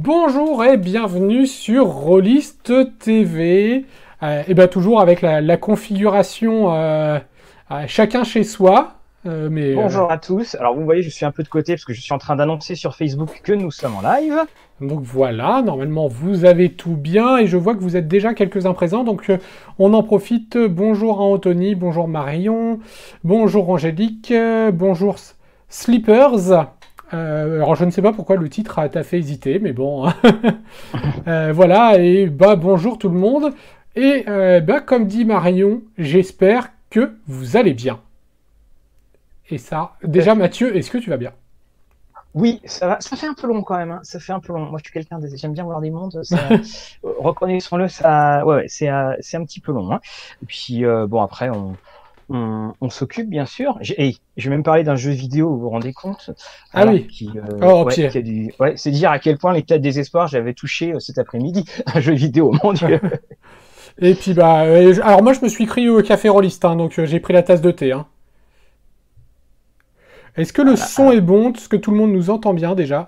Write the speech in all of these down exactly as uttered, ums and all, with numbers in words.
Bonjour et bienvenue sur Rollist T V. Euh, et bien toujours avec la, la configuration euh, euh, chacun chez soi. Euh, mais, Bonjour euh, à tous. Alors vous voyez, je suis un peu de côté parce que je suis en train d'annoncer sur Facebook que nous sommes en live. donc voilà, normalement vous avez tout bien et je vois que vous êtes déjà quelques-uns présents. Donc euh, on en profite. Bonjour à Anthony, bonjour Marion, bonjour Angélique, euh, bonjour S- Slippers. Euh, alors je ne sais pas pourquoi le titre a- t'a fait hésiter, mais bon. Euh, voilà, et bah bonjour tout le monde. Et euh, bah comme dit Marion, j'espère que vous allez bien. Et ça, déjà Mathieu, est-ce que tu vas bien? Oui, ça va. Ça fait un peu long quand même. Hein. Ça fait un peu long. Moi, je suis quelqu'un de... j'aime bien voir des mondes. Ça... euh, Reconnaissons-le, ça, ouais, ouais, c'est euh, c'est un petit peu long. Hein. Et puis euh, bon, après, on on, on s'occupe bien sûr. J'ai hey, je vais même parler d'un jeu vidéo. Vous vous rendez compte? Ah Voilà, oui. qui euh, Oh, ouais, pied. qui a du, ouais, c'est dire à quel point l'état de désespoir j'avais touché euh, cet après-midi. Un jeu vidéo, mon Dieu. Et puis bah, euh, alors moi je me suis crié au café rolliste, hein, donc euh, j'ai pris la tasse de thé. Hein. Est-ce que le Voilà. son Alors, est bon? Est-ce que tout le monde nous entend bien déjà?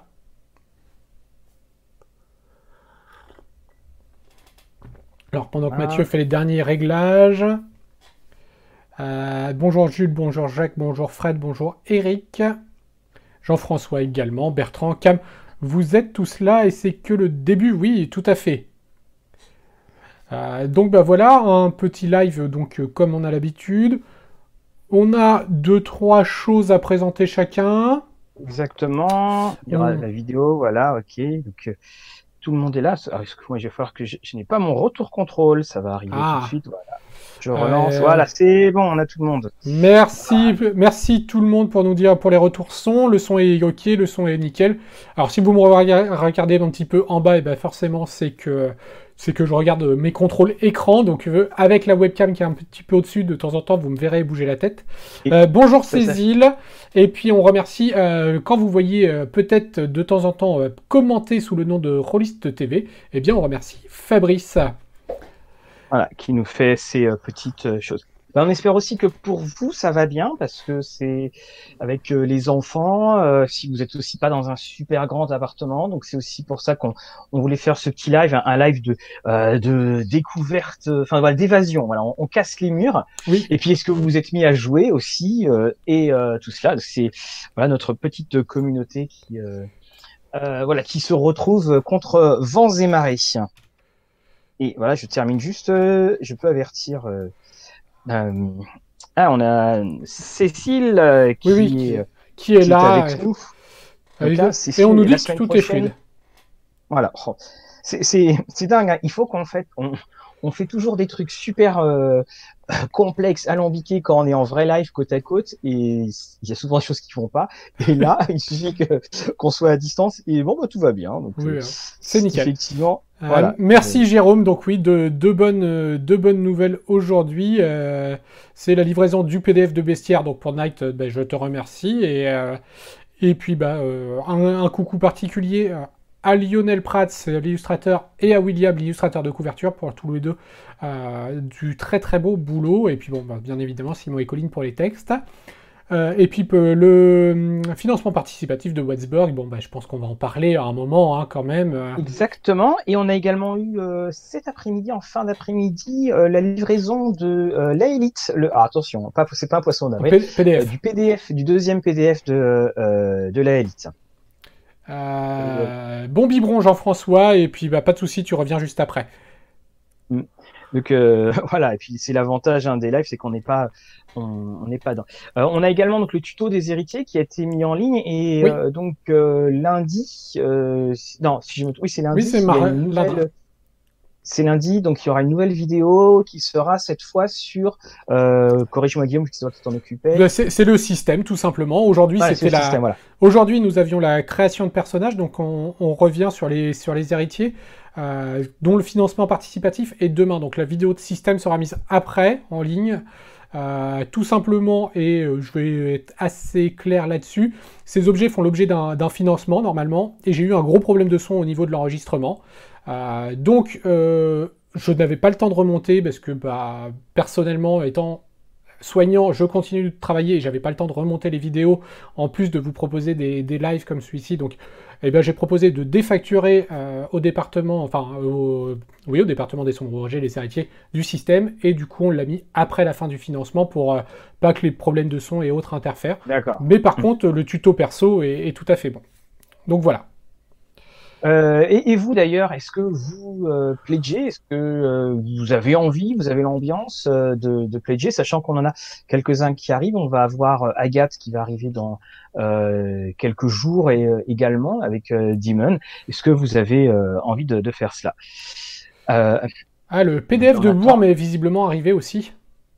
Alors pendant que Mathieu voilà. fait les derniers réglages. Euh, bonjour Jules, bonjour Jacques, bonjour Fred, bonjour Eric. Jean-François également, Bertrand, Cam. Vous êtes tous là et c'est que le début, oui, tout à fait. Euh, donc bah voilà, un petit live donc euh, comme on a l'habitude. On a deux trois choses à présenter chacun. Exactement. Il y aura On... la vidéo, voilà, ok. Donc, euh, tout le monde est là. Alors, excuse-moi, je vais falloir que je, je n'ai pas mon retour contrôle. Ça va arriver tout de Ah, suite. Voilà. Je relance. euh, Voilà, c'est bon, on a tout le monde. merci, merci tout le monde pour nous dire pour les retours son. Le son est ok, le son est nickel. Alors si vous me regardez un petit peu en bas, et ben forcément c'est que c'est que je regarde mes contrôles écran. Donc euh, avec la webcam qui est un petit peu au-dessus, de temps en temps vous me verrez bouger la tête. Et Euh, bonjour ça, ça- Cécile. Et puis on remercie euh, quand vous voyez euh, peut-être de temps en temps euh, commenter sous le nom de Rollist T V. Eh bien on remercie Fabrice. voilà, qui nous fait ces euh, petites euh, choses. Ben, on espère aussi que pour vous, ça va bien parce que c'est avec euh, les enfants, euh, si vous êtes aussi pas dans un super grand appartement, donc c'est aussi pour ça qu'on on voulait faire ce petit live, un, un live de euh, de découverte, euh, enfin voilà, d'évasion. Voilà, on, on casse les murs. Oui. Et puis est-ce que vous vous êtes mis à jouer aussi euh, et euh, tout cela, c'est voilà notre petite communauté qui euh, euh, voilà qui se retrouve contre vents et marées. Et voilà, je termine juste, euh, je peux avertir. Euh, euh, ah, on a Cécile euh, Oui, oui, qui qui, est, qui est qui est là. avec nous. Donc là, euh, Et on Cécile, nous et la dit que semaine tout est prochaine, fluide. voilà. Oh, c'est c'est c'est dingue. Hein. Il faut qu'on fait, on, on fait toujours des trucs super euh, complexes, alambiqués quand on est en vrai live côte à côte, et il y a souvent des choses qui vont pas. Et là, il suffit que qu'on soit à distance et bon, bah, tout va bien. Donc Oui, euh, oui, c'est nickel. effectivement, Euh, voilà. merci Jérôme. Donc oui, de, deux bonnes, euh, deux bonnes nouvelles aujourd'hui. Euh, c'est la livraison du P D F de Bestiaire. Donc pour Night, euh, ben, je te remercie. Et, euh, et puis bah, euh, un, un coucou particulier euh, à Lionel Prats, l'illustrateur, et à William, l'illustrateur de couverture, pour tous les deux euh, du très très beau boulot. Et puis bon, bah, bien évidemment Simon et Colline pour les textes. Euh, et puis euh, le euh, financement participatif de Wadsburg, bon bah je pense qu'on va en parler à un moment hein, quand même. Euh, Exactement. Et on a également eu euh, cet après-midi, en fin d'après-midi, euh, la livraison de euh, l'Aélite. Le... Ah, attention, pas, c'est pas un poisson d'avril. P- Euh, PDF. du P D F, du deuxième P D F de, euh, de l'Aélite. Euh, Euh, bon biberon Jean-François, et puis bah pas de souci, tu reviens juste après. mm. Donc euh, voilà, et puis c'est l'avantage hein, des lives, c'est qu'on n'est pas, on on n'est pas dans. Euh, on a également donc le tuto des héritiers qui a été mis en ligne et Oui, euh, donc euh, lundi, euh, non, si je me, oui c'est oui c'est lundi, il y a mar- une lundi. nouvelle. C'est lundi, donc il y aura une nouvelle vidéo qui sera cette fois sur, euh, corrige-moi Guillaume, c'est toi qui t'en occupais. Bah, C'est c'est le système tout simplement. Aujourd'hui Voilà, c'est c'était le la. système, voilà. Aujourd'hui nous avions la création de personnages, donc on, on revient sur les sur les héritiers, euh, dont le financement participatif est demain. Donc la vidéo de système sera mise après en ligne. Euh, tout simplement, et euh, je vais être assez clair là-dessus, ces objets font l'objet d'un d'un financement normalement, et j'ai eu un gros problème de son au niveau de l'enregistrement. Euh, donc, euh, je n'avais pas le temps de remonter parce que, bah, personnellement, étant soignant, je continue de travailler et j'avais pas le temps de remonter les vidéos en plus de vous proposer des, des lives comme celui-ci. Donc, eh ben, j'ai proposé de défacturer euh, au département, enfin, au, oui, au département des sombrerogers, les héritiers du système, et du coup, on l'a mis après la fin du financement pour euh, pas que les problèmes de son et autres interfèrent. D'accord. Mais par Mmh. contre, le tuto perso est, est tout à fait bon. Donc voilà. Euh, et, et vous d'ailleurs, est-ce que vous euh, pledgez, est-ce que euh, vous avez envie, vous avez l'ambiance euh, de, de pledger, sachant qu'on en a quelques-uns qui arrivent. On va avoir euh, Agathe qui va arriver dans euh, quelques jours et euh, également avec euh, Demon. Est-ce que vous avez euh, envie de, de faire cela? euh, Ah, le P D F de Jonathan. Bourme est visiblement arrivé aussi.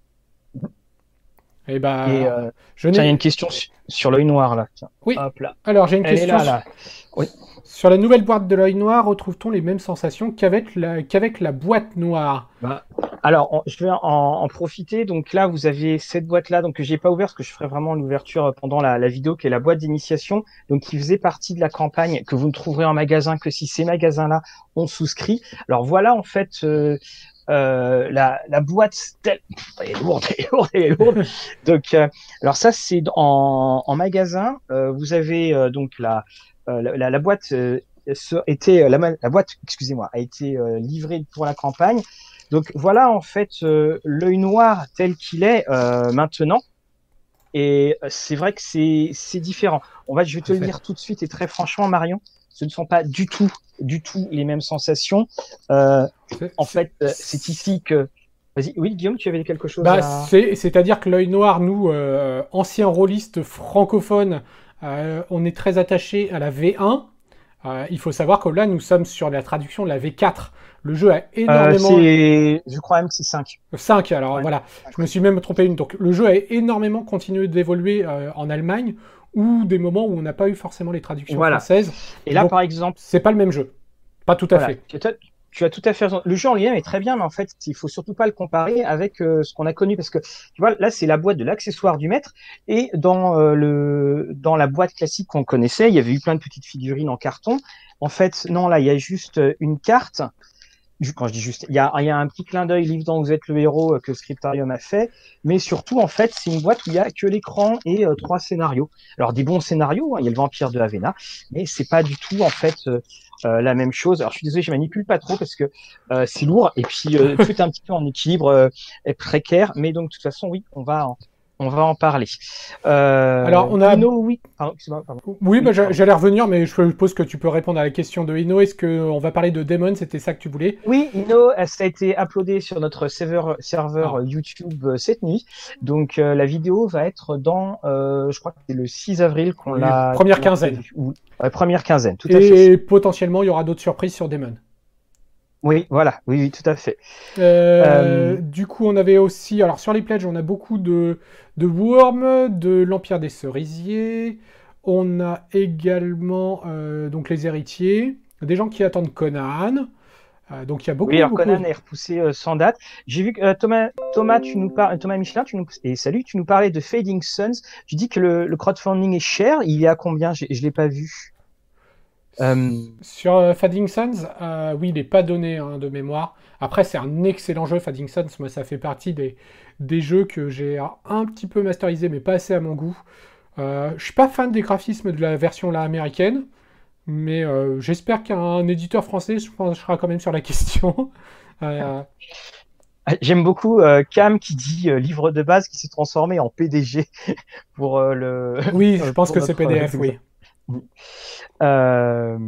Et bah, Et euh, je tiens, il y a n'ai. une question sur, sur l'œil noir là. Tiens. Oui. Hop là. Alors, j'ai une Elle est question. là, là. Oui. Sur la nouvelle boîte de l'œil noir, retrouve-t-on les mêmes sensations qu'avec la, qu'avec la boîte noire? Bah, alors, on- je vais en, en profiter. Donc là, vous avez cette boîte-là, donc que j'ai pas ouverte, parce que je ferai vraiment l'ouverture pendant la, la vidéo, qui est la boîte d'initiation, donc qui faisait partie de la campagne que vous ne trouverez en magasin que si ces magasins-là ont souscrit. Alors voilà, en fait, euh, euh, la, la boîte, telle... elle est lourde, elle est lourde, elle est lourde. Donc, euh, alors ça, c'est en, en magasin. Euh, vous avez euh, donc la, euh, la, la, la boîte. Euh, était la, la boîte, excusez-moi, a été euh, livrée pour la campagne. Donc voilà en fait euh, l'œil noir tel qu'il est euh, maintenant. Et c'est vrai que c'est c'est différent. On va, je vais te le dire tout de suite et très franchement, Marion, ce ne sont pas du tout, du tout les mêmes sensations. Euh, en fait, c'est ici que. Vas-y, oui, Guillaume, tu avais quelque chose bah, à. C'est, c'est-à-dire que l'œil noir, nous, euh, anciens rôlistes francophones, euh, on est très attachés à la V un. Euh, il faut savoir que là, nous sommes sur la traduction de la V quatre. Le jeu a énormément... Euh, je crois même que c'est cinq. cinq, alors ouais, voilà. cinq. Je me suis même trompé une. Donc, le jeu a énormément continué d'évoluer euh, en Allemagne, ou des moments où on n'a pas eu forcément les traductions voilà. françaises. Et là, donc, par exemple... c'est pas le même jeu. Pas tout à voilà. fait. Tu as, tu as tout à fait raison. Le jeu en lui-même est très bien, mais en fait, il faut surtout pas le comparer avec euh, ce qu'on a connu, parce que tu vois, là, c'est la boîte de l'accessoire du maître, et dans euh, le dans la boîte classique qu'on connaissait, il y avait eu plein de petites figurines en carton. En fait, non, là, il y a juste une carte. Quand je dis juste, il y a, il y a un petit clin d'œil livre dont vous êtes le héros que Scriptarium a fait, mais surtout, en fait, c'est une boîte où il y a que l'écran et euh, trois scénarios. Alors, des bons scénarios, hein, il y a le vampire de Avena, mais c'est pas du tout, en fait, euh, euh, la même chose. Alors, je suis désolé, je manipule pas trop parce que euh, c'est lourd et puis euh, tout est un petit peu en équilibre euh, précaire, mais donc, de toute façon, oui, on va en, on va en parler. Euh, Alors, on a... Ino, oui. Pardon, pardon. Oui, oui bah, j'allais revenir, mais je suppose que tu peux répondre à la question de Ino. Est-ce qu'on va parler de Demon? C'était ça que tu voulais? Oui, Ino, ça a été uploadé sur notre serveur, serveur ah. YouTube cette nuit. Donc, euh, la vidéo va être dans, euh, je crois que c'est le six avril qu'on oui, l'a... Première quinzaine. Ou, ouais, première quinzaine, tout Et à fait. Et potentiellement, il y aura d'autres surprises sur Demon. Oui, voilà, oui, oui, tout à fait. Euh, euh... Du coup, on avait aussi, alors sur les pledges, on a beaucoup de, de Worm, de l'Empire des Cerisiers. On a également euh, donc les héritiers, des gens qui attendent Conan. Euh, donc il y a beaucoup. Oui, alors beaucoup... Conan est repoussé euh, sans date. J'ai vu que euh, Thomas, Thomas, tu nous parles, Thomas Michelin, tu nous et salut, tu nous parlais de Fading Suns. Tu dis que le, le crowdfunding est cher. Il est à combien? Je, je l'ai pas vu. Euh... Sur euh, Fading Suns, euh, oui, il n'est pas donné hein, de mémoire. Après, c'est un excellent jeu, Fading Suns. Moi, ça fait partie des, des jeux que j'ai un petit peu masterisé, mais pas assez à mon goût. Euh, je suis pas fan des graphismes de la version là américaine, mais euh, j'espère qu'un éditeur français se penchera quand même sur la question. euh... J'aime beaucoup euh, Cam qui dit euh, livre de base qui s'est transformé en P D G pour euh, le. Oui, je pense que c'est P D F, oui. Euh...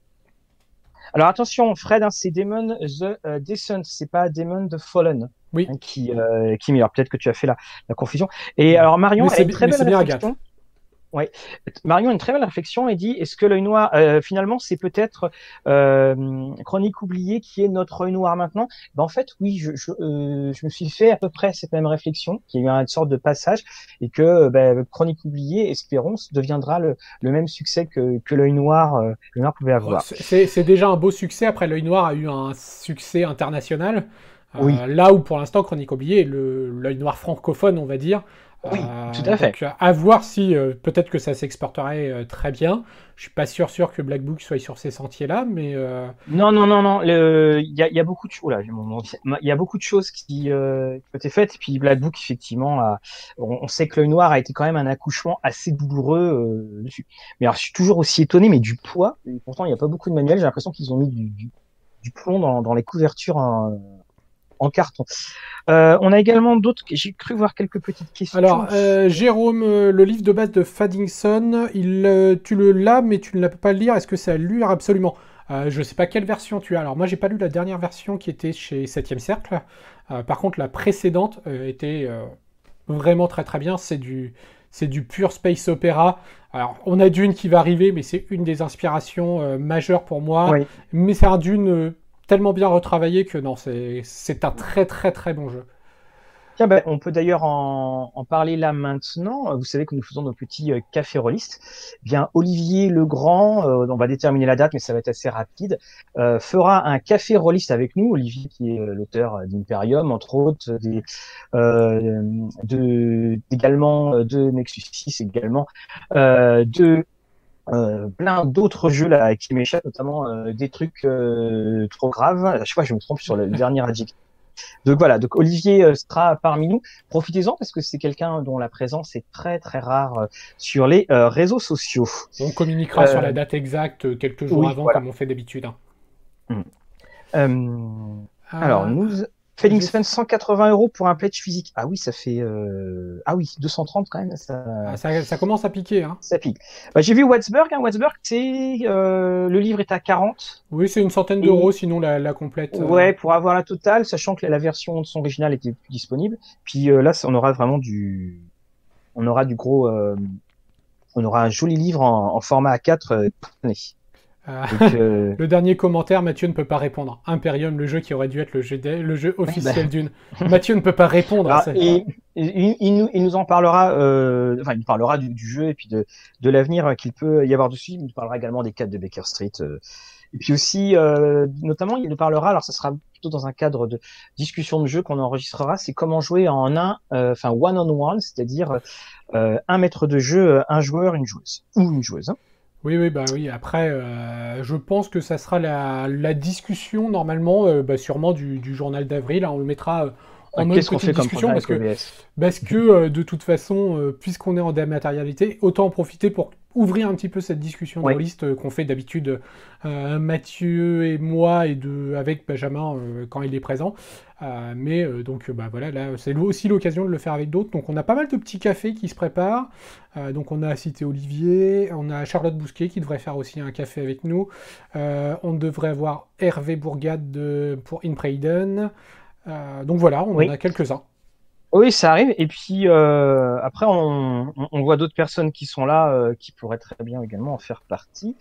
Alors attention, Fred, hein, c'est Demon the uh, Descent, c'est pas Demon the Fallen. Oui. Hein, qui, euh, qui, alors peut-être que tu as fait la, la confusion. Et alors Marion, elle a une très belle réflexion. Ouais. Marion a une très belle réflexion et dit est-ce que l'œil noir, euh, finalement, c'est peut-être euh, Chronique oubliée qui est notre œil noir maintenant? Ben, en fait, oui, je, je, euh, je me suis fait à peu près cette même réflexion, qu'il y a eu une sorte de passage et que ben, Chronique oubliée, espérons, deviendra le, le même succès que, que l'œil noir, euh, l'œil noir pouvait avoir. C'est déjà un beau succès. Après, l'œil noir a eu un succès international. Oui. Euh, là où pour l'instant, Chronique oubliée est l'œil noir francophone, on va dire. Oui, Euh, tout à fait. donc, à voir si euh, peut-être que ça s'exporterait euh, très bien. Je suis pas sûr sûr que Black Book soit sur ces sentiers-là, mais euh, Non, non, non, non. Le- Il y a, il y a beaucoup de choses. Là, j'ai mon nom. Il y a beaucoup de choses qui, euh, qui ont été faites. Et puis Black Book, effectivement, a- on, on sait que l'œil noir a été quand même un accouchement assez douloureux euh, dessus. Mais alors, je suis toujours aussi étonné, mais du poids. Et pourtant, il n'y a pas beaucoup de manuels. J'ai l'impression qu'ils ont mis du, du, du plomb dans, dans les couvertures en, en carton. Euh, on a également d'autres. J'ai cru voir quelques petites questions. alors euh, Jérôme, euh, le livre de base de Faddington, il, euh, tu le l'as, mais tu ne l'as pas le lire. Est-ce que c'est à lire absolument? Euh, je sais pas quelle version tu as. Alors moi, j'ai pas lu la dernière version qui était chez Septième Cercle. Euh, par contre, la précédente euh, était euh, vraiment très très bien. C'est du c'est du pur space opéra. Alors, on a Dune qui va arriver, mais c'est une des inspirations euh, majeures pour moi. Oui. Mais c'est un Dune euh, tellement bien retravaillé que non, c'est c'est un très très très bon jeu. Tiens, ben, on peut d'ailleurs en, en parler là maintenant. Vous savez que nous faisons nos petits euh, cafés rôlistes. Eh bien, Olivier Legrand, euh, on va déterminer la date, mais ça va être assez rapide, euh, fera un café rôliste avec nous. Olivier, qui est euh, l'auteur d'Imperium, entre autres, des, euh, de, également euh, de Nexus six, également euh, de euh, plein d'autres jeux là qui m'échappent, notamment euh, des trucs euh, trop graves. À chaque fois, je me trompe sur le dernier adjectif. Donc voilà, donc Olivier euh, sera parmi nous. Profitez-en parce que c'est quelqu'un dont la présence est très très rare euh, sur les euh, réseaux sociaux. On communiquera sur Euh, la date exacte euh, quelques jours oui, avant, voilà. comme on fait d'habitude. Hein. Mm. Euh, alors, Euh, nous, Felix je- Fan, cent quatre-vingts euros pour un pledge physique. Ah oui, ça fait, euh... ah oui, deux cent trente quand même, ça, ah, ça, ça commence à piquer. Hein. ça pique. Bah, j'ai vu Wadsburg, hein, Wadsburg, c'est, euh, le livre est à quarante. Oui, c'est une centaine Et d'euros, sinon la, la complète. euh, ouais, pour avoir la totale, sachant que la version de son original était plus disponible. Puis euh, là, on aura vraiment du, on aura du gros, euh, on aura un joli livre en, en format A quatre. Euh, euh, donc, euh, Le dernier commentaire, Mathieu ne peut pas répondre. Imperium, le jeu qui aurait dû être le jeu, de- le jeu officiel bah, d'une. Mathieu ne peut pas répondre. alors, c'est- et, et- il, nous, il nous en parlera, euh, enfin, il nous parlera du, du jeu et puis de, de l'avenir qu'il peut y avoir dessus. Il nous parlera également des quêtes de Baker Street. Euh, et puis aussi, euh, notamment, il nous parlera, alors ça sera plutôt dans un cadre de discussion de jeu qu'on enregistrera, c'est comment jouer en un, euh, enfin one on one, c'est-à-dire euh, un maître de jeu, un joueur, une joueuse ou une joueuse. Hein. Oui, oui, bah oui. Après, euh, je pense que ça sera la, la discussion normalement, euh, bah, sûrement du, du journal d'avril. Hein. On le mettra euh, en mode Qu'est-ce qu'on petite fait comme discussion projet parce avec que O B S? Parce que euh, de toute façon, euh, puisqu'on est en dématérialité, autant en profiter pour ouvrir un petit peu cette discussion de Oui. liste euh, qu'on fait d'habitude euh, Mathieu et moi et de avec Benjamin euh, quand il est présent. Euh, mais euh, donc euh, bah voilà, là c'est aussi l'occasion de le faire avec d'autres. Donc on a pas mal de petits cafés qui se préparent. Euh, donc on a cité Olivier, on a Charlotte Bousquet qui devrait faire aussi un café avec nous. Euh, on devrait avoir Hervé Bourgade de, pour Inpreiden. Euh, donc voilà, on Oui. en a quelques-uns. Oui, ça arrive. Et puis euh, après, on, on, on voit d'autres personnes qui sont là, euh, qui pourraient très bien également en faire partie.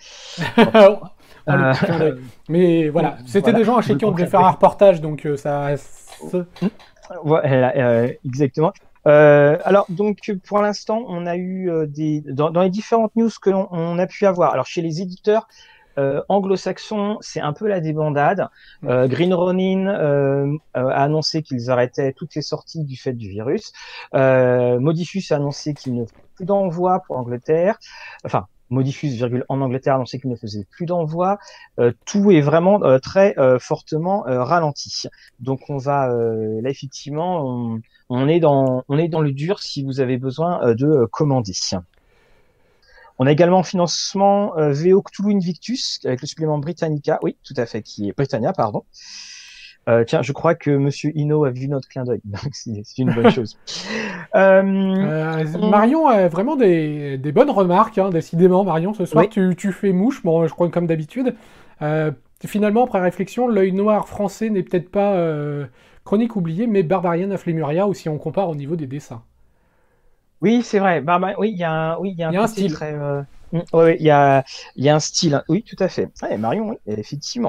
Oh, le Euh, petit clin d'œil. Mais voilà, c'était voilà, des gens à je chez qui on devait comprends, faire oui. un reportage, donc euh, ça. ça- Voilà, euh, exactement. Euh, alors donc pour l'instant, on a eu euh, des dans, dans les différentes news que l'on on a pu avoir. Alors chez les éditeurs euh, anglo-saxons, c'est un peu la débandade. Euh, Green Ronin euh, euh, a annoncé qu'ils arrêtaient toutes les sorties du fait du virus. Euh, Modifus a annoncé qu'il ne fait plus d'envoi pour Angleterre. Enfin. Modifus, virgule, en Angleterre, a annoncé qu'il ne faisait plus d'envoi. Euh, tout est vraiment euh, très euh, fortement euh, ralenti. Donc on va euh, là effectivement, on, on est dans on est dans le dur si vous avez besoin euh, de euh, commander. On a également en financement euh, V O Cthulhu Invictus avec le supplément Britannica, oui, tout à fait, qui est Britannia, pardon. Euh, tiens, je crois que Monsieur Hino a vu notre clin d'œil, donc c'est c'est une bonne chose. Euh, Euh, on... Marion a vraiment des, des bonnes remarques, hein, décidément. Marion, ce soir, Oui. tu, tu fais mouche, bon, je crois comme d'habitude. Euh, finalement, après réflexion, l'œil noir français n'est peut-être pas euh, Chronique oubliée, mais Barbarian of Lemuria, ou si on compare au niveau des dessins. Oui, c'est vrai. Bah, bah, oui, il y a un, oui, il y a un Il y a un côté style. très. Euh... Oui, ouais, il y a, il y a un style. Hein. Oui, tout à fait. Ouais, Marion, oui, effectivement.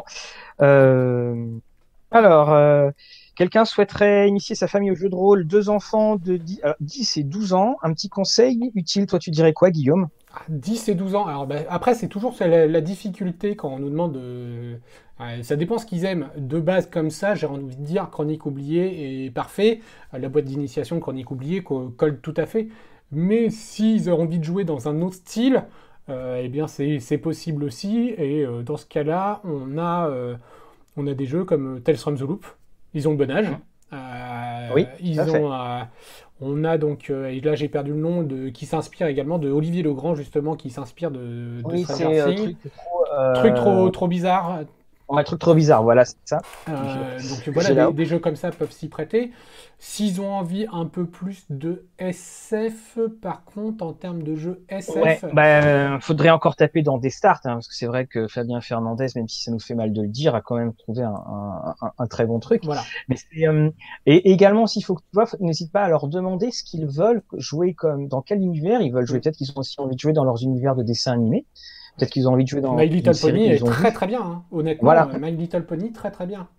Euh... Alors, euh, quelqu'un souhaiterait initier sa famille au jeu de rôle, deux enfants de dix, alors, dix et douze ans. Un petit conseil utile. Toi, tu dirais quoi, Guillaume? dix et douze ans. Alors, bah, après, c'est toujours la, la difficulté quand on nous demande de... Ouais, ça dépend ce qu'ils aiment. De base, comme ça, j'ai envie de dire Chronique oubliée est parfait. La boîte d'initiation Chronique oubliée co- colle tout à fait. Mais s'ils ont envie de jouer dans un autre style, euh, eh bien, c'est c'est possible aussi. Et euh, dans ce cas-là, on a, euh, on a des jeux comme Tales from the Loop. Ils ont le bon âge. Mmh. Euh, Oui, tout à ils fait. ont, euh, on a donc, euh, et là j'ai perdu le nom, de, qui s'inspire également de Olivier Legrand, justement, qui s'inspire de, de Oui, Stranger c'est euh, Things. truc trop, Truc trop, euh, trop bizarre. un truc trop bizarre. Voilà, c'est ça. Euh, donc Que voilà, j'ai des, là. des jeux comme ça peuvent s'y prêter. S'ils ont envie un peu plus de S F, par contre, en termes de jeux Ouais, S F, bah, faudrait encore taper dans des starts, hein, parce que c'est vrai que Fabien Fernandez, même si ça nous fait mal de le dire, a quand même trouvé un, un, un, un très bon truc. voilà. Mais c'est, euh, et, et également, s'il faut que tu vois, faut- n'hésite pas à leur demander ce qu'ils veulent jouer comme, dans quel univers ils veulent jouer. Mm. Peut-être qu'ils ont aussi envie de jouer dans leurs univers de dessins animés. Peut-être qu'ils ont envie de jouer My dans une Little série Pony est qu'ils ont très vue. très bien, hein. Honnêtement, Voilà. euh, My Little Pony, très très bien.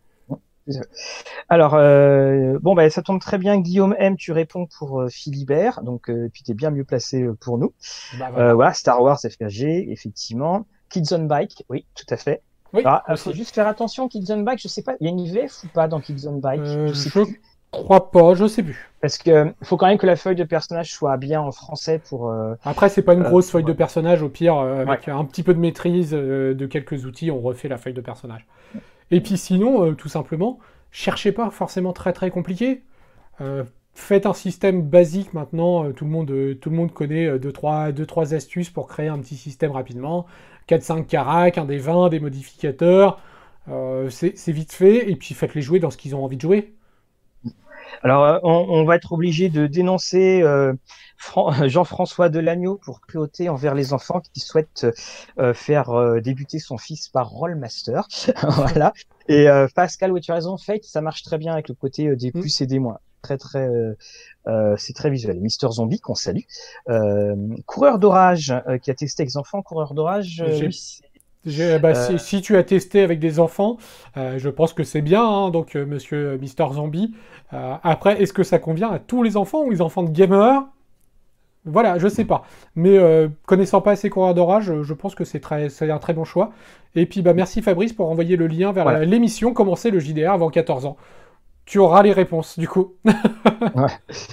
Alors, euh, bon, bah, ça tombe très bien, Guillaume M, tu réponds pour euh, Philibert, donc euh, puis t'es bien mieux placé euh, pour nous. Bah Euh, voilà. voilà, Star Wars F R G, effectivement. Kids on Bike, oui, tout à fait. Oui, Alors, il faut aussi. juste faire attention, Kids on Bike, je sais pas, il y a une V F ou pas dans Kids on Bike? Euh, Je sais je plus. crois pas, je sais plus. Parce que euh, faut quand même que la feuille de personnage soit bien en français pour. Euh, Après, c'est pas une euh, grosse feuille pour- de personnage, au pire, euh, Ouais. avec un petit peu de maîtrise euh, de quelques outils, on refait la feuille de personnage. Et puis sinon, euh, tout simplement, cherchez pas forcément très très compliqué. Euh, faites un système basique maintenant. euh, tout, le monde, euh, tout le monde connaît euh, deux trois deux, trois astuces pour créer un petit système rapidement. quatre cinq caracs, un des vingt, des modificateurs. Euh, c'est c'est vite fait. Et puis faites-les jouer dans ce qu'ils ont envie de jouer. Alors, euh, on, on va être obligé de dénoncer euh, Fran- Jean-François Delagneau pour cruauté envers les enfants qui souhaitent euh, faire euh, débuter son fils par Rollmaster. Voilà. Et euh, Pascal, oui, tu as raison, Fate, ça marche très bien avec le côté euh, des Mm. plus et des moins. Très, très, euh, euh, c'est très visuel. Mister Zombie, qu'on salue. Euh, Coureur d'orage, euh, qui a testé avec les enfants. Coureur d'orage, euh, oui. J'ai c'est- J'ai- bah, Euh, si, si tu as testé avec des enfants, euh, je pense que c'est bien, hein, donc euh, monsieur Mister Zombie. Euh, après, est-ce que ça convient à tous les enfants ou les enfants de gamers? Voilà, je sais pas. Mais euh, connaissant pas assez Coureur d'Orage, je, je pense que c'est très, c'est un très bon choix. Et puis bah merci Fabrice pour envoyer le lien vers voilà. la- l'émission Commencer le J D R avant quatorze ans. Tu auras les réponses du coup. Ouais.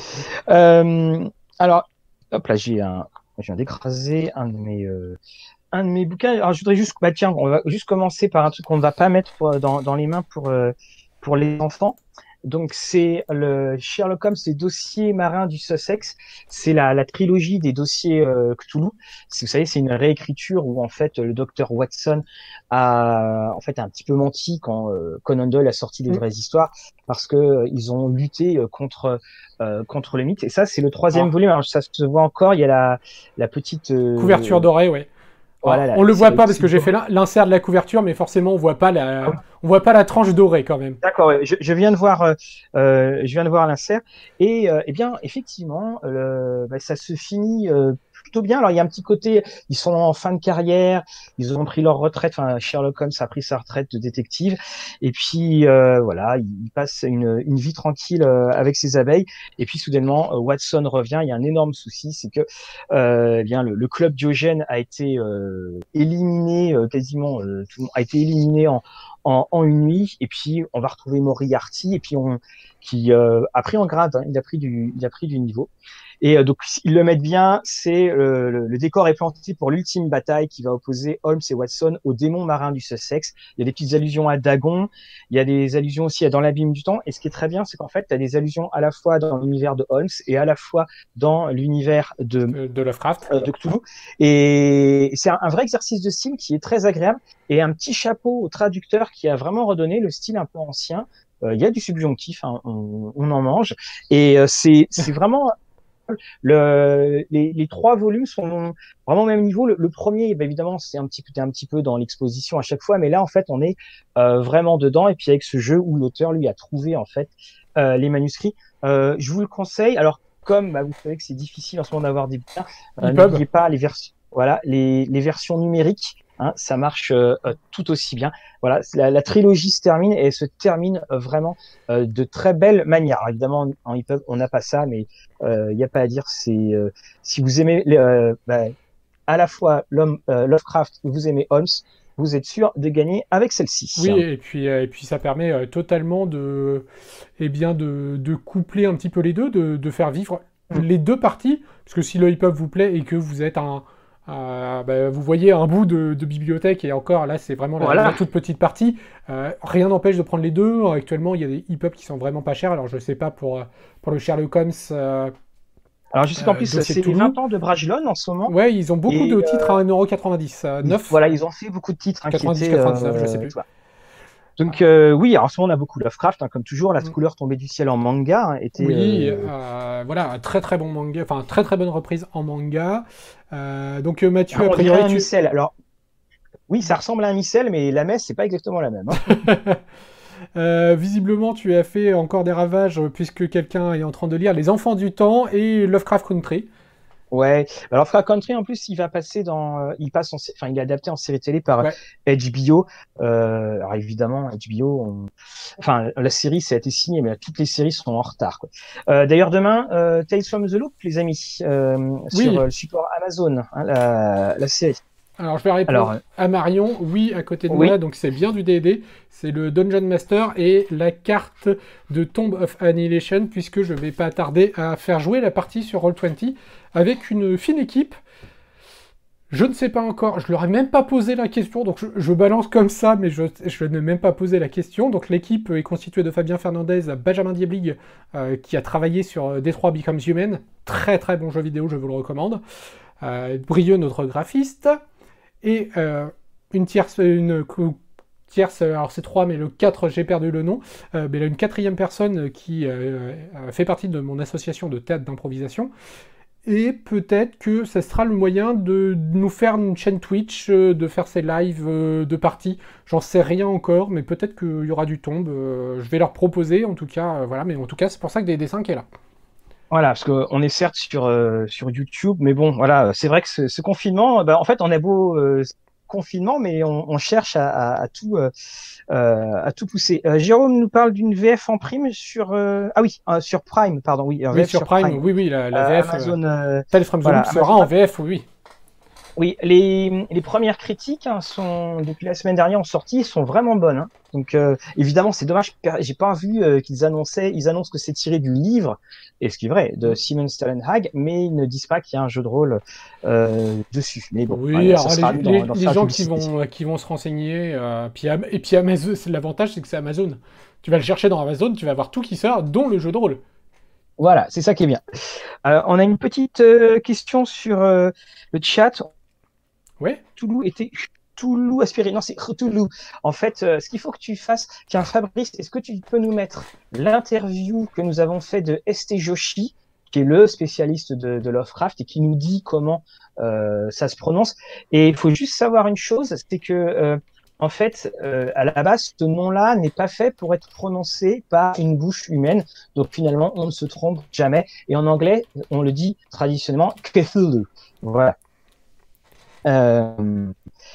Euh, alors, hop là, j'ai un, je viens d'écraser un de mes, euh, un de mes bouquins. Alors, je voudrais juste, bah tiens, on va juste commencer par un truc qu'on ne va pas mettre pour- dans, dans les mains pour, euh, pour les enfants. Donc, c'est le Sherlock Holmes, les dossiers marins du Sussex. C'est la, la trilogie des dossiers euh, Cthulhu. C'est- Vous savez, c'est une réécriture où en fait le docteur Watson a en fait un petit peu menti quand euh, Conan Doyle a sorti des Mm. vraies histoires parce que euh, ils ont lutté euh, contre euh, contre le mythe. Et ça, c'est le troisième Alors, volume. Alors, ça se voit encore. Il y a la la petite couverture euh, dorée, ouais. Alors, voilà, la, on le voit c'est pas parce c'est que j'ai fait doré. l'in- l'insert de la couverture, mais forcément on voit pas Ah oui, la, on voit pas la tranche dorée quand même. d'accord, ouais. je, je viens de voir, euh, euh, je viens de voir l'insert et euh, eh bien effectivement, euh, bah, ça se finit euh, plutôt bien. Alors il y a un petit côté, ils sont en fin de carrière, ils ont pris leur retraite. Enfin, Sherlock Holmes a pris sa retraite de détective et puis euh, voilà, il, il passe une, une vie tranquille euh, avec ses abeilles. Et puis soudainement, euh, Watson revient. Il y a un énorme souci, c'est que euh, eh bien le, le club Diogène a été euh, éliminé euh, quasiment, euh, tout le monde a été éliminé en en, en une nuit, et puis on va retrouver Moriarty, et puis on qui euh, a pris en grade, hein, il a pris du, il a pris du niveau. Et euh, donc ils le mettent bien, c'est euh, le, le décor est planté pour l'ultime bataille qui va opposer Holmes et Watson aux démons marins du Sussex. Il y a des petites allusions à Dagon, il y a des allusions aussi à Dans l'abîme du temps. Et ce qui est très bien, c'est qu'en fait, tu as des allusions à la fois dans l'univers de Holmes et à la fois dans l'univers de De, de Lovecraft. euh, de Cthulhu. Et c'est un, un vrai exercice de style qui est très agréable. Et un petit chapeau au traducteur qui a vraiment redonné le style un peu ancien. Euh, Il y a du subjonctif, hein, on, on en mange. Et euh, c'est c'est vraiment le, les, les trois volumes sont vraiment au même niveau. Le, le premier, bah, évidemment, c'est un petit peu, t'es un petit peu dans l'exposition à chaque fois, mais là, en fait, on est euh, vraiment dedans. Et puis avec ce jeu où l'auteur lui a trouvé en fait euh, les manuscrits, euh, je vous le conseille. Alors comme bah, vous savez que c'est difficile en ce moment d'avoir des bouquins, euh, E P U B. n'oubliez pas les versions, voilà, les, les versions numériques. Hein, ça marche euh, euh, tout aussi bien. Voilà, la, la trilogie se termine et elle se termine euh, vraiment euh, de très belle manière. Alors, évidemment, en, en E P U B, on n'a pas ça, mais il euh, n'y a pas à dire. C'est euh, si vous aimez, les, euh, bah, à la fois l'homme, euh, Lovecraft et vous aimez Holmes, vous êtes sûr de gagner avec celle-ci. Oui, et puis, euh, et puis ça permet euh, totalement de, eh bien de, de coupler un petit peu les deux, de, de faire vivre Mm. les deux parties, parce que si le hip-hop vous plaît et que vous êtes un, euh, bah, vous voyez un bout de, de bibliothèque, et encore là c'est vraiment la, Voilà. la toute petite partie, euh, rien n'empêche de prendre les deux. Actuellement il y a des hip-hop qui sont vraiment pas chers, alors je sais pas pour, pour le Sherlock Holmes, euh, Alors, je sais qu'en euh, plus, dossier c'est de les Toulouse. vingt ans de Brajlon en ce moment. Ouais, ils ont beaucoup Et de euh, titres à un euro quatre-vingt-dix, euh, ils- neuf, voilà, ils ont fait beaucoup de titres hein, qui quatre-vingt-dix, étaient. quatre-vingt-dix-neuf, je sais Euh, plus. tu vois. Donc, euh, oui, en ce moment, on a beaucoup Lovecraft, hein, comme toujours. La Mm. couleur tombée du ciel en manga hein, était. Oui, Euh... euh, voilà, très très bon manga, enfin très très bonne reprise en manga. Euh, donc euh, Mathieu, a On dirait priori, un tu... missel. Alors, oui, ça ressemble à un missel, mais la messe, c'est pas exactement la même. Hein. Euh, visiblement, tu as fait encore des ravages euh, puisque quelqu'un est en train de lire Les Enfants du Temps et Lovecraft Country. Ouais. Alors, Fra Country, en plus, il va passer dans. euh, Il passe en. sé- Enfin, il est adapté en série télé par Ouais. H B O. Euh, alors, évidemment, H B O. on- Enfin, la série, ça a été signé, mais toutes les séries sont en retard. Quoi. Euh, d'ailleurs, demain, euh, Tales from the Loop, les amis, euh, sur Oui, euh, le support Amazon, hein, la, la série. alors je vais répondre Alors, euh, à Marion. Oui, à côté de oui. moi, donc c'est bien du D et D. C'est le Dungeon Master et la carte de Tomb of Annihilation, puisque je vais pas tarder à faire jouer la partie sur Roll vingt avec une fine équipe. Je ne sais pas encore, je leur ai même pas posé la question, donc je, je balance comme ça, mais je, je n'ai même pas posé la question. Donc l'équipe est constituée de Fabien Fernandez, Benjamin Dieblig, euh, qui a travaillé sur euh, Detroit Becomes Human. Très très bon jeu vidéo, je vous le recommande. Euh, Brieux, notre graphiste. Et euh, une tierce, une tierce, alors c'est trois, mais le quatre, j'ai perdu le nom. Euh, mais là, une quatrième personne qui euh, fait partie de mon association de théâtre d'improvisation. Et peut-être que ça sera le moyen de nous faire une chaîne Twitch, euh, de faire ces lives euh, de parties. J'en sais rien encore, mais peut-être qu'il y aura du tombe. Euh, je vais leur proposer, en tout cas, euh, voilà. Mais en tout cas, c'est pour ça que des dessins qui est là. Voilà, parce qu'on est certes sur, euh, sur YouTube, mais bon, voilà, c'est vrai que ce, ce confinement, bah, en fait, on a beau euh, confinement, mais on, on cherche à, à, à tout, euh, euh, à tout pousser. Euh, Jérôme nous parle d'une V F en prime sur, euh, ah oui, euh, sur Prime, pardon, oui, un Oui, V F sur sur Prime, Prime. oui, oui, la, la Euh, V F. Euh, Amazon, euh, Tales from the voilà, Loop sera Amazon. en V F, oui. Oui, les, les premières critiques hein, sont depuis la semaine dernière en sortie, sont vraiment bonnes. Hein. Donc euh, évidemment, c'est dommage, j'ai pas vu euh, qu'ils annonçaient, ils annoncent que c'est tiré du livre, et ce qui est vrai, de Simon Stellenhag, mais ils ne disent pas qu'il y a un jeu de rôle euh, dessus. Mais bon, Oui, voilà, ça alors sera les, dans, les, dans les sa gens qui publicité. vont, qui vont se renseigner, euh, puis, Am- et puis Amazon, c'est l'avantage, c'est que c'est Amazon. Tu vas le chercher dans Amazon, tu vas voir tout qui sort, dont le jeu de rôle. Voilà, c'est ça qui est bien. Alors, on a une petite euh, question sur euh, le chat. Ouais. Toulouse était Toulouse aspiré. Non, c'est Toulouse. En fait, euh, ce qu'il faut que tu fasses, tiens, Fabrice, est-ce que tu peux nous mettre l'interview que nous avons fait de S T Joshi, qui est le spécialiste de, de Lovecraft et qui nous dit comment euh, ça se prononce. Et il faut juste savoir une chose, c'est que euh, en fait, euh, à la base, ce nom-là n'est pas fait pour être prononcé par une bouche humaine. Donc finalement, on ne se trompe jamais. Et en anglais, on le dit traditionnellement Cthulhu. Voilà. Euh...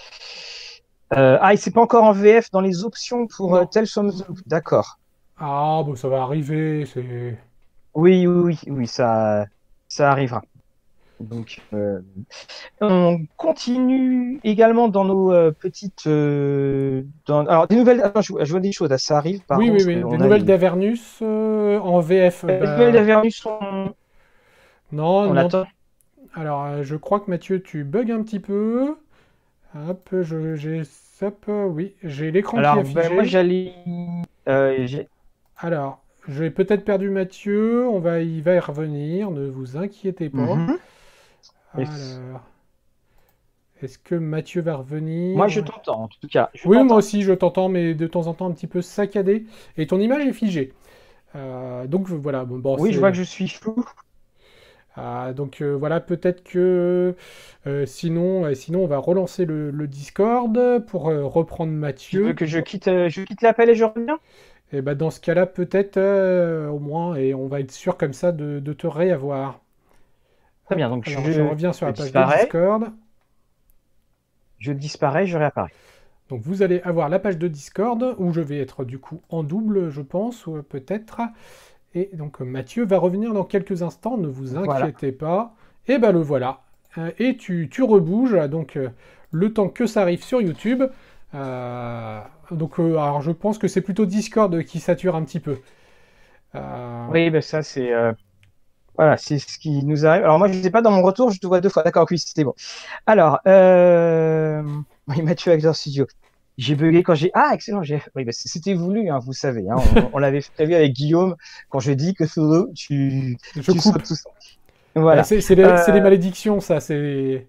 Euh, ah, et c'est pas encore en V F dans les options pour euh, Tales from the Loop. D'accord. Ah, bon, ça va arriver, c'est... Oui, oui, oui, oui, ça, ça arrivera. Donc, euh, on continue également dans nos euh, petites. Euh, dans... Alors, des nouvelles. Attends, je, je vois des choses. Là, ça arrive. Oui, Pardon, oui, parce oui, des qu'on a nouvelles les... d'Avernus euh, en V F. Les Bah... nouvelles d'Avernus sont. Non, On non. attend. Alors, euh, je crois que Mathieu, tu bugs un petit peu. Hop, je, j'ai... Hop, oui, j'ai l'écran qui est Alors, affiché. ben, moi, j'allais. Euh, j'ai- Alors, j'ai peut-être perdu Mathieu, on va, il va y revenir, ne vous inquiétez pas. Mhm. Alors, est-ce que Mathieu va revenir? Moi, je t'entends, en tout cas. Je Oui, t'entends. moi aussi, je t'entends, mais de temps en temps un petit peu saccadé. Et ton image est figée. Euh, donc voilà, bon, bon, Oui, c'est- je vois que je suis flou. Ah, donc euh, voilà, peut-être que euh, sinon, euh, sinon, on va relancer le, le Discord pour euh, reprendre Tu Mathieu. veux que je quitte, euh, je quitte l'appel et je reviens? Et ben dans ce cas-là, peut-être euh, au moins, et on va être sûr comme ça de, de te réavoir. Très bien, donc Alors, je, je reviens sur je la page de disparais. Discord. Je disparais, je réapparais. Donc vous allez avoir la page de Discord où je vais être du coup en double, je pense, ou peut-être. Et donc Mathieu va revenir dans quelques instants, ne vous Voilà. inquiétez pas. Et ben le voilà. euh, et tu, tu rebouges, donc euh, le temps que ça arrive sur YouTube. Euh, donc, euh, alors je pense que c'est plutôt Discord qui sature un petit peu. Euh... Oui, ben ça, c'est euh, voilà, c'est ce qui nous arrive. Alors, moi, je ne sais pas, dans mon retour, je te vois deux fois. D'accord, oui, c'était bon. Alors, euh... oui, Mathieu Acteur Studio. J'ai bugué quand j'ai. Ah, excellent. J'ai... Oui, ben, c'était voulu, hein, vous savez. Hein, on, on l'avait prévu avec Guillaume quand je dis que tu, je tu coupe. tout ça. Voilà. C'est, c'est, les, euh... c'est les malédictions, ça. C'est.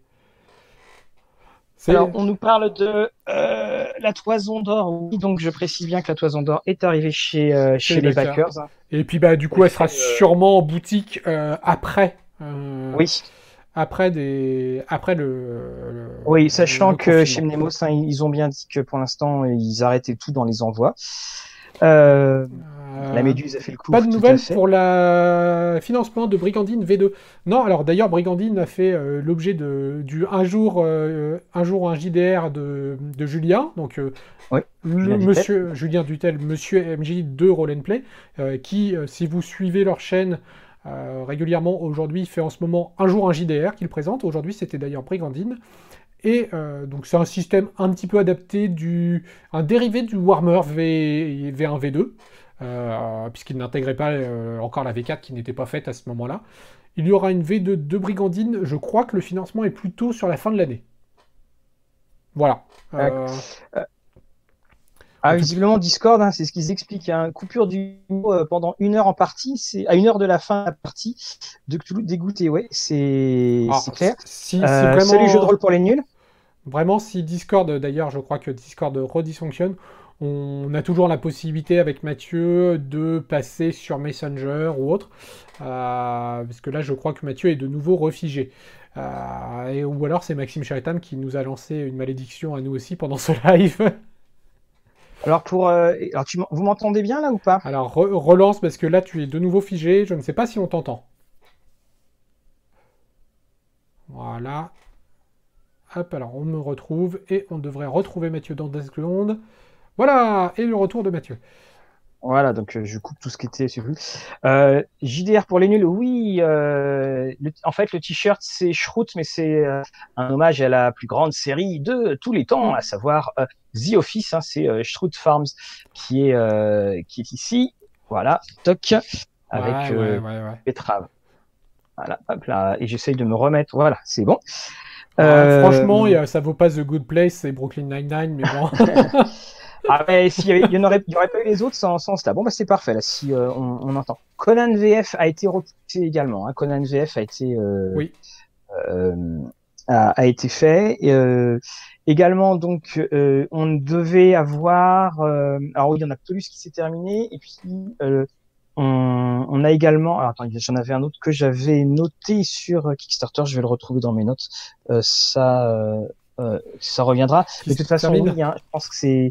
C'est... Alors, on nous parle de euh, la Toison d'Or. Oui, donc je précise bien que la Toison d'Or est arrivée chez, euh, chez, chez les backers. backers. Hein. Et puis, bah, du coup, elle, elle sera euh... sûrement en boutique euh, après. Euh, oui. Après, des... après le, le. Oui, sachant le que chez Mnemos, hein, ils ont bien dit que pour l'instant, ils arrêtaient tout dans les envois. Euh... Euh, la Méduse a fait le coup. Pas de nouvelles pour le financement de Brigandine V deux. Non, alors d'ailleurs, Brigandine a fait euh, l'objet de, du un jour, euh, un jour un J D R de, de Julien, donc euh, oui, le Julien monsieur Dutel. Julien Dutel, monsieur M J de Roll and Play, euh, qui, euh, si vous suivez leur chaîne euh, régulièrement, aujourd'hui, fait en ce moment un jour un J D R qu'il présente. Aujourd'hui, c'était d'ailleurs Brigandine. Et euh, donc c'est un système un petit peu adapté, du, un dérivé du Warhammer v, V un V deux. Euh, puisqu'il n'intégrait pas euh, encore la V quatre qui n'était pas faite à ce moment-là. Il y aura une V deux de Brigandine. Je crois que le financement est plutôt sur la fin de l'année. Voilà. Euh... Euh... Ah, visiblement, Discord, hein, c'est ce qu'ils expliquent. Hein. Coupure du mot euh, pendant une heure en partie, c'est à une heure de la fin de la partie. De Cthulhu dégoûté, ouais, c'est clair. Si, euh, si vraiment... Salut, jeu de rôle pour les nuls. Vraiment, si Discord, d'ailleurs, je crois que Discord redysfonctionne, on a toujours la possibilité avec Mathieu de passer sur Messenger ou autre, euh, parce que là, je crois que Mathieu est de nouveau refigé. Euh, et, ou alors, c'est Maxime Charitam qui nous a lancé une malédiction à nous aussi pendant ce live. Alors, pour, euh, alors tu, vous m'entendez bien là ou pas? Alors, re relance, parce que là, tu es de nouveau figé. Je ne sais pas si on t'entend. Voilà. Hop, alors on me retrouve et on devrait retrouver Mathieu dans deux secondes. Voilà, et le retour de Mathieu. Voilà, donc euh, je coupe tout ce qui était sur euh, J D R pour les nuls, oui. Euh, le, en fait, le t-shirt, c'est Schrute, mais c'est euh, un hommage à la plus grande série de tous les temps, à savoir euh, The Office. Hein, c'est euh, Schrute Farms qui est, euh, qui est ici. Voilà, toc, avec ouais, euh, ouais, ouais, ouais. betterave. Voilà, hop là, et j'essaye de me remettre. Voilà, c'est bon. Euh... Franchement, y a, ça vaut pas The Good Place, c'est Brooklyn Nine-Nine, mais bon. Ah, mais s'il y, avait, il y en aurait, il y aurait pas eu les autres sans, sans cela. Bon, bah, c'est parfait, là, si euh, on, on entend. Conan V F a été repoussé également. Hein. Conan V F a été, euh, oui. euh, a, a été fait. Et, euh, également, donc, euh, on devait avoir. Euh, alors, oui, il y en a plus qui s'est terminé. Et puis, euh, on, on a également. Alors, attends, j'en avais un autre que j'avais noté sur Kickstarter. Je vais le retrouver dans mes notes. Euh, ça. Euh, Euh, ça reviendra. De toute façon, oui, hein, je pense que c'est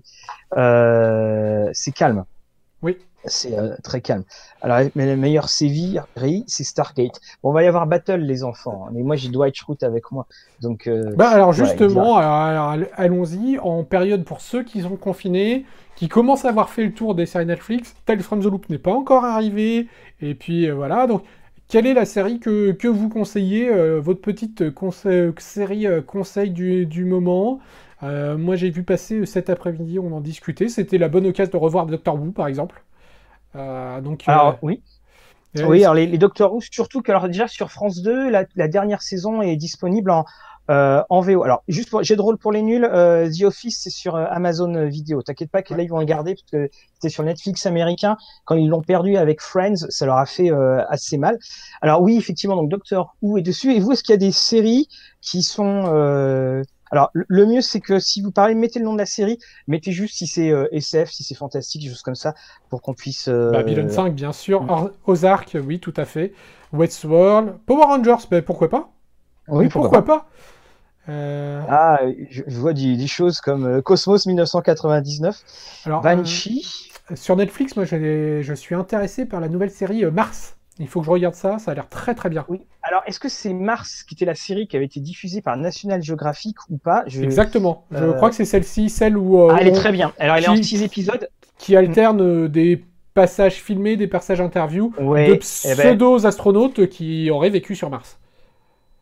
euh, c'est calme. Oui. C'est euh, très calme. Alors, mais le meilleur série, c'est Stargate. Bon, on va y avoir Battle, les enfants. Hein, mais moi, j'ai Dwight Schrute avec moi. Donc, euh, bah, alors, justement, ouais, allons-y. En période pour ceux qui sont confinés, qui commencent à avoir fait le tour des séries Netflix, Tales from the Loop n'est pas encore arrivé. Et puis, euh, voilà. Donc, quelle est la série que, que vous conseillez, euh, votre petite conseil, série euh, conseil du, du moment? euh, Moi, j'ai vu passer cet après-midi, on en discutait. C'était la bonne occasion de revoir Doctor Who, par exemple. Euh, donc, alors, euh, oui. Euh, oui, alors les, les Doctor Who, surtout que alors, déjà sur France deux, la, la dernière saison est disponible en, euh, en V O. Alors, juste pour j'ai de rôle pour les nuls, euh, The Office, c'est sur euh, Amazon Vidéo. T'inquiète pas que là, ils vont le garder parce que c'était sur Netflix américain. Quand ils l'ont perdu avec Friends, ça leur a fait euh, assez mal. Alors oui, effectivement, donc Doctor Who est dessus. Et vous, est-ce qu'il y a des séries qui sont... Euh... Alors, le mieux, c'est que si vous parlez, mettez le nom de la série, mettez juste si c'est euh, S F, si c'est fantastique, des choses comme ça, pour qu'on puisse... Euh... Babylon cinq, bien sûr. Mm. Ozark, oui, tout à fait. Westworld. Power Rangers, ben, pourquoi pas? Oui, mais pourquoi, pourquoi pas, pas euh... Ah, je, je vois des, des choses comme euh, Cosmos mille neuf cent quatre-vingt-dix-neuf, Alors, Banshee. Euh, sur Netflix, moi, je, je suis intéressé par la nouvelle série euh, Mars. Il faut que je regarde ça, ça a l'air très très bien. Oui. Alors, est-ce que c'est Mars qui était la série qui avait été diffusée par National Geographic ou pas? je... Exactement. Je euh... crois que c'est celle-ci, celle où... Euh, ah, elle est on... très bien. Alors, elle qui... est en six épisodes. Qui alterne mmh. des passages filmés, des passages interviews ouais, de pseudo-astronautes eh ben... qui auraient vécu sur Mars.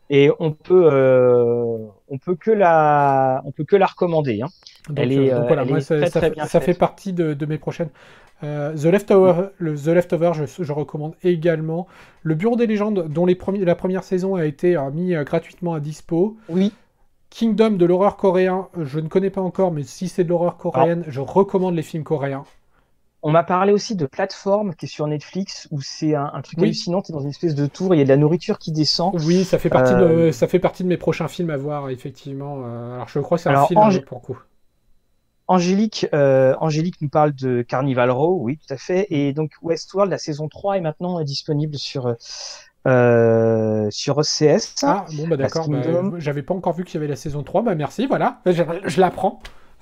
et on peut, euh, on peut que la, on peut que la recommander. Hein. Donc, Elle euh, est, donc euh, voilà, elle moi est ça, très ça, très bien ça fait faite. partie de, de mes prochaines. Euh, The Leftover, le The Leftover, je, je recommande également. Le Bureau des légendes, dont les premiers, la première saison a été euh, mis euh, gratuitement à dispo. Oui. Kingdom de l'horreur coréen, je ne connais pas encore, mais si c'est de l'horreur Alors, coréenne, je recommande les films coréens. on m'a parlé aussi de Plateforme qui est sur Netflix où c'est un, un truc Oui, hallucinant. T'es dans une espèce de tour, il y a de la nourriture qui descend. oui, ça fait partie Euh, de, ça fait partie de mes prochains films à voir, effectivement. Euh, alors je crois que c'est un alors, film euh, Ange- pour coup. Angélique, euh, Angélique nous parle de Carnival Row, oui, tout à fait. Mm. Et donc Westworld, la saison trois est maintenant euh, disponible sur euh, sur O C S, Ah, bon, bah Last d'accord, bah, Kingdom. j'avais pas encore vu qu'il y avait la saison trois, bah merci, voilà, je, je l'apprends.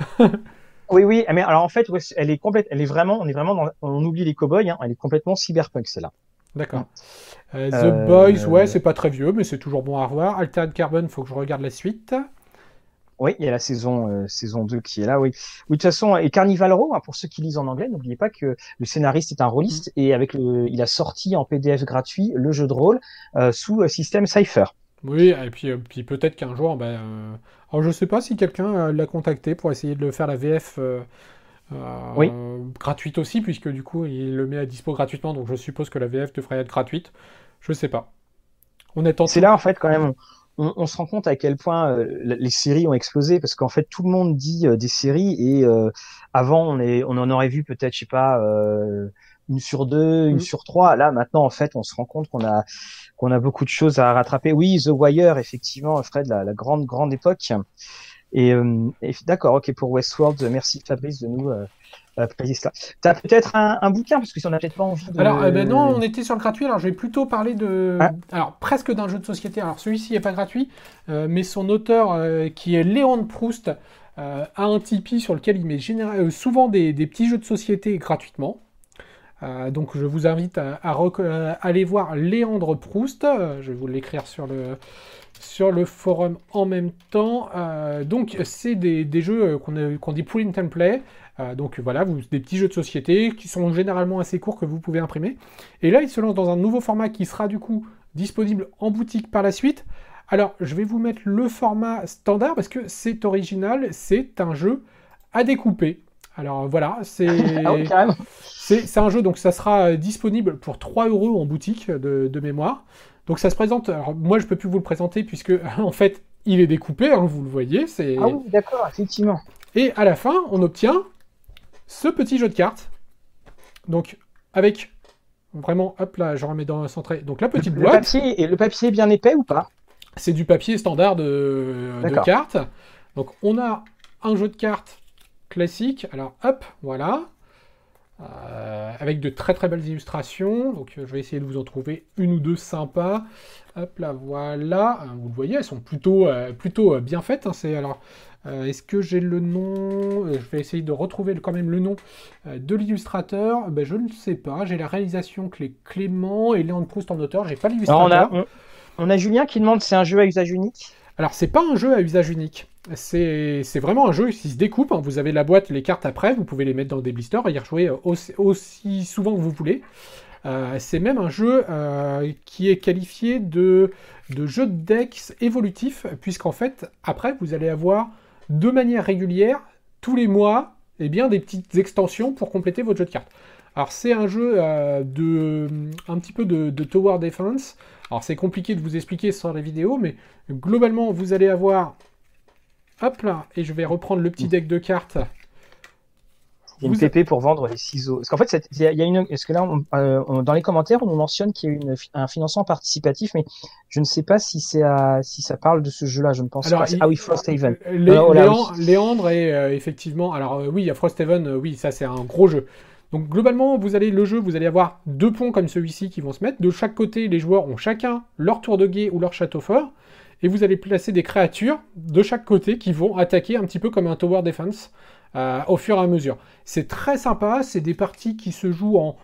Oui, oui, mais alors en fait, ouais, elle est complète, elle est vraiment, on est vraiment dans, on oublie les cow-boys, hein, elle est complètement cyberpunk, celle-là. D'accord. Mm. Euh, The Boys, ouais, Euh, c'est pas très vieux, mais c'est toujours bon à revoir. Altered Carbon, faut que je regarde la suite. oui, il y a la saison euh, saison deux qui est là, oui. Oui, de toute façon, et Carnival Row, hein, pour ceux qui lisent en anglais, n'oubliez pas que le scénariste est un Mm. rôliste et avec le, il a sorti en P D F gratuit le jeu de rôle euh, sous euh, système Cypher. Oui, et puis, euh, puis peut-être qu'un jour, bah, euh, alors je sais pas si quelqu'un euh, l'a contacté pour essayer de le faire la V F euh, Oui, euh, gratuite aussi, puisque du coup, il le met à dispo gratuitement, donc je suppose que la V F devrait être gratuite. Je sais pas. On attend c'est tout. là en fait quand même on, on se rend compte à quel point euh, les séries ont explosé parce qu'en fait tout le monde dit euh, des séries et euh, avant on est on en aurait vu peut-être je sais pas euh, une sur deux, une Mm. sur trois. Là maintenant en fait on se rend compte qu'on a qu'on a beaucoup de choses à rattraper. Oui, The Wire effectivement Fred la, la grande grande époque et, euh, et d'accord ok pour Westworld merci Fabrice de nous euh, euh, préciser cela. T'as peut-être un, un bouquin parce que si on n'a peut-être pas envie Alors, eh ben non, de on était sur le gratuit. Alors, je vais plutôt parler de, ah, alors presque d'un jeu de société. Alors, celui-ci n'est pas gratuit, euh, mais son auteur, euh, qui est Léon Proust, euh, a un Tipeee sur lequel il met général- euh, souvent des, des petits jeux de société gratuitement. Euh, donc, je vous invite à, à rec- à aller voir Léandre Proust. Euh, je vais vous l'écrire sur le, sur le forum en même temps. Euh, donc, c'est des, des jeux euh, qu'on a- qu'on dit pull and play. Euh, donc voilà, vous, des petits jeux de société qui sont généralement assez courts que vous pouvez imprimer. Et là, il se lance dans un nouveau format qui sera du coup disponible en boutique par la suite. Alors, je vais vous mettre le format standard parce que c'est original, c'est un jeu à découper. Alors voilà, ah oui c'est carrément. c'est c'est un jeu, donc ça sera euh, disponible pour trois euros en boutique de, de mémoire. Donc ça se présente, alors moi je peux plus vous le présenter puisque en fait il est découpé, hein, vous le voyez. Ah C'est oui d'accord effectivement. Et à la fin on obtient ce petit jeu de cartes. Donc avec vraiment, hop là, je remets dans le centré. Donc la Le, petite le boîte, papier et le papier est bien épais ou pas? c'est du papier standard de, de D'accord. cartes. Donc on a un jeu de cartes classique. Alors hop, voilà. Euh, avec de très très belles illustrations. Donc euh, je vais essayer de vous en trouver une ou deux sympas. Hop là, voilà. Euh, Vous le voyez, elles sont plutôt, euh, plutôt euh, bien faites. Hein. C'est alors, euh, est-ce que j'ai le nom? Euh, Je vais essayer de retrouver le- quand même le nom euh, de l'illustrateur. Ben, je ne sais pas. J'ai la réalisation que les Clément et Léon Proust en auteur. J'ai pas Alors on a l'illustrateur. on, on a Julien qui demande c'est un jeu à usage unique. Alors, c'est pas un jeu à usage unique. C'est c'est vraiment un jeu qui se découpe. Hein. Vous avez la boîte, les cartes après, vous pouvez les mettre dans des blisters et y rejouer aussi, aussi souvent que vous voulez. Euh, c'est même un jeu euh, qui est qualifié de, de jeu de decks évolutif, puisqu'en fait, après, vous allez avoir de manière régulière, tous les mois, eh bien, des petites extensions pour compléter votre jeu de cartes. Alors, c'est un jeu euh, de, un petit peu de, de tower defense. Alors, c'est compliqué de vous expliquer sur la vidéo, mais globalement, vous allez avoir... Hop là, et je vais reprendre le petit deck de cartes. Il y a une Vous- P P pour vendre les ciseaux. Parce qu'en fait, c'est- il y a il y a une. Est-ce que là, on- euh, on- dans les commentaires, on nous mentionne qu'il y a une, un financement participatif, mais je ne sais pas si c'est à, si ça parle de ce jeu-là. Je ne pense Alors, pas. C'est- il- Ah oui, Frosthaven. Lé- Non, non, oh là, oui. Léan- Léandre est euh, effectivement. Alors, euh, oui, il y a Frosthaven, euh, oui, ça c'est un gros jeu. Donc, globalement, vous allez le jeu, vous allez avoir deux ponts comme celui-ci qui vont se mettre. De chaque côté, les joueurs ont chacun leur tour de guet ou leur château fort. Et vous allez placer des créatures de chaque côté qui vont attaquer un petit peu comme un tower defense euh, au fur et à mesure. C'est très sympa, c'est des parties qui se jouent en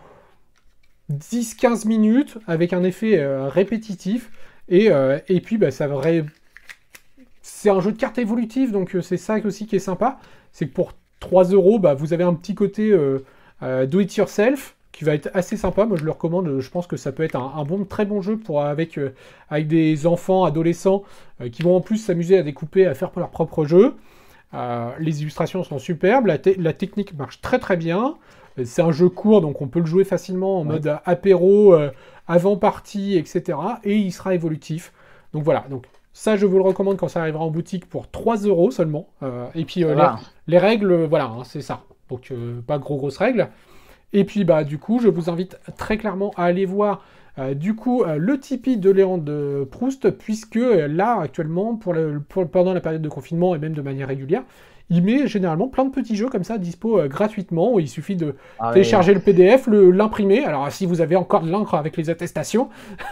dix quinze minutes avec un effet euh, répétitif. Et, euh, et puis, bah, ça va ré- c'est un jeu de cartes évolutif, donc euh, c'est ça aussi qui est sympa. C'est que pour trois euros, bah, vous avez un petit côté euh, euh, do it yourself. qui va être assez sympa. Moi, je le recommande. Je pense que ça peut être un, un bon, très bon jeu pour avec euh, avec des enfants, adolescents euh, qui vont en plus s'amuser à découper, à faire leur propre jeu. Euh, les illustrations sont superbes, la, te- la technique marche très très bien. Euh, C'est un jeu court, donc on peut le jouer facilement en Ouais. mode apéro, euh, avant-partie, et cetera. Et il sera évolutif. Donc voilà, donc ça je vous le recommande quand ça arrivera en boutique pour trois euros seulement. Euh, et puis euh, Ça les, va. les règles, euh, voilà, hein, c'est ça. Donc euh, pas gros grosses règles. Et puis bah du coup, je vous invite très clairement à aller voir euh, du coup euh, le Tipeee de Léon de Proust, puisque euh, là actuellement, pour le, pour- pendant la période de confinement et même de manière régulière, il met généralement plein de petits jeux comme ça dispo euh, gratuitement, où il suffit de Ah ouais. télécharger le P D F, le- l'imprimer. Alors si vous avez encore de l'encre avec les attestations,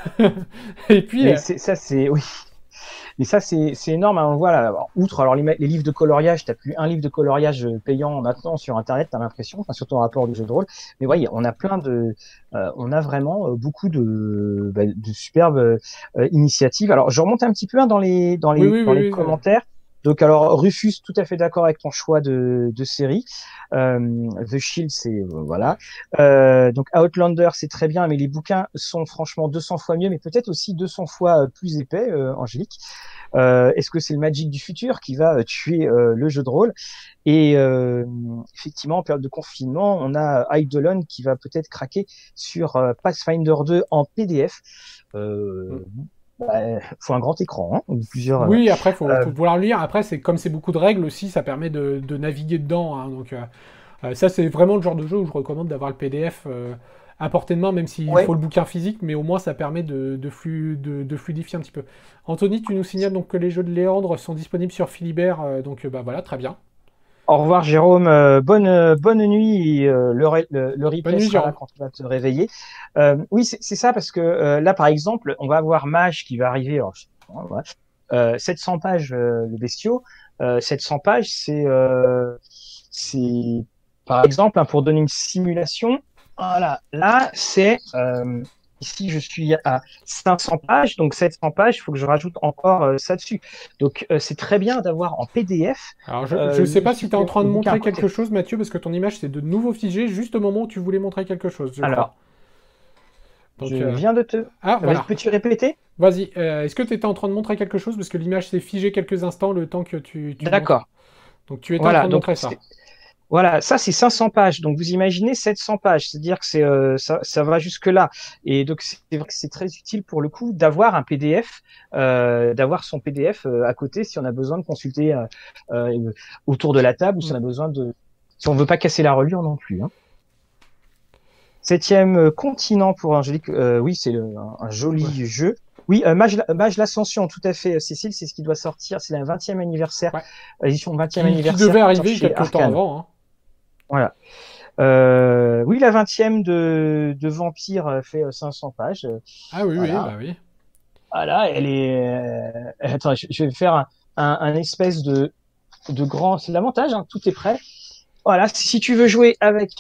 et puis Mais euh, c'est ça, c'est oui. Mais ça, c'est c'est énorme, hein, on le voit là. Alors, outre alors les, ma- les livres de coloriage, t'as plus un livre de coloriage euh, payant maintenant sur Internet, t'as l'impression, enfin, surtout en rapport du jeu de rôle. Mais mm, voyez, on a plein de, euh, on a vraiment euh, beaucoup de, bah, de superbes euh, initiatives. Alors, je remonte un petit peu hein, dans les dans oui, les oui, dans oui, les oui, euh, commentaires. Donc, alors Rufus, tout à fait d'accord avec ton choix de, de série. Euh, The Shield, c'est euh, voilà. Euh, donc Outlander, c'est très bien, mais les bouquins sont franchement deux cents fois mieux, mais peut-être aussi deux cents fois euh, plus épais, euh, Angélique. Euh, est-ce que c'est le Magic du futur qui va euh, tuer euh, le jeu de rôle? Et euh, effectivement, en période de confinement, on a Eidolon qui va peut-être craquer sur euh, Pathfinder deux en P D F. mm. Euh, bah, faut un grand écran, hein, ou plusieurs. Euh, Oui, après, faut, euh, faut pouvoir le lire. Après, c'est comme c'est beaucoup de règles aussi, ça permet de, de naviguer dedans, hein. Donc, euh, euh, ça, c'est vraiment le genre de jeu où je recommande d'avoir le P D F euh, à portée de main, même s'il ouais. faut le bouquin physique, mais au moins, ça permet de, de, flu- de- de fluidifier un petit peu. Anthony, tu nous signales donc que les jeux de Léandre sont disponibles sur Philibert, euh, donc euh, bah voilà, très bien. Au revoir Jérôme, euh, bonne euh, bonne nuit. Et, euh, le, re- le, le Bonne replay nuit, sera là Jérôme. quand tu vas te réveiller. Euh, oui, c'est c'est ça parce que euh, là, par exemple, on va avoir Mage qui va arriver. Alors, je sais pas, ouais, euh, sept cents pages euh, le bestiau. Euh, sept cents pages, c'est euh, c'est par exemple hein, pour donner une simulation. Voilà, là c'est euh, ici je suis à cinq cents pages, donc sept cents pages, il faut que je rajoute encore euh, ça dessus. Donc euh, c'est très bien d'avoir en P D F Alors, je euh, ne sais le pas si tu es en supplément, train de le bouquin à montrer côté. quelque chose, Mathieu, parce que ton image, c'est de nouveau figé juste au moment où tu voulais montrer quelque chose, je crois. Alors, je Donc, euh, viens de te. ah, Vas-y, voilà. peux-tu répéter? Vas-y, euh, est-ce que tu étais en train de montrer quelque chose? Parce que l'image s'est figée quelques instants le temps que tu, tu montres. D'accord. Donc tu étais en train Voilà, de donc montrer ça. c'est- voilà, ça c'est cinq cents pages. Donc vous imaginez sept cents pages, c'est-à-dire que c'est euh, ça, ça va jusque là. Et donc c'est vrai que c'est très utile pour le coup d'avoir un P D F, euh, d'avoir son P D F euh, à côté si on a besoin de consulter euh, euh, autour de la table ou si Mm. on a besoin de, si on veut pas casser la reliure non plus. Hein. Septième euh, continent pour Angélique. Euh, oui, c'est le- un, un Ouais. joli jeu. Oui, euh, Mage, Mage l'Ascension, tout à fait, euh, Cécile, c'est ce qui doit sortir. C'est la vingtième anniversaire, Ouais. édition vingtième Qui, qui anniversaire devait qui sort arriver chez quelques temps Arcane. avant, hein. Voilà. Euh, oui, la vingtième de, de Vampire euh, fait euh, cinq cents pages. Euh, Ah oui, oui, Voilà. bah oui. Voilà, elle est. Euh, Attends, je, je vais faire un, un, un espèce de, de grand. C'est l'avantage, hein, tout est prêt. Voilà, si tu veux jouer avec.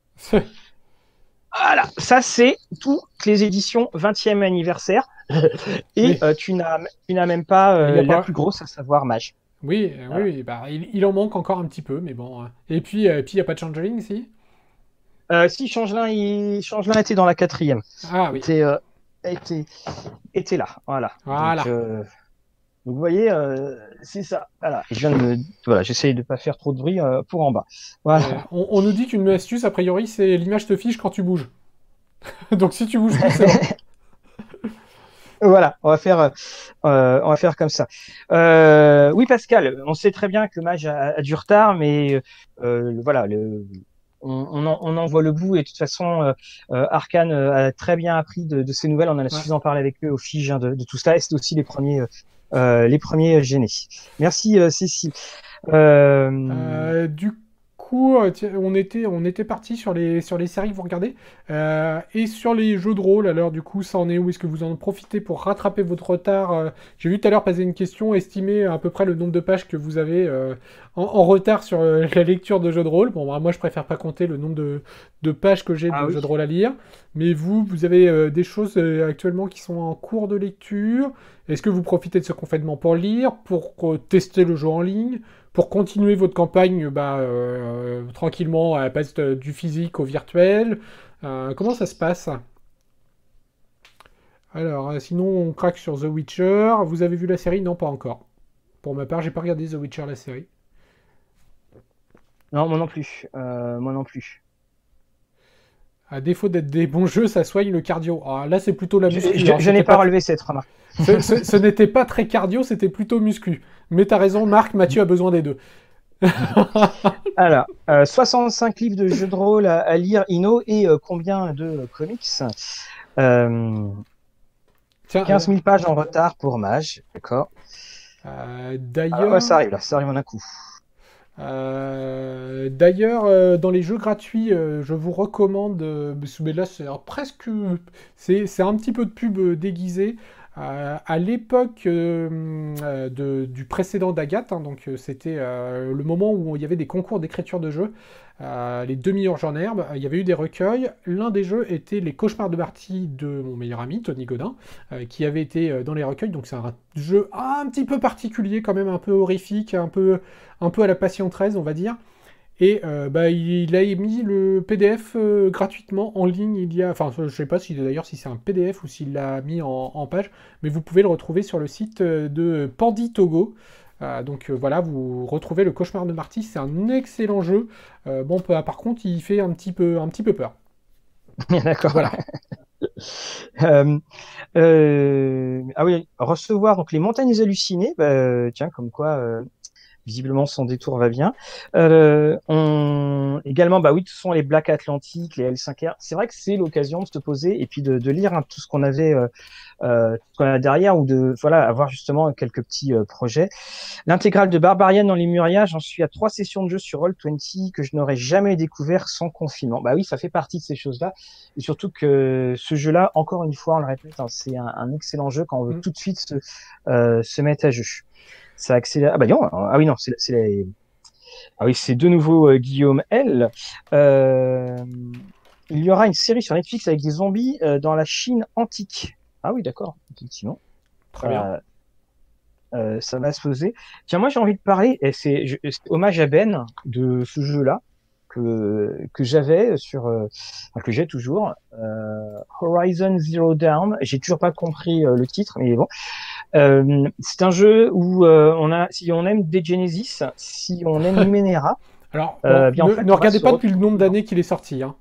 Voilà, ça c'est toutes les éditions vingtième anniversaire. Et Oui. euh, tu n'as tu n'as même pas Il y euh, a la pas. plus grosse, à savoir Mage. Oui, euh, oui, Voilà. oui, bah il, il en manque encore un petit peu, mais bon. euh. Et puis, euh, puis il y a pas de changeling ici. Euh, si Changelin, il... Changelin était dans la quatrième. Ah oui. Était, euh, était, était là. Voilà. Donc, Voilà. euh, donc vous voyez, euh, c'est ça. Voilà. Et je viens de me... Voilà, j'essaye de pas faire trop de bruit euh, pour en bas. Et Voilà. on, on nous dit qu'une astuce, a priori, c'est l'image te fiche quand tu bouges. Donc si tu bouges plus, c'est bon. Voilà, on va faire, euh, on va faire comme ça. Euh, oui, Pascal, on sait très bien que Mage a, a du retard, mais euh, le- voilà, le, on, on, en, on en voit le bout et de toute façon, euh, euh, Arcane euh, a très bien appris de, de ces nouvelles. On en a Ouais. suffisamment parlé avec eux au fige hein, de, de tout ça. Et c'est aussi les premiers, euh, euh, les premiers gênés. Merci, euh, Cécile. Euh, Euh, du coup, euh, tiens, on était, on était parti sur les, sur les séries que vous regardez. Euh, et sur les jeux de rôle, alors du coup, ça en est où? Est-ce que vous en profitez pour rattraper votre retard? Euh, J'ai vu tout à l'heure passer une question, estimer à peu près le nombre de pages que vous avez euh, en, en retard sur euh, la lecture de jeux de rôle. Bon, bah, moi, je préfère pas compter le nombre de, de pages que j'ai ah de oui. jeux de rôle à lire. Mais vous, vous avez euh, des choses euh, actuellement qui sont en cours de lecture. Est-ce que vous profitez de ce confinement pour lire, pour euh, tester le jeu en ligne, pour continuer votre campagne bah, euh, tranquillement à la passe de- du physique au virtuel? Euh, comment ça se passe? Alors, euh, sinon, on craque sur The Witcher. Vous avez vu la série? Non, pas encore. Pour ma part, j'ai pas regardé The Witcher, la série. Non, moi non plus. Euh, moi non plus. À défaut d'être des bons jeux, ça soigne le cardio. Ah, là, c'est plutôt la Je, muscu. je, hein, je n'ai c'était pas pas relevé cette remarque. Ce, ce- ce n'était pas très cardio, c'était plutôt muscu. Mais t'as raison, Marc, Mathieu a besoin des deux. Alors, euh, soixante-cinq livres de jeux de rôle à, à lire, Ino, et euh, combien de euh, comics? euh, Tiens, quinze euh, mille pages en retard pour Mage, d'accord. euh, Alors, ouais, d'ailleurs, ça arrive là, ça arrive en un coup. euh, d'ailleurs, euh, dans les jeux gratuits, euh, je vous recommande. euh, mais là, c'est alors, presque, c'est, c'est un petit peu de pub euh, déguisé. Euh, à l'époque euh, euh, de- du précédent d'Agathe, hein, donc euh, c'était euh, le moment où il y avait des concours d'écriture de jeux, euh, les deux meilleurs jeux en herbe, euh, il y avait eu des recueils. L'un des jeux était Les Cauchemars de Marty de mon meilleur ami, Tony Godin, euh, qui avait été euh, dans les recueils. Donc c'est un jeu un petit peu particulier, quand même un peu horrifique, un peu, un peu à la Passion treize, on va dire. Et euh, bah, il a mis le P D F euh, gratuitement en ligne. Il y a, enfin, je sais pas si d'ailleurs si c'est un P D F ou s'il l'a mis en, en page, mais vous pouvez le retrouver sur le site euh, de Pandy Togo. Euh, donc euh, voilà, vous retrouvez le Cauchemar de Marty. C'est un excellent jeu. Euh, bon, bah, par contre, il fait un petit peu, un petit peu peur. D'accord. Voilà. Euh, euh, ah oui, recevoir donc les montagnes hallucinées, bah, tiens, comme quoi, euh, visiblement son détour va bien. Euh, on... Également, bah oui, ce sont les Black Atlantic, les L cinq R. C'est vrai que c'est l'occasion de se poser et puis de, de lire hein, tout ce qu'on avait euh, euh, tout ce qu'on a derrière ou de voilà avoir justement quelques petits euh, projets. L'intégrale de Barbarian dans les Muria, j'en suis à trois sessions de jeu sur Roll vingt que je n'aurais jamais découvert sans confinement. Bah oui, ça fait partie de ces choses-là. Et surtout que ce jeu-là, encore une fois, on le répète, hein, c'est un, un excellent jeu quand on veut Mm. tout de suite se, euh, se mettre à jeu. Ça accélère. Ah bah non, ah oui non, c'est c'est les... ah oui c'est de nouveau euh, Guillaume L. Euh... Il y aura une série sur Netflix avec des zombies euh, dans la Chine antique. Ah oui d'accord, effectivement. Très bien. Ça, euh, ça va se poser. Tiens, moi j'ai envie de parler, et c'est je- c'est hommage à Ben de ce jeu-là que que j'avais sur, euh, enfin, que j'ai toujours, euh, Horizon Zero Dawn. J'ai toujours pas compris euh, le titre, mais bon. Euh, c'est un jeu où euh, on a, si on aime des Genesis, si on aime Numenera, Alors, bon, euh, bien en ne, fait ne on va regardez se pas depuis le retrouver nombre dedans. d'années qu'il est sorti. Hein.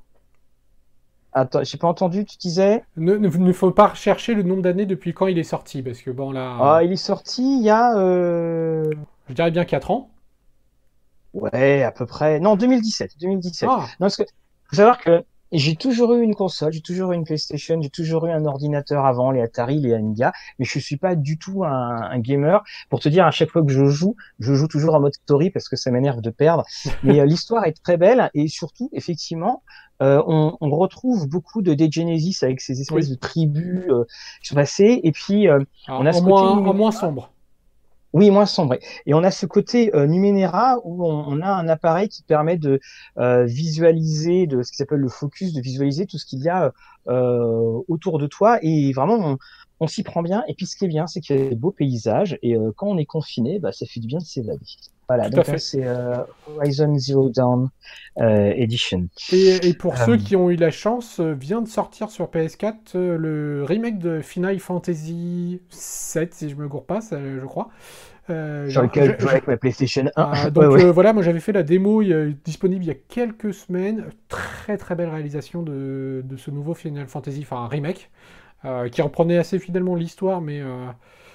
Attends, j'ai pas entendu, tu disais? Ne, ne, ne faut pas rechercher le nombre d'années depuis quand il est sorti, parce que bon là, Ah, il est sorti il y a euh, je dirais bien quatre ans. ouais, à peu près. Non, deux mille dix-sept. deux mille dix-sept. Ah, Non, parce que faut savoir que j'ai toujours eu une console, j'ai toujours eu une PlayStation, j'ai toujours eu un ordinateur avant, les Atari, les Amiga, mais je suis pas du tout un, un gamer. Pour te dire, à chaque fois que je joue, je joue toujours en mode story parce que ça m'énerve de perdre. Mais euh, l'histoire est très belle et surtout, effectivement, euh, on, on retrouve beaucoup de Dead Genesis avec ces espèces oui. de tribus euh, qui sont passées. Et puis, euh, on Alors, a en ce côté moins, en numérique. moins sombre. Oui, moins sombre. Et on a ce côté euh, Numenera où on, on a un appareil qui permet de euh, visualiser, de ce qui s'appelle le focus, de visualiser tout ce qu'il y a euh, autour de toi. Et vraiment, on, on s'y prend bien. Et puis, ce qui est bien, c'est qu'il y a des beaux paysages. Et euh, quand on est confiné, bah, ça fait du bien de s'évader. Voilà. Tout à Donc là, fait. c'est euh, Horizon Zero Dawn euh, Edition. Et, et pour Euh, ceux qui ont eu la chance, euh, vient de sortir sur P S quatre euh, le remake de Final Fantasy sept, si je me gourre pas, ça, je crois. Euh, sur genre, lequel je- je jouais je- avec ma PlayStation un. ah, Ouais, donc ouais. euh, voilà, moi j'avais fait la démo il y a- disponible il y a quelques semaines. Très très belle réalisation de, de ce nouveau Final Fantasy, enfin un remake, euh, qui reprenait assez fidèlement l'histoire, mais euh,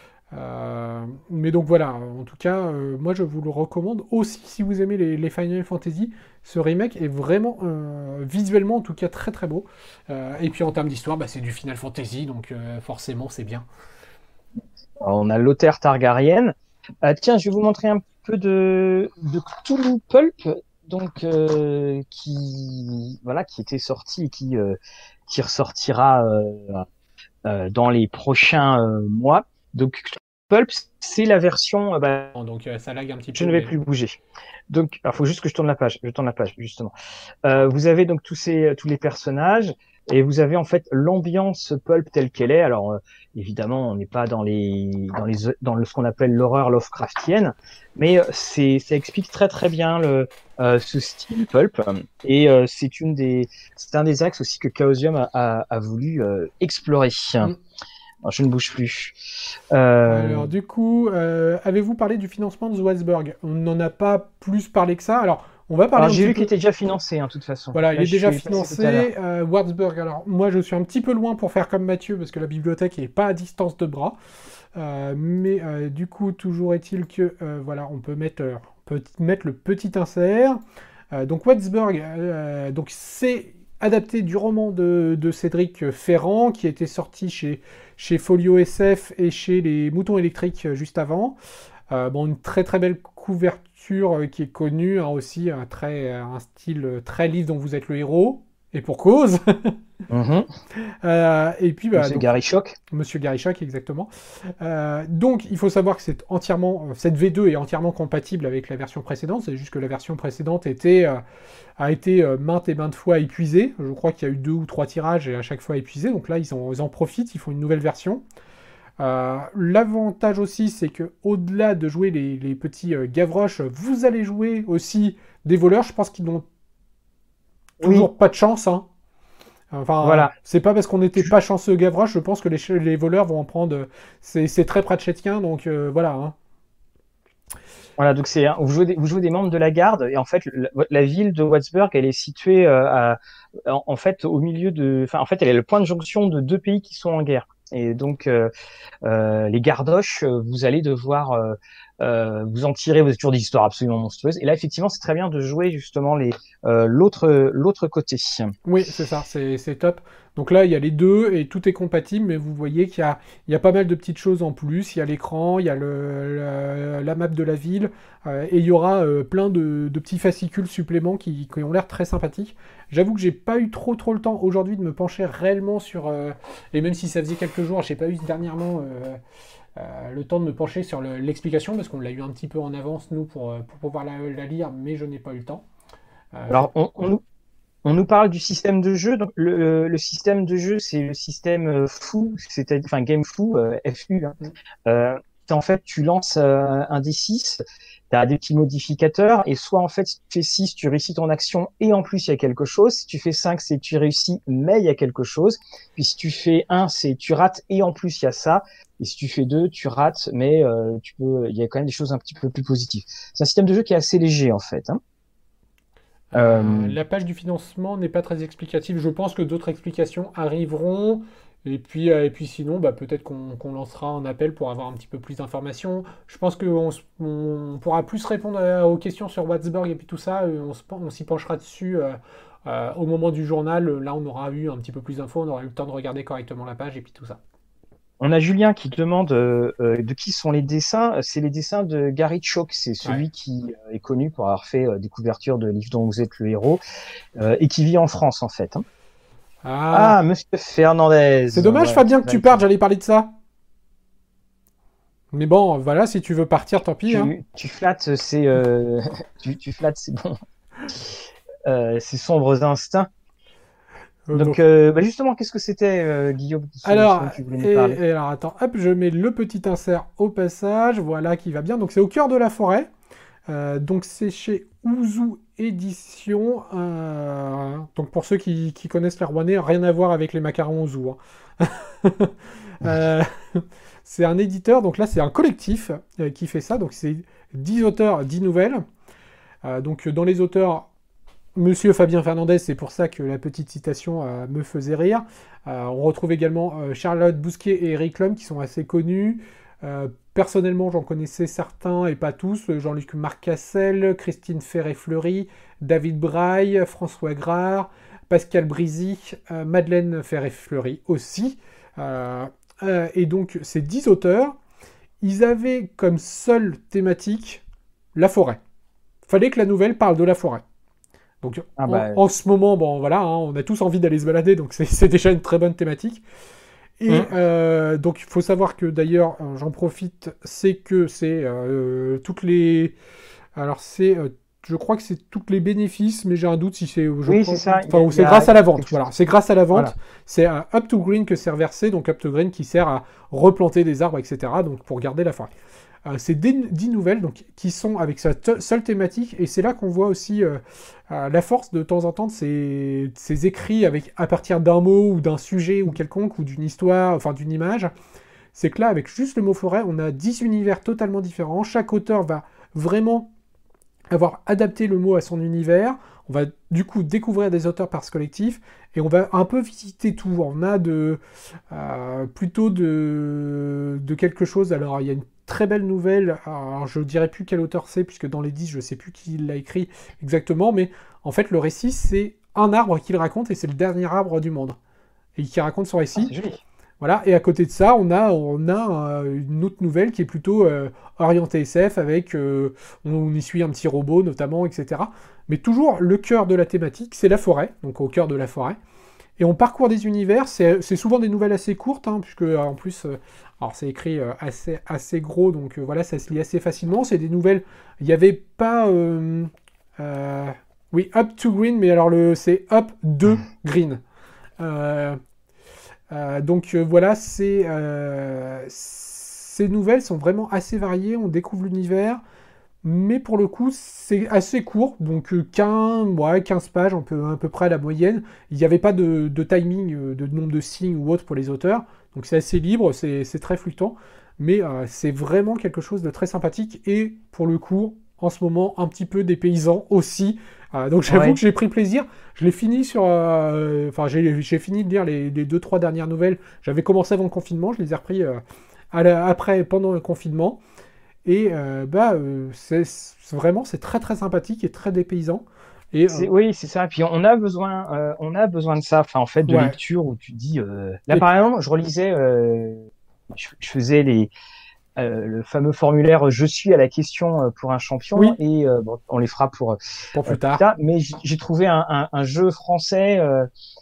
Euh, mais donc voilà, en tout cas, euh, moi je vous le recommande aussi si vous aimez les, les Final Fantasy. Ce remake est vraiment euh, visuellement en tout cas très très beau. Euh, et puis en termes d'histoire, bah, c'est du Final Fantasy, donc euh, forcément c'est bien. Alors, on a Lothaire Targaryen. Euh, tiens, je vais vous montrer un peu de, de Cthulhu Pulp, donc euh, qui voilà, qui était sorti et qui euh, qui ressortira euh, euh, dans les prochains euh, mois. Donc Cthulhu Pulp, c'est la version. Euh, bah, Bon, donc euh, ça lag un petit je peu, ne vais mais plus bouger. Donc, il faut juste que je tourne la page. Je tourne la page justement. Euh, vous avez donc tous ces tous les personnages. Et vous avez en fait l'ambiance pulp telle qu'elle est. Alors euh, évidemment, on n'est pas dans les dans les dans le, ce qu'on appelle l'horreur Lovecraftienne, mais euh, c'est ça explique très très bien le euh, ce style pulp. Et euh, c'est une des c'est un des axes aussi que Chaosium a, a, a voulu euh, explorer. Mm. Alors, je ne bouge plus. Euh... Alors du coup, euh, avez-vous parlé du financement de Swansburg? On n'en a pas plus parlé que ça. Alors, on va parler Alors, un j'ai petit vu peu... qu'il était déjà financé, hein, de toute façon. Voilà, Là, il est je déjà suis passé tout à l'heure. financé. Euh, Wartsburg, alors moi je suis un petit peu loin pour faire comme Mathieu, parce que la bibliothèque n'est pas à distance de bras. Euh, mais euh, du coup, toujours est-il que, euh, voilà, on peut mettre, euh, on peut mettre le petit insert. Euh, donc Wartsburg, euh, donc c'est adapté du roman de, de Cédric Ferrand, qui était sorti chez, chez Folio S F et chez les Moutons électriques euh, juste avant. Euh, bon, une très très belle couverture euh, qui est connue, hein, aussi un, très, un style très livre dont vous êtes le héros, et pour cause. Mm-hmm. euh, et puis, bah, Monsieur donc, Gary Schock. Monsieur Gary Schock, exactement. Euh, donc, il faut savoir que c'est entièrement, cette V deux est entièrement compatible avec la version précédente. C'est juste que la version précédente était, euh, a été euh, maintes et maintes fois épuisée. Je crois qu'il y a eu deux ou trois tirages et à chaque fois épuisé. Donc là, ils en, ils en profitent, ils font une nouvelle version. Euh, L'avantage aussi, c'est que au-delà de jouer les, les petits euh, Gavroche, vous allez jouer aussi des voleurs. Je pense qu'ils n'ont toujours Oui, pas de chance, hein. Enfin, voilà. c'est pas parce qu'on n'était pas chanceux Gavroche, je pense que les, les voleurs vont en prendre. C'est très pratchettien, donc euh, voilà. Hein. Voilà, donc c'est vous jouez des, vous jouez des membres de la garde et en fait la, la ville de Wattsburg, elle est située euh, à, en, en fait au milieu de, enfin en fait elle est le point de jonction de deux pays qui sont en guerre et donc euh, euh, les gardoches, vous allez devoir euh, euh, vous en tirer. Vous avez toujours des histoires absolument monstrueuses et là effectivement c'est très bien de jouer justement les euh, l'autre l'autre côté. Oui, c'est ça, c'est top. Donc là, il y a les deux et tout est compatible, mais vous voyez qu'il y a, il y a pas mal de petites choses en plus. Il y a l'écran, il y a le, le- la map de la ville, euh, et il y aura euh, plein de, de petits fascicules suppléments qui, qui ont l'air très sympathiques. J'avoue que j'ai pas eu trop trop le temps aujourd'hui de me pencher réellement sur... euh, et même si ça faisait quelques jours, j'ai pas eu dernièrement euh, euh, le temps de me pencher sur le- l'explication, parce qu'on l'a eu un petit peu en avance, nous, pour, euh, pour pouvoir la, la lire, mais je n'ai pas eu le temps. Euh, je- Alors on, on nous on nous parle du système de jeu. Donc le, le système de jeu, c'est le système euh, fou, c'est-à-dire enfin game fou, euh, F U. Hein. Mm. Euh, en fait, tu lances euh, un D six, tu as des petits modificateurs, et soit en fait, si tu fais six, tu réussis ton action, et en plus, il y a quelque chose. Si tu fais cinq, c'est tu réussis, mais il y a quelque chose. Puis si tu fais un, c'est tu rates, et en plus, il y a ça. Et si tu fais deux, tu rates, mais euh, tu peux, il y a quand même des choses un petit peu plus positives. C'est un système de jeu qui est assez léger, en fait. Hein. Euh, Euh, la page du financement n'est pas très explicative. Je pense que d'autres explications arriveront. Et puis, euh, et puis sinon, bah, peut-être qu'on qu'on lancera un appel pour avoir un petit peu plus d'informations. Je pense qu'on s- on pourra plus répondre à- aux questions sur Wattsburg et puis tout ça. euh, On, se pen- on s'y penchera dessus euh, euh, au moment du journal. Là, on aura eu un petit peu plus d'infos. On aura eu le temps de regarder correctement la page et puis tout ça. On a Julien qui demande euh, euh, de qui sont les dessins. C'est les dessins de Gary Chalk. C'est Ouais. celui qui euh, est connu pour avoir fait euh, des couvertures de livres dont vous êtes le héros euh, et qui vit en France en fait. Hein. Ah, Ah, Monsieur Fernandez. c'est dommage, Voilà, Fabien, c'est que tu vrai que partes. J'allais parler de ça. Mais bon, voilà, si tu veux partir, tant pis. Hein. tu, tu flattes ces euh, tu, tu flattes ces bon euh, ces sombres instincts. Euh, Donc donc, euh, bah justement, qu'est-ce que c'était euh, Guillaume ce, ce Alors, dont tu voulais nous et, parler? et alors attends, hop, je mets le petit insert au passage, voilà qui va bien. Donc c'est au cœur de la forêt. Euh, donc c'est chez Ouzou Édition. Euh, donc pour ceux qui, qui connaissent les Rouennais, rien à voir avec les macarons Ouzou. Hein. Euh, c'est un éditeur, donc là c'est un collectif euh, qui fait ça. Donc c'est dix auteurs, dix nouvelles. Euh, donc dans les auteurs, Monsieur Fabien Fernandez, c'est pour ça que la petite citation euh, me faisait rire. Euh, on retrouve également euh, Charlotte Bousquet et Eric Lhomme qui sont assez connus. Euh, personnellement, j'en connaissais certains et pas tous. Jean-Luc Marcassel, Christine Ferré-Fleury, David Braille, François Grard, Pascal Brizy, euh, Madeleine Ferré-Fleury aussi. Euh, euh, et donc, ces dix auteurs, ils avaient comme seule thématique la forêt. Fallait que la nouvelle parle de la forêt. Donc Ah en, bah en ce moment, bon voilà, hein, on a tous envie d'aller se balader, donc c'est déjà une très bonne thématique. Et hum, euh, donc il faut savoir que d'ailleurs, j'en profite, c'est que c'est euh, toutes les... Alors c'est... Euh, je crois que c'est tous les bénéfices, mais j'ai un doute si c'est... Je Oui, crois, c'est ça. enfin, Il y a, c'est il y grâce a à la vente. quelque Voilà, chose. c'est grâce à la vente. Voilà. C'est à Up to Green que c'est reversé, donc Up to Green qui sert à replanter des arbres, et cetera. Donc pour garder la forêt. Euh, c'est dix nouvelles donc, qui sont avec sa seule thématique, et c'est là qu'on voit aussi euh, euh, la force de temps en temps de ces, de ces écrits avec, à partir d'un mot ou d'un sujet ou quelconque, ou d'une histoire, enfin d'une image. C'est que là, avec juste le mot forêt, on a dix univers totalement différents. Chaque auteur va vraiment avoir adapté le mot à son univers. On va du coup découvrir des auteurs par ce collectif, et on va un peu visiter tout. On a de, euh, plutôt de, de quelque chose. Alors il y a une très belle nouvelle, alors je ne dirais plus quel auteur c'est, puisque dans les dix, je ne sais plus qui l'a écrit exactement, mais en fait le récit, c'est un arbre qu'il raconte, et c'est le dernier arbre du monde, et qui raconte son récit. Ah, c'est joli. Voilà, et à côté de ça, on a, on a euh, une autre nouvelle qui est plutôt euh, orientée S F, avec, euh, on, on y suit un petit robot notamment, et cetera. Mais toujours, le cœur de la thématique, c'est la forêt, donc au cœur de la forêt. Et on parcourt des univers, c'est souvent des nouvelles assez courtes, hein, puisque en plus, euh, alors c'est écrit euh, assez, assez gros, donc euh, voilà, ça se lit assez facilement. C'est des nouvelles, il n'y avait pas... Euh, euh, oui, Up to Green, mais alors le c'est Up de Green. Euh, Euh, donc euh, voilà, c'est, euh, ces nouvelles sont vraiment assez variées, on découvre l'univers, mais pour le coup c'est assez court, donc euh, quinze, ouais, quinze pages, un peu, à peu près la moyenne. Il n'y avait pas de, de timing, euh, de nombre de signes ou autre pour les auteurs, donc c'est assez libre, c'est très fluctuant, mais euh, c'est vraiment quelque chose de très sympathique, et pour le coup, en ce moment, un petit peu des paysans aussi. Euh, donc j'avoue Ouais. que j'ai pris plaisir. Je l'ai fini sur... euh, Enfin, j'ai j'ai fini de lire les, les deux, trois dernières nouvelles. J'avais commencé avant le confinement, je les ai repris euh, à la- après, pendant le confinement. Et euh, bah, euh, c'est c'est- vraiment, c'est très très sympathique et très dépaysant. Et euh, C'est, oui, c'est ça. Et puis on a besoin, euh, on a besoin de ça. Enfin, en fait, de ouais. lecture où tu dis. Euh... Là, Et par exemple, je relisais, euh, je, je faisais les, euh, le fameux formulaire "Je suis" à la question euh, pour un champion, oui, et euh, bon, on les fera pour pour euh, plus plus tard. tard. Mais j- j'ai trouvé un, un, un jeu français euh,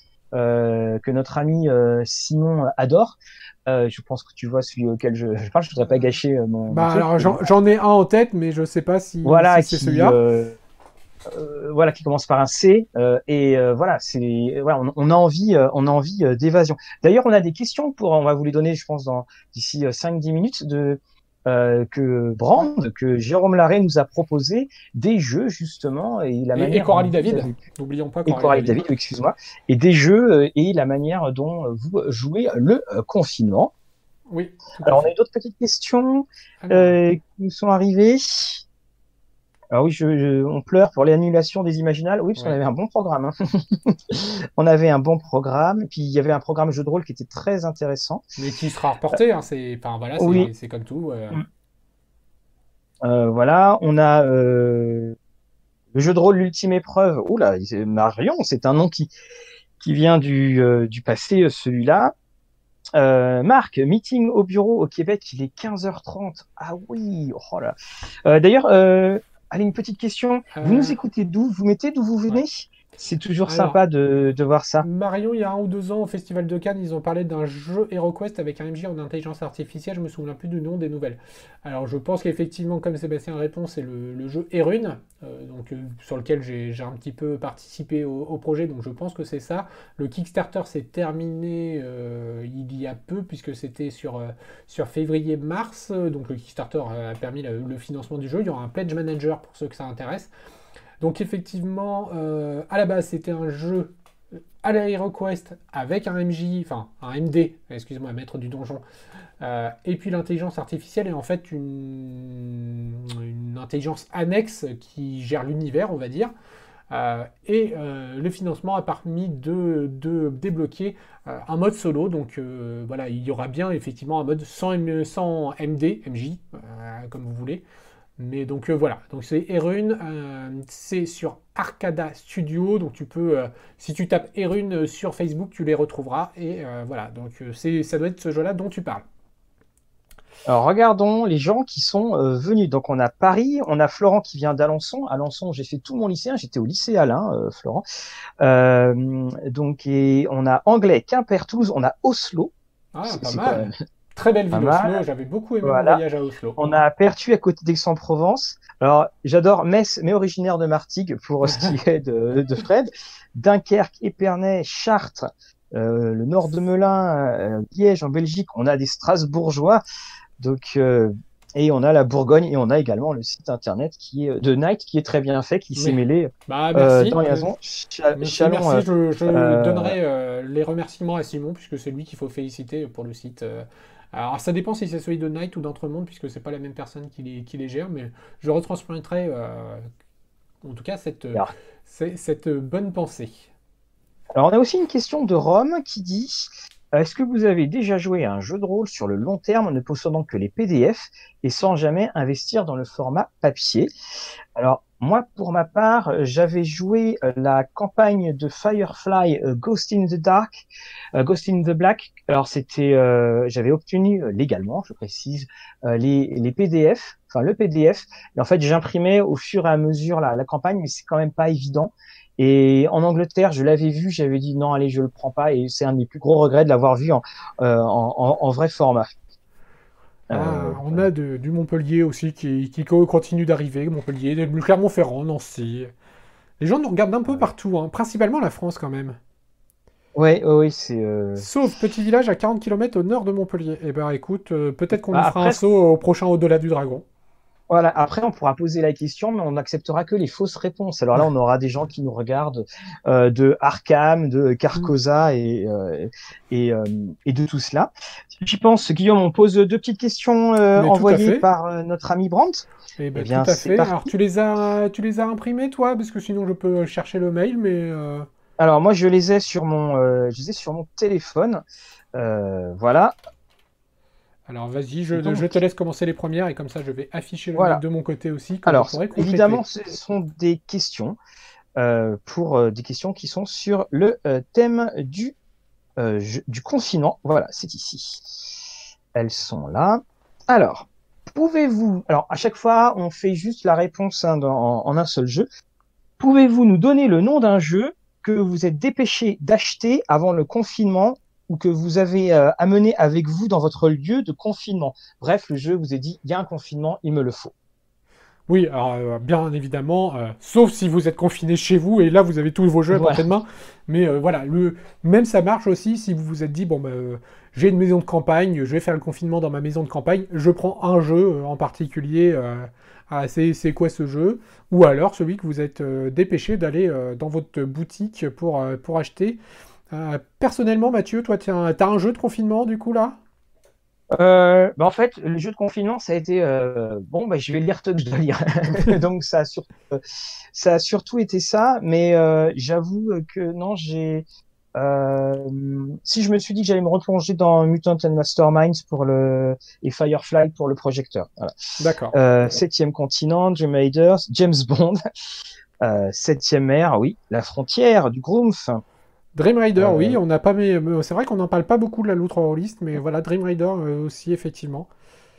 euh, que notre ami euh, Simon adore. Euh, je pense que tu vois celui auquel je, je parle. Je voudrais pas gâcher euh, mon, mon Bah truc. alors Et j'en voilà, j'en ai un en tête, mais je sais pas si, voilà si c'est qui. celui-là. Euh, euh, voilà qui commence par un C euh, et euh, voilà c'est voilà on, on a envie euh, on a envie euh, d'évasion. D'ailleurs on a des questions pour on va vous les donner je pense dans d'ici euh, cinq dix minutes de euh, que Ouais. Brand que Jérôme Larrey nous a proposé des jeux justement et la Et, et manière dont Coralie vous David. avez pu N'oublions pas et Coralie Coralie David. David oui, excuse-moi et des jeux euh, et la manière dont vous jouez le euh, confinement. Oui, tout à Alors on a eu fait. d'autres petites questions Alors, euh, qui nous sont arrivées. Alors oui, je, je- on pleure pour l'annulation des Imaginales. Oui, parce qu'on ouais. avait un bon programme. Hein. On avait un bon programme. Et puis il y avait un programme jeu de rôle qui était très intéressant. Mais qui sera reporté, hein, c'est, enfin voilà, Oui. c'est c'est comme tout. euh. Euh, voilà, on a euh, le jeu de rôle l'ultime épreuve. Oula, c'est- Marion, c'est un nom qui qui vient du euh, du passé, euh, celui-là. Euh, Marc, meeting au bureau au Québec, il est quinze heures trente. Ah oui, oh là. Euh, d'ailleurs, euh, allez, une petite question. Vous nous Euh, écoutez d'où? Vous mettez d'où vous ouais. venez? C'est toujours Alors, sympa de, de voir ça. Marion, il y a un ou deux ans, au Festival de Cannes, ils ont parlé d'un jeu HeroQuest avec un M J en intelligence artificielle. Je me souviens plus du nom des nouvelles. Alors, je pense qu'effectivement, comme Sébastien répond, c'est le, le jeu Erune, euh, donc, euh, sur lequel j'ai j'ai un petit peu participé au, au projet, donc je pense que c'est ça. Le Kickstarter s'est terminé euh, il y a peu, puisque c'était sur, euh, sur février-mars. Donc, le Kickstarter a permis le, le financement du jeu. Il y aura un Pledge Manager pour ceux que ça intéresse. Donc effectivement, euh, à la base, c'était un jeu à la HeroQuest avec un M J, enfin un M D, excusez-moi, maître du donjon, euh, et puis l'intelligence artificielle est en fait une, une intelligence annexe qui gère l'univers, on va dire. Euh, et euh, le financement a permis de, de débloquer euh, un mode solo. Donc euh, voilà, il y aura bien effectivement un mode sans, M, sans M D, M J, euh, comme vous voulez. Mais donc euh, voilà, donc c'est Erune, euh, c'est sur Arcada Studio, donc tu peux, euh, si tu tapes Erune sur Facebook, tu les retrouveras, et euh, voilà, donc euh, c'est, ça doit être ce jeu-là dont tu parles. Alors regardons les gens qui sont euh, venus. Donc on a Paris, on a Florent qui vient d'Alençon. Alençon, j'ai fait tout mon lycéen, j'étais au lycée Alain, euh, Florent. Euh, donc et on a Anglais, Quimper, Toulouse, on a Oslo. Ah, C'est pas c'est quand même, mal. Très belle Pas ville, mal. Oslo. J'avais beaucoup aimé mon Voilà. voyage à Oslo. On a Pertuis à côté d'Aix-en-Provence. Alors, j'adore Metz, mais originaire de Martigues pour ce qui est de, de Fred. Dunkerque, Épernay, Chartres, euh, le nord de Melun, euh, Liège en Belgique. On a des Strasbourgeois. Donc, euh, et on a la Bourgogne et on a également le site internet qui est de Night qui est très bien fait, qui s'est Mais, mêlé bah, euh, merci. dans les Euh, raisons. Cha- Merci, Chalon, merci. euh, Je, je euh, donnerai euh, les remerciements à Simon, puisque c'est lui qu'il faut féliciter pour le site. euh. Alors, ça dépend si c'est celui de Night ou d'Entremonde, puisque c'est pas la même personne qui les, qui les gère, mais je retransmettrai, euh, en tout cas, cette, alors, cette, cette bonne pensée. alors, on a aussi une question de Rome qui dit euh, est-ce que vous avez déjà joué à un jeu de rôle sur le long terme ne possédant que les P D F et sans jamais investir dans le format papier? Alors, moi, pour ma part, euh, j'avais joué euh, la campagne de Firefly euh, Ghost in the Dark, euh, Ghost in the Black. Alors, c'était, euh, j'avais obtenu euh, légalement, je précise, euh, les, les P D F, enfin le P D F. Et en fait, j'imprimais au fur et à mesure la, la campagne, mais c'est quand même pas évident. Et en Angleterre, je l'avais vu, j'avais dit non, allez, je le prends pas. Et c'est un de mes plus gros regrets de l'avoir vu en, euh, en, en, en vrai format. Ah, Euh, on a de- du Montpellier aussi qui, qui co- continue d'arriver, Montpellier, le Clermont-Ferrand, Nancy. Les gens nous regardent un peu partout, hein, principalement la France quand même. ouais, ouais, ouais, c'est. Euh... Sauf petit village à quarante kilomètres au nord de Montpellier. Eh ben écoute, euh, peut-être qu'on Bah, nous fera un après, saut au prochain Au-delà du Dragon. voilà. Après, on pourra poser la question, mais on n'acceptera que les fausses réponses. Alors là, on aura des gens qui nous regardent euh, de Arkham, de Mm. Carcosa et euh, et, euh, et de tout cela. J'y pense, Guillaume. On pose deux petites questions euh, Mais tout à envoyées fait. par euh, notre ami Brandt. Eh Eh ben tout bien, à c'est fait. Alors parti. tu les as, tu les as imprimés toi, parce que sinon je peux chercher le mail, mais euh, Alors moi, je les ai sur mon, euh, je les ai sur mon téléphone. Euh, voilà. alors vas-y, je, je te Donc laisse commencer les premières et comme ça je vais afficher le mail voilà. de mon côté aussi que je Alors, pourrai évidemment, compléter. ce sont des questions euh, pour euh, des questions qui sont sur le euh, thème du euh, je- du confinement. Voilà, c'est ici. Elles sont là. Alors, pouvez-vous, alors à chaque fois, on fait juste la réponse hein, dans- en, en un seul jeu. Pouvez-vous nous donner le nom d'un jeu que vous êtes dépêché d'acheter avant le confinement ou que vous avez euh, amené avec vous dans votre lieu de confinement? Bref, le jeu vous a dit, il y a un confinement, il me le faut. Oui, alors euh, bien évidemment, euh, sauf si vous êtes confiné chez vous et là vous avez tous vos jeux à Voilà. portée de main. Mais euh, voilà, le, même ça marche aussi si vous vous êtes dit bon bah, euh, j'ai une maison de campagne, je vais faire le confinement dans ma maison de campagne, je prends un jeu euh, en particulier. Euh, ah, c'est c'est quoi ce jeu? Ou alors celui que vous êtes euh, dépêché d'aller euh, dans votre boutique pour euh, pour acheter. Euh, personnellement, Mathieu, toi, t'as t'as un jeu de confinement du coup là? Euh, bah en fait, le jeu de confinement, ça a été euh, bon, bah, je vais lire ce que je dois lire. Donc ça a surtout, ça a surtout été ça. Mais euh, j'avoue que non, j'ai euh, si je me suis dit que j'allais me replonger dans Mutant and Masterminds pour le et Firefly pour le projecteur. Voilà. D'accord. Euh, septième continent, Dream Raiders, James Bond, euh, septième ère, oui, la frontière du Groomf. Dream Raider, oui, Euh, on n'a pas, mais mais c'est vrai qu'on n'en parle pas beaucoup de la Loot Royalist, mais voilà, Dream Raider euh, aussi, effectivement.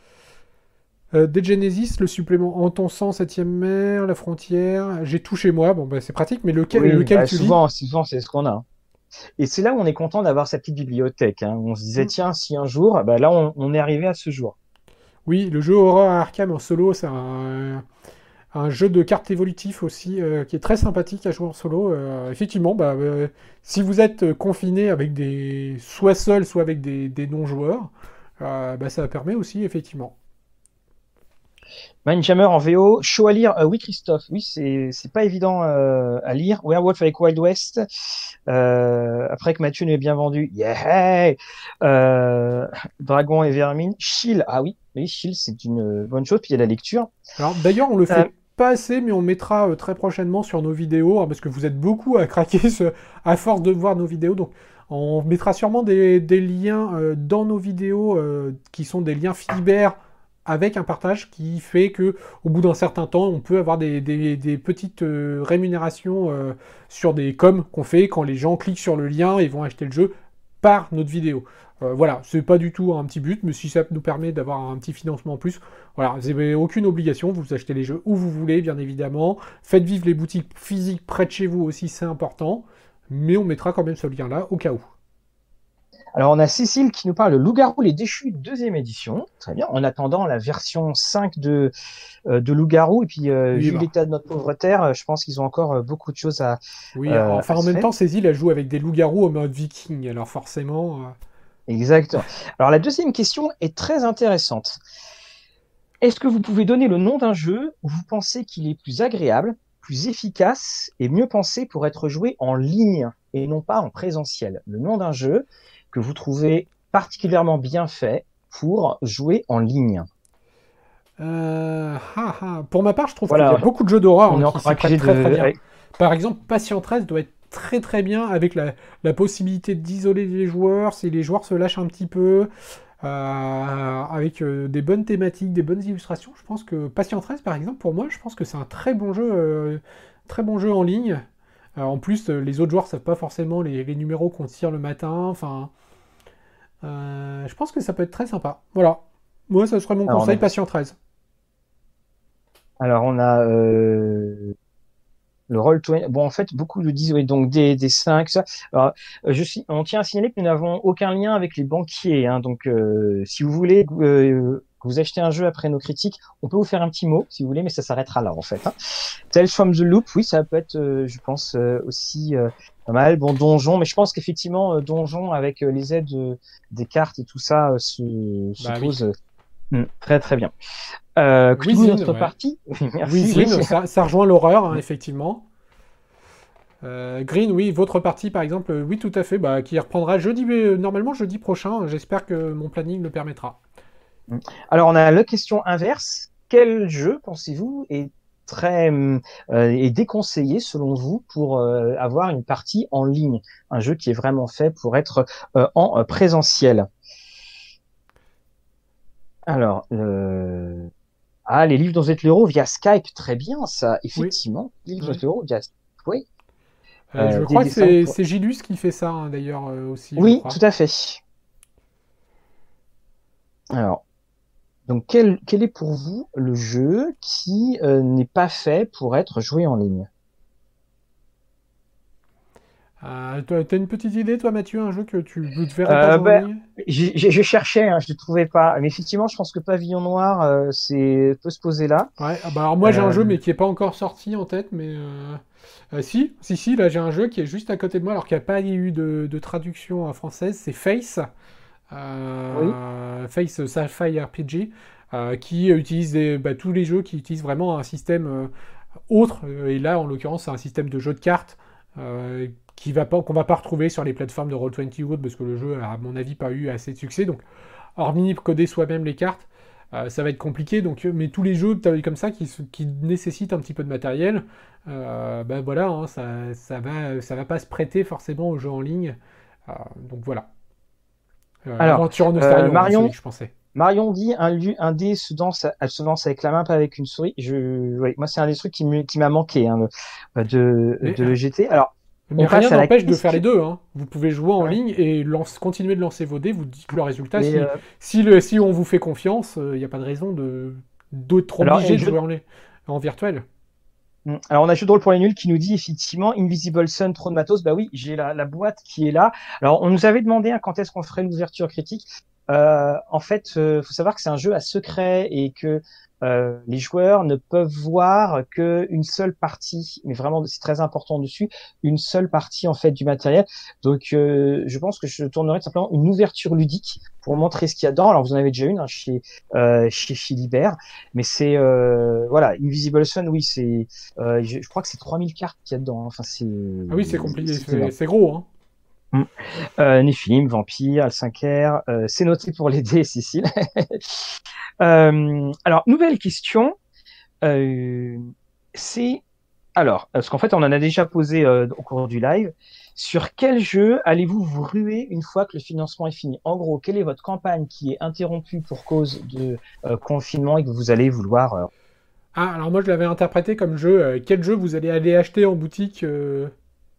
Euh, Dead Genesis, le supplément En ton sang, septième mer, La frontière, j'ai tout chez moi, bon bah c'est pratique, mais lequel, oui, lequel bah, tu lis? souvent, souvent c'est ce qu'on a. Et c'est là où on est content d'avoir sa petite bibliothèque. Hein. On se disait, Hmm. tiens, si un jour, bah là, on, on est arrivé à ce jour. Oui, le jeu Horror à Arkham en solo, c'est un, un jeu de cartes évolutif aussi, euh, qui est très sympathique à jouer en solo. Euh, effectivement, bah, euh, si vous êtes euh, confiné avec des, soit seul, soit avec des, des non-joueurs, euh, bah, ça permet aussi, effectivement. Mindjammer en V O, chaud à lire. Euh, oui, Christophe, oui, c'est c'est pas évident euh, à lire. Werewolf avec Wild West. Euh, après que Mathieu nous ait bien vendu. Yeah! Euh, Dragon et Vermine. Chill. Ah oui, oui, Chill, c'est une bonne chose. Puis il y a la lecture. Alors d'ailleurs, on le Euh, fait pas assez, mais on mettra euh, très prochainement sur nos vidéos, hein, parce que vous êtes beaucoup à craquer ce- à force de voir nos vidéos. Donc on mettra sûrement des, des liens euh, dans nos vidéos euh, qui sont des liens Philibert avec un partage qui fait que au bout d'un certain temps, on peut avoir des, des- des petites euh, rémunérations euh, sur des coms qu'on fait quand les gens cliquent sur le lien et vont acheter le jeu par notre vidéo. Euh, voilà, c'est pas du tout un petit but, mais si ça nous permet d'avoir un petit financement en plus, voilà, vous n'avez aucune obligation, vous achetez les jeux où vous voulez, bien évidemment. Faites vivre les boutiques physiques près de chez vous aussi, c'est important. Mais on mettra quand même ce lien-là au cas où. Alors, on a Cécile qui nous parle de Loup-garou, les déchus, deuxième édition. Très bien. En attendant la version cinq de, euh, de Loup-garou. Et puis, euh, Oui, vu bah. l'état de notre pauvre terre, euh, je pense qu'ils ont encore euh, beaucoup de choses à, Oui, euh, enfin à en se même faire. temps, ces îles, elles jouent avec des loups-garous au mode viking, alors forcément. euh, Exactement. Alors, la deuxième question est très intéressante. Est-ce que vous pouvez donner le nom d'un jeu où vous pensez qu'il est plus agréable, plus efficace et mieux pensé pour être joué en ligne et non pas en présentiel? Le nom d'un jeu que vous trouvez particulièrement bien fait pour jouer en ligne. euh, ah, ah. Pour ma part, je trouve qu'il y a Voilà, beaucoup de jeux d'horreur on hein, est qui encore s'y prêtent accusé très très de... bien. Par exemple, Patient treize doit être très très bien avec la, la possibilité d'isoler les joueurs si les joueurs se lâchent un petit peu, euh, avec euh, des bonnes thématiques, des bonnes illustrations. Je pense que Patient treize, par exemple, pour moi, je pense que c'est un très bon jeu, euh, très bon jeu en ligne. Euh, en plus, euh, les autres joueurs savent pas forcément les, les numéros qu'on tire le matin. Enfin, euh, je pense que ça peut être très sympa. Voilà. Moi, ça serait mon Alors, on conseil, a, Patient treize. alors, on a euh, le roll vingt. Bon, en fait, beaucoup le disent, oui, donc des, des cinq, ça. Alors, euh, je suis, on tient à signaler que nous n'avons aucun lien avec les banquiers. Hein, donc, euh, si vous voulez euh, que vous achetez un jeu après nos critiques, on peut vous faire un petit mot, si vous voulez, mais ça s'arrêtera là, en fait. Hein. Tales from the Loop, oui, ça peut être, euh, je pense, euh, aussi euh, pas mal. Bon, Donjon, mais je pense qu'effectivement, euh, Donjon, avec euh, les aides euh, des cartes et tout ça, euh, se, se Bah oui. pose euh, hmm, très, très bien. Euh, Cthulhu, Within, notre ouais. partie. Merci, oui. Within, ça, ça rejoint l'horreur, hein, effectivement. Euh, Green, oui, votre partie, par exemple, euh, oui, tout à fait, bah, qui reprendra jeudi, euh, normalement jeudi prochain. J'espère que mon planning le permettra. Alors, on a la question inverse. Quel jeu, pensez-vous, est très euh, est déconseillé selon vous pour euh, avoir une partie en ligne? Un jeu qui est vraiment fait pour être euh, en euh, présentiel. Alors, euh, ah, les livres dont vous êtes l'héros via Skype, très bien, ça, Oui, effectivement. Les livres dont vous oui. êtes l'héros via oui. Euh, Euh, je des crois que dessins c'est pour... c'est Gilus qui fait ça, hein, d'ailleurs, euh, aussi, je Oui, tout crois. à fait. Alors, donc, quel, quel est pour vous le jeu qui euh, n'est pas fait pour être joué en ligne? Euh, toi, t'as une petite idée, toi, Mathieu, un jeu que tu ne te verrais pas Euh, jouer en ben, ligne? j'ai- j'ai- je cherchais, hein, je ne trouvais pas. Mais effectivement, je pense que Pavillon Noir, euh, c'est peut se poser là. Ouais, ah bah alors moi j'ai un Euh, jeu mais qui est pas encore sorti en tête, mais euh, euh, si, si, si, là j'ai un jeu qui est juste à côté de moi alors qu'il n'y a pas eu de, de traduction euh, française, c'est Face, oui. euh, Face Sci-Fi R P G, euh, qui utilise des- bah, tous les jeux qui utilisent vraiment un système euh, autre, euh, et là en l'occurrence c'est un système de jeu de cartes euh, qui va pas, qu'on va pas retrouver sur les plateformes de roll vingt ou autres parce que le jeu a à mon avis pas eu assez de succès, donc hormis coder soi-même les cartes, euh, ça va être compliqué. Donc, euh, mais tous les jeux comme ça qui, qui nécessitent un petit peu de matériel, euh, ben voilà, hein, ça, ça va, ça va pas se prêter forcément aux jeux en ligne. Euh, donc voilà. Euh, Alors, Aventure en euh, Ostarion, hein, celui Marion, que je pensais. Marion dit un, lu- un dé se danse, elle se lance avec la main, pas avec une souris. Je, oui, moi, c'est un des trucs qui me- qui m'a manqué hein, de, Mais, de l'E G T. Alors, mais on rien passe à la n'empêche de faire les question. deux. Hein. Vous pouvez jouer en Ouais, ligne et lance, continuer de lancer vos dés. Vous dites le résultat. mais Si, euh, si, le, si on vous fait confiance, il n'y a pas de raison de d'être alors, et obligé de je, jouer en, en virtuel. Mm. Alors, on a Jeu de rôle pour les nuls qui nous dit effectivement Invisible Sun, trop de matos. Bah oui, j'ai la, la boîte qui est là. Alors, on nous avait demandé hein, quand est-ce qu'on ferait l'ouverture critique. Euh, en fait, euh, faut savoir que c'est un jeu à secret et que euh, les joueurs ne peuvent voir qu'une seule partie, mais vraiment c'est très important dessus, une seule partie en fait du matériel. Donc, euh, je pense que je tournerai tout simplement une ouverture ludique pour Mm. montrer ce qu'il y a dedans. Alors, vous en avez déjà une hein, chez euh, chez Philibert, mais c'est euh, voilà, Invisible Sun, oui, c'est euh, je, je crois que c'est trois mille cartes qu'il y a dedans. Hein. Enfin, c'est Ah oui, c'est compliqué, c'est c'est énorme. c'est gros. Hein. Mm. Euh, Néphilim, Vampire, Al cinq R, euh, c'est noté pour l'aider, Cécile. euh, alors, nouvelle question. Euh, c'est alors, parce qu'en fait, on en a déjà posé euh, au cours du live. Sur quel jeu allez-vous vous ruer une fois que le financement est fini? En gros, quelle est votre campagne qui est interrompue pour cause de euh, confinement et que vous allez vouloir euh, Ah, alors moi je l'avais interprété comme jeu. euh, quel jeu vous allez aller acheter en boutique euh,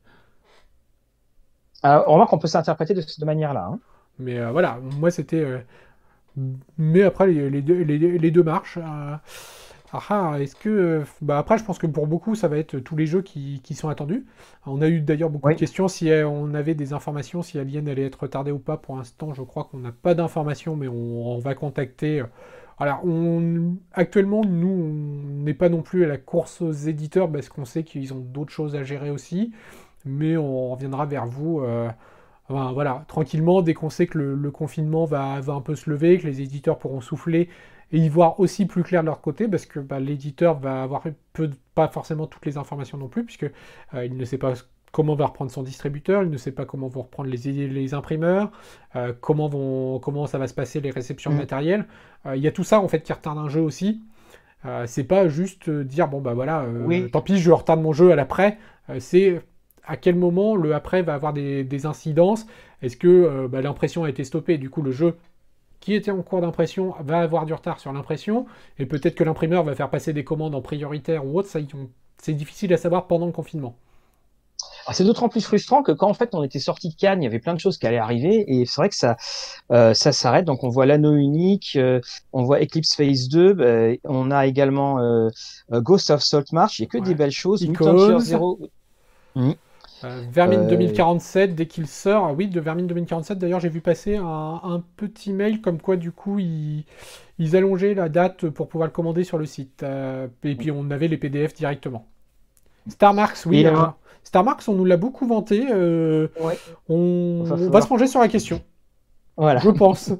ah, on remarque qu'on peut s'interpréter de cette manière-là. Hein. Mais euh, voilà, moi c'était. euh, mais après les, les deux, les, les deux marchent. euh. Ah, ah, est-ce que... Bah après, je pense que pour beaucoup, ça va être tous les jeux qui, qui sont attendus. On a eu d'ailleurs beaucoup de Oui. questions si euh, on avait des informations, si Alien allait être retardé ou pas. Pour l'instant, je crois qu'on n'a pas d'informations, mais on, on va contacter... euh, Alors, on... actuellement, nous, on n'est pas non plus à la course aux éditeurs parce qu'on sait qu'ils ont d'autres choses à gérer aussi. Mais on reviendra vers vous... euh, Enfin, voilà, tranquillement, dès qu'on sait que le, le confinement va, va un peu se lever, que les éditeurs pourront souffler et y voir aussi plus clair de leur côté, parce que bah, l'éditeur va avoir peu, pas forcément toutes les informations non plus, puisque euh, il ne sait pas comment va reprendre son distributeur, il ne sait pas comment vont reprendre les, les imprimeurs, euh, comment, vont, comment ça va se passer les réceptions de Mm. matériel. Euh, Il y a tout ça en fait qui retarde un jeu aussi. Euh, c'est pas juste euh, dire bon bah voilà, euh, Oui. tant pis, je retarde mon jeu à l'après. Euh, c'est à quel moment le après va avoir des, des incidences. Est-ce que euh, bah, l'impression a été stoppée, du coup le jeu qui était en cours d'impression va avoir du retard sur l'impression, et peut-être que l'imprimeur va faire passer des commandes en prioritaire ou autre. Ça, c'est difficile à savoir pendant le confinement. Alors, c'est d'autant plus frustrant que quand en fait on était sorti de Cannes, il y avait plein de choses qui allaient arriver et c'est vrai que ça euh, ça s'arrête. Donc on voit l'anneau unique, euh, on voit Eclipse Phase deux, bah, on a également euh, euh, Ghost of Saltmarsh. Il y a que des Ouais. belles choses. Mutant Year Icons, Zero. Mm. euh, Vermine Euh, deux mille quarante-sept, dès qu'il sort. Ah oui, de Vermine deux mille quarante-sept, d'ailleurs, j'ai vu passer un, un petit mail comme quoi, du coup, ils, ils allongeaient la date pour pouvoir le commander sur le site. Euh, et puis, on avait les P D F directement. Star Marks, oui. et Hein. là, Star Marks, on nous l'a beaucoup vanté. Euh, ouais, on, va on va se falloir. pencher sur la question, Voilà. je pense.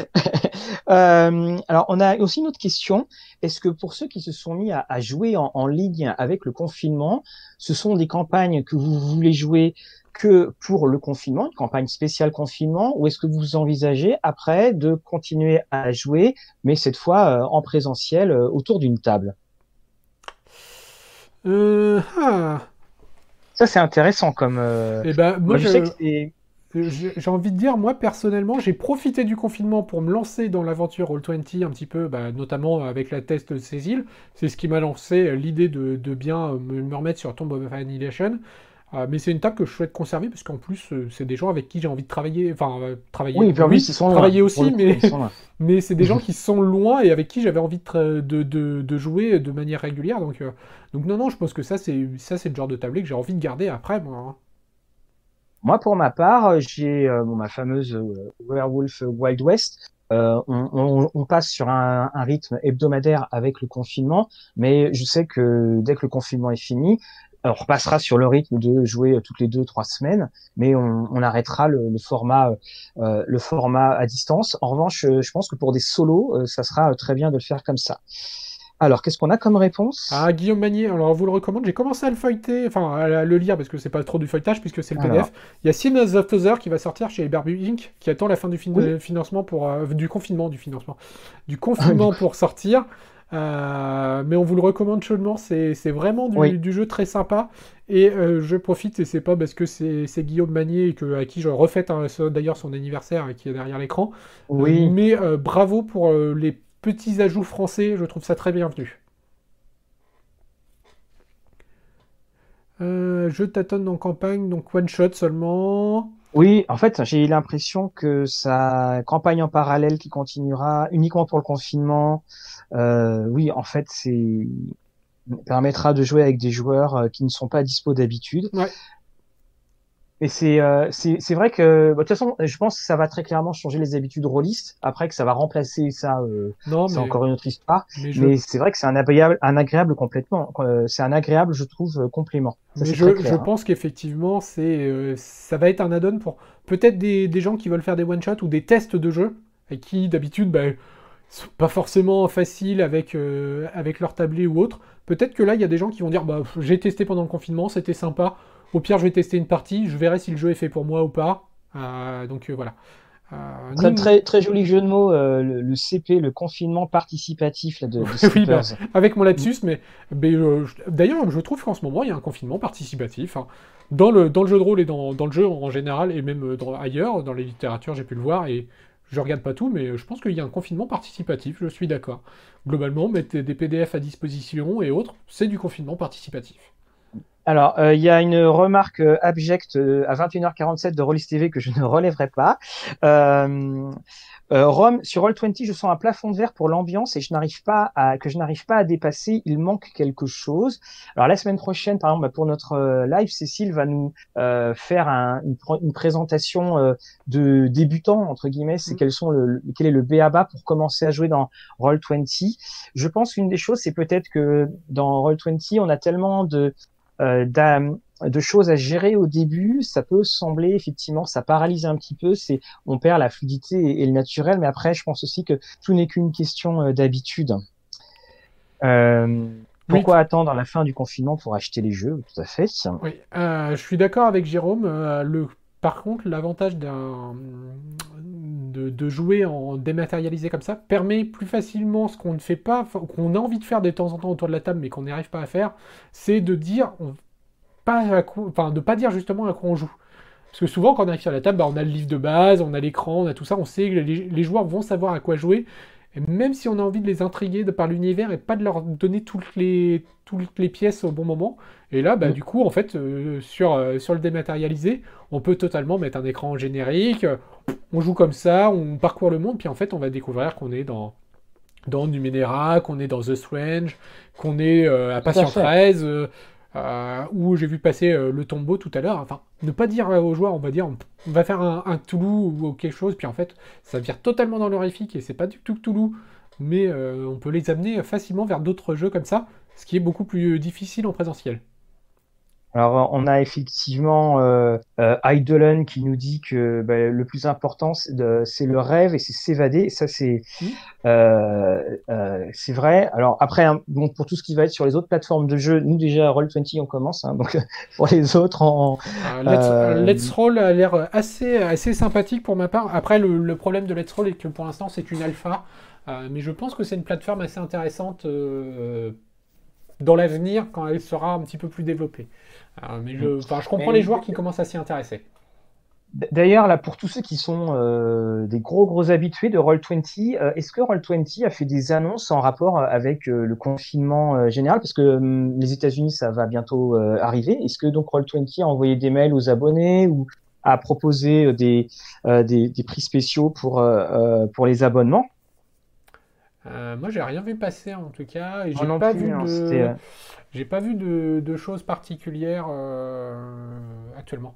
Euh, alors, on a aussi une autre question. Est-ce que pour ceux qui se sont mis à, à jouer en, en ligne avec le confinement, ce sont des campagnes que vous voulez jouer que pour le confinement, une campagne spéciale confinement, ou est-ce que vous envisagez après de continuer à jouer, mais cette fois euh, en présentiel euh, autour d'une table? Euh, ah. Ça, c'est intéressant comme. euh, Et ben, moi, Moi, je sais que je, c'est. j'ai j'ai envie de dire, moi personnellement, j'ai profité du confinement pour me lancer dans l'aventure Roll vingt un petit peu, bah, notamment avec la test de ces îles. C'est ce qui m'a lancé euh, l'idée de, de bien euh, me, me remettre sur Tomb of Annihilation. Euh, mais c'est une table que je souhaite conserver parce qu'en plus, euh, c'est des gens avec qui j'ai envie de travailler. Enfin, euh, travailler, Oui, et puis en oui, plus, ils sont loin. travailler Pour le aussi, coup, mais, ils sont loin. mais c'est des gens qui sont loin et avec qui j'avais envie de, tra- de, de, de jouer de manière régulière. Donc, euh, donc non, non, je pense que ça, c'est ça, c'est le genre de tablé que j'ai envie de garder après, moi. Hein. Moi, pour ma part, euh, j'ai euh, bon, ma fameuse euh, Werewolf Wild West. Euh, on, on- on passe sur un, un rythme hebdomadaire avec le confinement, mais je sais que dès que le confinement est fini, on repassera sur le rythme de jouer toutes les deux, trois semaines, mais on, on arrêtera le, le format, euh, le format à distance. En revanche, euh, je pense que pour des solos, euh, ça sera très bien de le faire comme ça. Alors, qu'est-ce qu'on a comme réponse? Ah, Guillaume Magnier, alors on vous le recommande, j'ai commencé à le feuilleter, enfin à le lire parce que c'est pas trop du feuilletage puisque c'est le Alors, P D F. Il y a Sin of Other qui va sortir chez Barbu Inc qui attend la fin du fin- oui, euh, financement pour euh, du confinement, du financement, du confinement pour sortir. Euh, mais on vous le recommande chaudement, c'est c'est vraiment du, oui, du jeu très sympa. Et euh, je profite, et c'est pas parce que c'est c'est Guillaume Magnier et que, à qui je refais un- d'ailleurs son anniversaire et qui est derrière l'écran. Euh, oui. mais euh, bravo pour euh, les petits ajouts français, je trouve ça très bienvenu. Euh, je tâtonne en campagne, donc one shot seulement. Oui, en fait, j'ai l'impression que sa campagne en parallèle qui continuera uniquement pour le confinement, euh, oui, en fait, c'est permettra de jouer avec des joueurs euh, qui ne sont pas dispo d'habitude. Ouais. Et c'est euh, c'est c'est vrai que bah, de toute façon, je pense que ça va très clairement changer les habitudes rôlistes. Après que ça va remplacer ça, euh, Non, c'est mais, encore une autre histoire. mais je, Mais c'est vrai que c'est un agréable, un agréable complètement. Euh, c'est un agréable, je trouve, euh, complément. Ça, mais c'est très je, je clair. Hein. pense qu'effectivement, c'est, euh, ça va être un add-on pour peut-être des, des gens qui veulent faire des one-shots ou des tests de jeu, et qui d'habitude, bah, sont pas forcément faciles avec, euh, avec leur tablé ou autre. Peut-être que là, il y a des gens qui vont dire, bah, j'ai testé pendant le confinement, c'était sympa. Au pire, je vais tester une partie, je verrai si le jeu est fait pour moi ou pas. Euh, donc euh, voilà. Euh, Très, nous, très, très joli jeu de mots, euh, le, le C P, le confinement participatif là, de, de oui, bah, Sleepers. avec mon lapsus, mais, mais, euh, je- d'ailleurs, je trouve qu'en ce moment, il y a un confinement participatif. Hein. Dans le, dans le jeu de rôle et dans, dans le jeu en général, et même euh, dans- ailleurs, dans les littératures, j'ai pu le voir, et je regarde pas tout, mais euh, je pense qu'il y a un confinement participatif, je suis d'accord. Globalement, mettre des P D F à disposition et autres, c'est du confinement participatif. Alors, il euh, y a une remarque euh, abjecte euh, à vingt et une heures quarante-sept de Rollis T V que je ne relèverai pas. Euh, euh, Rome, sur roll vingt, je sens un plafond de verre pour l'ambiance et je n'arrive pas à, que je n'arrive pas à dépasser. Il manque quelque chose. Alors, la semaine prochaine, par exemple, pour notre euh, live, Cécile va nous euh, faire un, une, une présentation euh, de débutants, entre guillemets. C'est quels sont le, quel est le b a ba pour commencer à jouer dans roll vingt. Je pense qu'une des choses, c'est peut-être que dans roll vingt, on a tellement de Euh, de choses à gérer au début, ça peut sembler effectivement, ça paralyse un petit peu, c'est on perd la fluidité et, et le naturel, mais après je pense aussi que tout n'est qu'une question euh, d'habitude. Euh, pourquoi oui. attendre la fin du confinement pour acheter les jeux? Tout à fait. Oui, euh, je suis d'accord avec Jérôme. Euh, le, par contre, l'avantage d'un de, de jouer en dématérialisé comme ça permet plus facilement ce qu'on ne fait pas, qu'on a envie de faire de temps en temps autour de la table, mais qu'on n'y arrive pas à faire, c'est de dire, on, pas à quoi, enfin, de pas dire justement à quoi on joue. Parce que souvent, quand on arrive sur la table, bah, on a le livre de base, on a l'écran, on a tout ça, on sait que les, les joueurs vont savoir à quoi jouer. Et même si on a envie de les intriguer de par l'univers et pas de leur donner toutes les, toutes les pièces au bon moment. Et là, bah, mmh. du coup, en fait, euh, sur, euh, sur le dématérialisé, on peut totalement mettre un écran générique, on joue comme ça, on parcourt le monde, puis en fait, on va découvrir qu'on est dans, dans Numenera, qu'on est dans The Strange, qu'on est euh, à Patient treize, euh, euh, où j'ai vu passer euh, le tombeau tout à l'heure. Enfin, ne pas dire aux joueurs, on va dire, on va faire un, un Toulouse ou quelque chose, puis en fait, ça vire totalement dans l'horrifique, et c'est pas du tout Toulouse, mais euh, on peut les amener facilement vers d'autres jeux comme ça, ce qui est beaucoup plus difficile en présentiel. Alors, on a effectivement euh, euh, Eidolon qui nous dit que bah, le plus important, c'est, de, c'est le rêve et c'est s'évader. Et ça, c'est mmh. euh, euh, c'est vrai. Alors après, hein, bon, pour tout ce qui va être sur les autres plateformes de jeu, nous déjà, roll vingt, on commence. Hein, donc pour les autres, en, euh, Let's, euh... Let's Roll a l'air assez assez sympathique pour ma part. Après, le, le problème de Let's Roll est que pour l'instant, c'est une alpha, euh, mais je pense que c'est une plateforme assez intéressante euh, dans l'avenir quand elle sera un petit peu plus développée. Euh, mais je, je comprends mais les joueurs qui commencent à s'y intéresser. D'ailleurs, là, pour tous ceux qui sont euh, des gros gros habitués de roll vingt, euh, est-ce que roll vingt a fait des annonces en rapport avec euh, le confinement euh, général? Parce que euh, les États-Unis, ça va bientôt euh, arriver. Est-ce que donc roll vingt a envoyé des mails aux abonnés ou a proposé des, euh, des, des prix spéciaux pour, euh, pour les abonnements? Euh, moi, j'ai rien vu passer en tout cas, et j'ai non pas, plus, vu hein, de... j'ai pas vu de, de choses particulières euh, actuellement.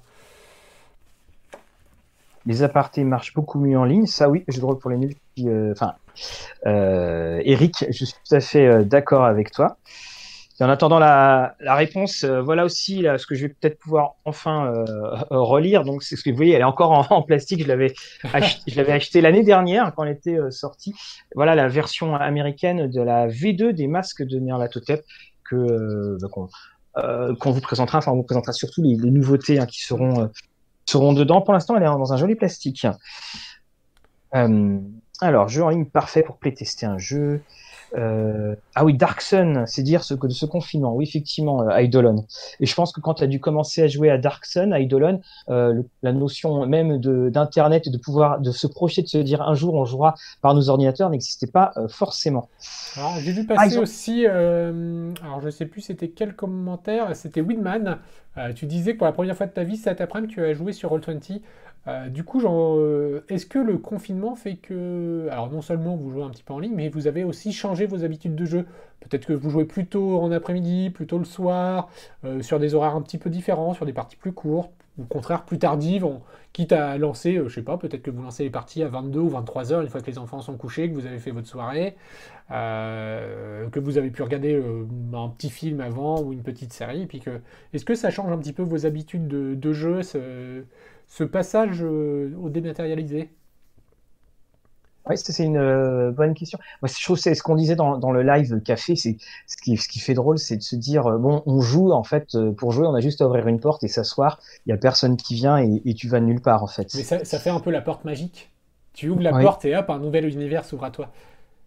Les apartés marchent beaucoup mieux en ligne, ça oui, je drôle pour les nuls. Enfin, euh, Eric, je suis tout à fait euh, d'accord avec toi. Et en attendant la, la réponse, euh, voilà aussi là, ce que je vais peut-être pouvoir enfin euh, relire. Donc c'est ce que vous voyez, elle est encore en, en plastique. Je l'avais acheté, je l'avais acheté l'année dernière quand elle était euh, sortie. Voilà la version américaine de la V deux des masques de Nyarlathotep que euh, qu'on, euh, qu'on vous présentera. Enfin, on vous présentera surtout les, les nouveautés hein, qui seront euh, seront dedans. Pour l'instant, elle est dans un joli plastique. Euh, alors, jeu en ligne parfait pour playtester un jeu. Euh, ah oui, Dark Sun, c'est dire ce que de ce confinement. Oui, effectivement, euh, Eidolon. Et je pense que quand tu as dû commencer à jouer à Dark Sun, à Eidolon, euh, le, la notion même de d'internet et de pouvoir de se projeter, de se dire un jour on jouera par nos ordinateurs n'existait pas euh, forcément. Alors, j'ai vu passer ah, ont... aussi, euh, alors je sais plus c'était quel commentaire, c'était Winman. Euh, tu disais que pour la première fois de ta vie cet après-midi tu as joué sur roll vingt. Euh, du coup, genre, euh, est-ce que le confinement fait que, alors non seulement vous jouez un petit peu en ligne, mais vous avez aussi changé vos habitudes de jeu? Peut-être que vous jouez plus tôt en après-midi, plus tôt le soir, euh, sur des horaires un petit peu différents, sur des parties plus courtes, ou au contraire plus tardives, on, quitte à lancer, euh, je sais pas, peut-être que vous lancez les parties à vingt-deux ou vingt-trois heures, une fois que les enfants sont couchés, que vous avez fait votre soirée, euh, que vous avez pu regarder euh, un petit film avant ou une petite série, et puis que, est-ce que ça change un petit peu vos habitudes de, de jeu, ce, ce passage euh, au dématérialisé? Oui, c'est une euh, bonne question. Moi, je trouve que c'est ce qu'on disait dans, dans le live café. C'est ce qui, ce qui fait drôle, c'est de se dire euh, bon, on joue en fait pour jouer, on a juste à ouvrir une porte et s'asseoir. Il y a personne qui vient et, et tu vas nulle part en fait. Mais ça, ça fait un peu la porte magique. Tu ouvres la oui. porte et hop, un nouvel univers s'ouvre à toi.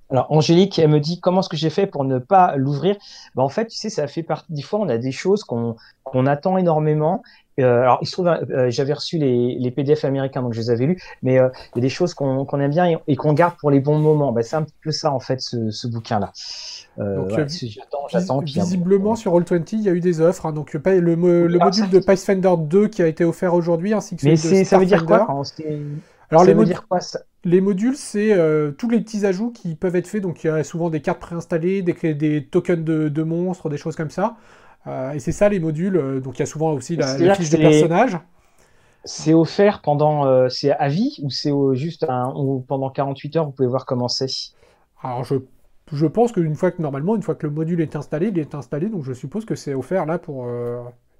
Alors, Angélique, elle me dit comment est-ce que j'ai fait pour ne pas l'ouvrir. Ben, en fait, tu sais, ça fait partie. Des fois, on a des choses qu'on qu'on attend énormément. Euh, alors, il se trouve, euh, j'avais reçu les, les P D F américains, donc je les avais lus, mais euh, il y a des choses qu'on qu'on aime bien et, et qu'on garde pour les bons moments. Ben, c'est un petit peu ça, en fait, ce, ce bouquin-là. Euh, Donc, euh, voilà, si j'attends, vis- j'attends, puis à un visiblement, moment. sur roll vingt, il y a eu des offres, hein. Donc, euh, pa- le, mo- Oui, le alors ça, module de Pathfinder deux qui a été offert aujourd'hui, ainsi que mais celui de c'est, ça veut dire quoi Starfinder. quand c'est, Alors, les, ça veut mod- dire quoi ça? les modules, c'est euh, tous les petits ajouts qui peuvent être faits. Donc, il y a souvent des cartes préinstallées, des, clés- des tokens de, de monstres, des choses comme ça. Euh, et c'est ça, les modules. Euh, donc, il y a souvent aussi la, la C'est-à-dire que fiche de c'est, personnage. c'est offert pendant, euh, c'est à vie ou c'est au- juste un, ou pendant quarante-huit heures, vous pouvez voir comment c'est. Alors, je, je pense qu'une fois que, normalement, une fois que le module est installé, il est installé. Donc, je suppose que c'est offert là pour... euh,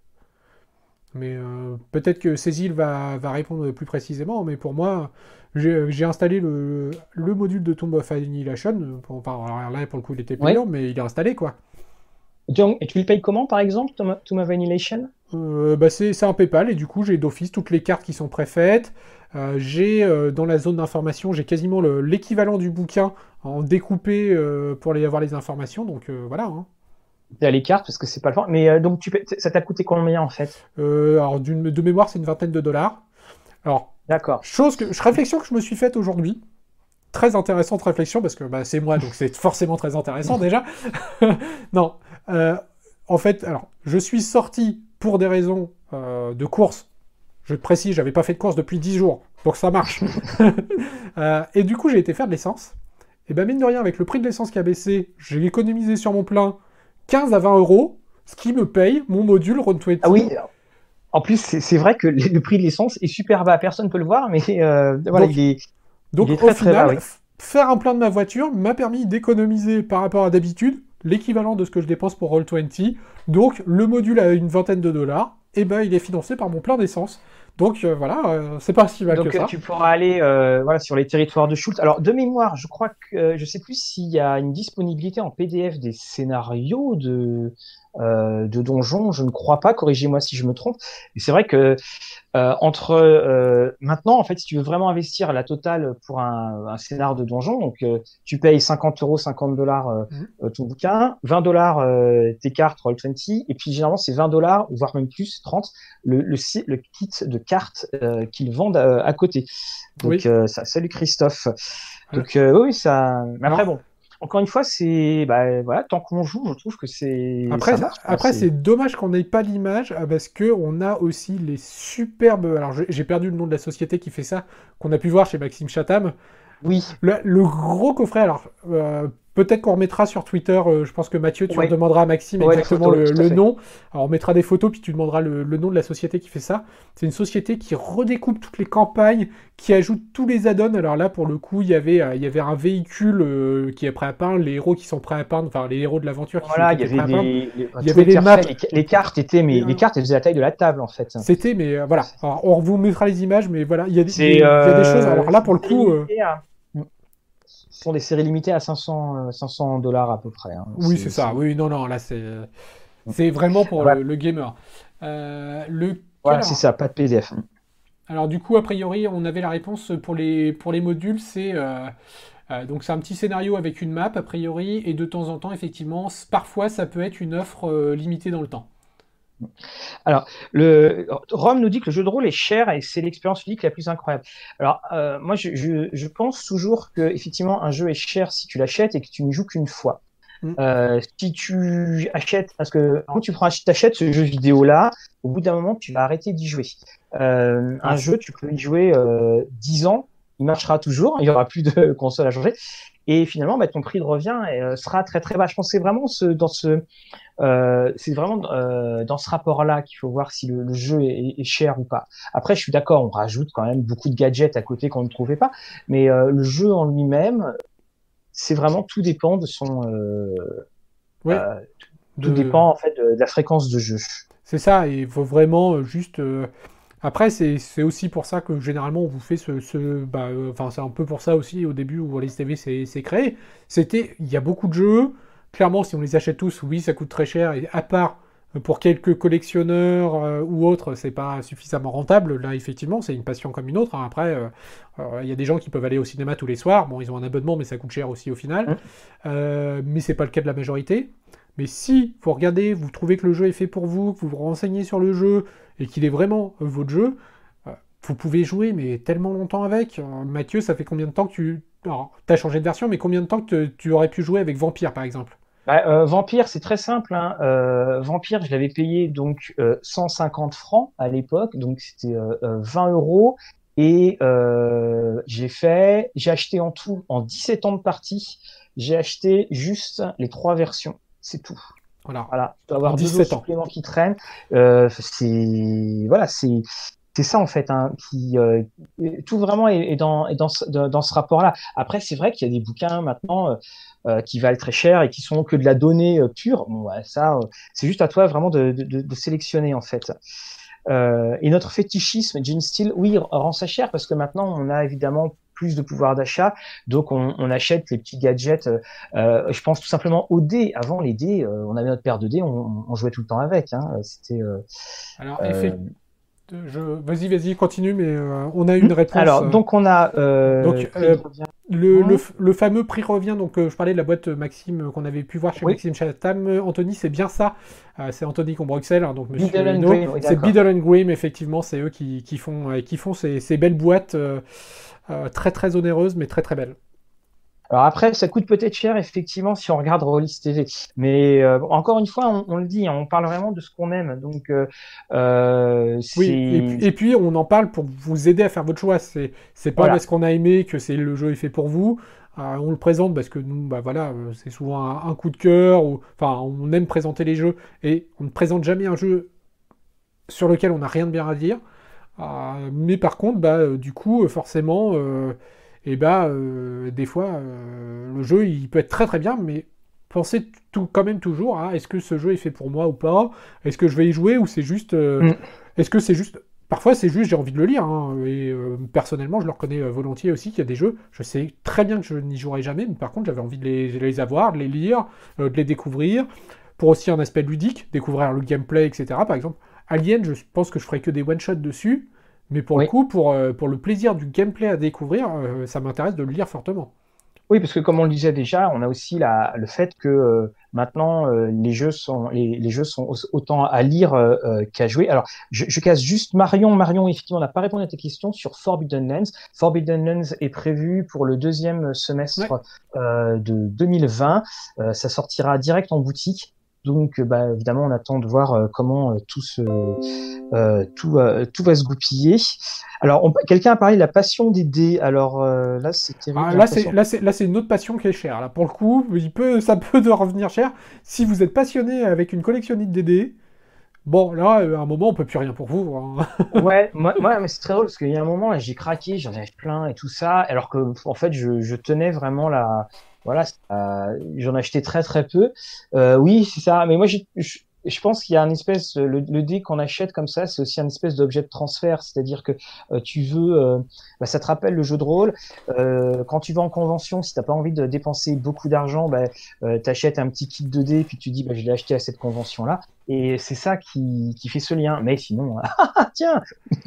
Mais euh, peut-être que Cécile va, va répondre plus précisément, mais pour moi, j'ai j'ai installé le, le module de Tomb of Annihilation. Pour, enfin, alors là, pour le coup, il était Oui. payant, mais il est installé, quoi. Donc, et tu le payes comment, par exemple, Tom- To My Vanillation? Euh, bah c'est c'est un PayPal, et du coup, j'ai d'office toutes les cartes qui sont préfaites. Euh, j'ai, euh, dans la zone d'information, j'ai quasiment le- l'équivalent du bouquin en découpé euh, pour les, avoir les informations, donc euh, voilà, hein. T'es à l'écart parce que c'est pas le temps. Mais euh, donc, tu payes- ça t'a coûté combien en fait? Euh, alors, d'une- de mémoire, c'est une vingtaine de dollars. Alors, D'accord. chose que, réflexion que je me suis faite aujourd'hui, très intéressante réflexion, parce que bah, c'est moi, donc c'est forcément très intéressant déjà. Non, euh, en fait, alors, je suis sorti pour des raisons euh, de course. Je précise, j'avais pas fait de course depuis dix jours, donc ça marche. Euh, et du coup, j'ai été faire de l'essence. Et ben mine de rien, avec le prix de l'essence qui a baissé, j'ai économisé sur mon plein quinze à vingt euros, ce qui me paye mon module Road vingt. Ah oui, en plus, c'est c'est vrai que le le prix de l'essence est super bas. Personne ne peut le voir, mais euh, voilà, il Donc, est, il est donc au très très bas, final, oui. f- faire un plein de ma voiture m'a permis d'économiser par rapport à d'habitude l'équivalent de ce que je dépense pour Roll vingt. Donc le module à une vingtaine de dollars, et ben il est financé par mon plein d'essence. Donc euh, voilà, euh, c'est pas si mal que Donc, euh, ça. tu pourras aller euh, voilà, sur les territoires de Schultz. Alors, de mémoire, je crois que euh, je sais plus s'il y a une disponibilité en P D F des scénarios de, euh, de donjons. Je ne crois pas. Corrigez-moi si je me trompe. Mais c'est vrai que Euh, entre euh, maintenant, en fait, si tu veux vraiment investir la totale pour un, un scénar de donjon, donc euh, tu payes cinquante euros, cinquante dollars euh, Mhm. euh, ton bouquin, vingt dollars euh, tes cartes Roll vingt, et puis généralement c'est vingt dollars, voire même plus, trente, le, le, si- le kit de cartes euh, qu'ils vendent euh, à côté. Donc Oui. euh, ça, salut Christophe. Alors, Donc euh, oui, ça. Mais après alors, bon, encore une fois, c'est bah voilà, tant qu'on joue, je trouve que c'est après, ça marche, quoi. après C'est c'est dommage qu'on n'ait pas l'image euh, parce que on a aussi les superbes. Alors j'ai j'ai perdu le nom de la société qui fait ça, qu'on a pu voir chez Maxime Chatham. oui, Le, le gros coffret, alors euh, peut-être qu'on remettra sur Twitter, euh, je pense que Mathieu, tu ouais, demanderas à Maxime ouais, les exactement photos, le, tout à le fait. nom. Alors on mettra des photos, puis tu demanderas le, le nom de la société qui fait ça. C'est une société qui redécoupe toutes les campagnes, qui ajoute tous les add-ons. Alors là, pour le coup, il y avait, euh, il y avait un véhicule euh, qui est prêt à peindre, les héros qui sont prêts à peindre, enfin les héros de l'aventure qui, sont- Voilà, qui il y étaient avait prêts à peindre. des, les, Il y tout avait les était maps. refait. Les, les cartes étaient, mais Et, les euh, cartes elles faisaient la taille de la table en fait. C'était, mais euh, voilà. Alors, on vous mettra les images, mais voilà, il y a, des- il C'est y a des choses. euh, Alors là, c'est pour le des séries coup. euh, limitées à- ce sont des séries limitées à cinq cents, euh, cinq cents dollars à peu près, hein. Oui, c'est C'est, ça. c'est... Oui, non, non, là, c'est c'est vraiment pour Voilà, le, le gamer. Euh, le voilà, c'est alors, ça, pas de P D F. alors du coup, a priori, on avait la réponse pour les pour les modules. C'est euh, euh, donc c'est un petit scénario avec une map a priori, et de temps en temps, effectivement, c- parfois, ça peut être une offre euh, limitée dans le temps. Alors, le Rome nous dit que le jeu de rôle est cher et c'est l'expérience ludique la plus incroyable. Alors, euh, moi, je, je, je pense toujours que effectivement un jeu est cher si tu l'achètes et que tu n'y joues qu'une fois. Mm. Euh, si tu achètes, parce que quand tu prends, t'achètes ce jeu vidéo-là, au bout d'un moment, tu vas arrêter d'y jouer. Euh, un Alors, jeu, tu peux y jouer euh, dix ans, il marchera toujours, il y aura plus de console à changer, et finalement, bah, ton prix de revient euh, sera très très bas. Je pense que c'est vraiment ce, dans ce, euh, c'est vraiment euh, dans ce rapport-là qu'il faut voir si le, le jeu est, est cher ou pas. Après, je suis d'accord, on rajoute quand même beaucoup de gadgets à côté qu'on ne trouvait pas, mais euh, le jeu en lui-même, c'est vraiment tout dépend de son euh, oui, euh, tout de dépend en fait de, de la fréquence de jeu. c'est ça. Et il faut vraiment euh, juste. euh, Après, c'est c'est aussi pour ça que généralement on vous fait ce, ce bah, euh, enfin c'est un peu pour ça aussi au début où Alice T V s'est s'est créé. C'était, il y a beaucoup de jeux. Clairement, si on les achète tous, oui, ça coûte très cher. Et à part Pour quelques collectionneurs euh, ou autres, c'est pas suffisamment rentable. Là, effectivement, c'est une passion comme une autre, hein. Après, il euh, euh, y a des gens qui peuvent aller au cinéma tous les soirs. Bon, ils ont un abonnement, mais ça coûte cher aussi au final. Mmh. Euh, mais c'est pas le cas de la majorité. Mais si vous regardez, vous trouvez que le jeu est fait pour vous, que vous vous renseignez sur le jeu et qu'il est vraiment euh, votre jeu, euh, vous pouvez jouer, mais tellement longtemps avec. Euh, Mathieu, ça fait combien de temps que tu... Alors, t'as changé de version, mais combien de temps que te- tu aurais pu jouer avec Vampire, par exemple? Bah, euh, Vampire, c'est très simple, hein. Euh, Vampire, je l'avais payé donc euh, cent cinquante francs à l'époque, donc c'était euh, euh, vingt euros. Et euh, j'ai fait, j'ai acheté en tout, en dix-sept ans de partie, j'ai acheté juste les trois versions. C'est tout. Voilà, Voilà, tu dois en avoir deux autres dix-sept ans. suppléments qui traînent. Euh, c'est voilà, c'est c'est ça en fait, hein, qui euh, tout vraiment est, est dans est dans ce, dans dans ce rapport-là. Après, c'est vrai qu'il y a des bouquins maintenant euh, euh, qui valent très cher et qui sont que de la donnée euh, pure. Bon, ouais, ça, euh, c'est juste à toi vraiment de, de, de sélectionner en fait. Euh, et notre fétichisme, Gene Steele, oui, rend ça cher parce que maintenant on a évidemment plus de pouvoir d'achat, donc on, on achète les petits gadgets. Euh, je pense tout simplement aux dés. Avant les dés, euh, on avait notre paire de dés, on, on jouait tout le temps avec. Hein. C'était. Euh, Alors, euh... effectivement, je... vas-y, vas-y, continue, mais euh, on a une réponse. Alors euh, donc on a euh, Donc, prix de euh, revient. le, le, le fameux prix revient, donc euh, je parlais de la boîte Maxime euh, qu'on avait pu voir chez Oui, Maxime Chatham. Euh, Anthony, c'est bien ça. Euh, c'est Anthony Combruxel, hein, donc Biddle Monsieur and Hainaut. Green, oui C'est d'accord. Biddle and Grimm, effectivement, c'est eux qui, qui font, euh, qui font ces, ces belles boîtes euh, euh, très très onéreuses, mais très très belles. Alors après, ça coûte peut-être cher, effectivement, si on regarde Rollis T V. Mais euh, encore une fois, on, on le dit, hein, on parle vraiment de ce qu'on aime. Donc, euh, euh, Oui, et c'est... puis, et puis on en parle pour vous aider à faire votre choix. C'est, c'est pas Voilà. parce qu'on a aimé que c'est le jeu est fait pour vous. Euh, on le présente parce que nous, bah voilà, euh, c'est souvent un, un coup de cœur ou, enfin, on aime présenter les jeux et on ne présente jamais un jeu sur lequel on n'a rien de bien à dire. Euh, mais par contre, bah, euh, du coup, euh, forcément, euh, et bah, euh, des fois, euh, le jeu, il peut être très très bien, mais pensez tout, quand même toujours à est-ce que ce jeu est fait pour moi ou pas? Est-ce que je vais y jouer ou c'est juste... euh, Mm. est-ce que c'est juste... Parfois, c'est juste j'ai envie de le lire, hein, et euh, personnellement, je le reconnais euh, volontiers aussi qu'il y a des jeux, je sais très bien que je n'y jouerai jamais, mais par contre, j'avais envie de les, de les avoir, de les lire, euh, de les découvrir, pour aussi un aspect ludique, découvrir le gameplay, et cetera. Par exemple, Alien, je pense que je ferai que des one-shots dessus, mais pour le Oui. coup, pour, euh, pour le plaisir du gameplay à découvrir, euh, ça m'intéresse de le lire fortement. Oui, parce que comme on le disait déjà, on a aussi la, le fait que euh, maintenant euh, les jeux sont les, les jeux sont au- autant à lire euh, euh, qu'à jouer. Alors, je, je casse juste Marion. Marion, effectivement, on n'a pas répondu à ta question sur Forbidden Lands. Forbidden Lands est prévu pour le deuxième Ouais. semestre euh, de deux mille vingt. Euh, ça sortira direct en boutique. Donc, euh, bah, évidemment, on attend de voir euh, comment euh, tout se euh, tout, euh, tout va se goupiller. Alors, on- quelqu'un a parlé de la passion des dés. Alors euh, là, c'est terrible, Ah, j'ai là, c'est, l'impression. là, c'est, là, c'est une autre passion qui est chère. Là, pour le coup, il peut, ça peut de revenir cher. Si vous êtes passionné avec une collectionnite de dés, bon, là, euh, à un moment, on peut plus rien pour vous, hein. Ouais, moi, moi mais c'est très drôle parce qu'il y a un moment là, j'ai craqué, j'en avais plein et tout ça, alors que en fait, je, je tenais vraiment la, voilà, euh, j'en achetais très très peu. Euh, oui, c'est ça. Mais moi, j'ai- je, je pense qu'il y a un espèce, le, le dé qu'on achète comme ça, c'est aussi un espèce d'objet de transfert, c'est-à-dire que euh, tu veux, euh, bah, ça te rappelle le jeu de rôle. Euh, quand tu vas en convention, si t'as pas envie de dépenser beaucoup d'argent, bah, euh, t'achètes un petit kit de dés, puis tu dis, bah, je l'ai acheté à cette convention-là. Et c'est ça qui, qui fait ce lien. Mais sinon, ah tiens,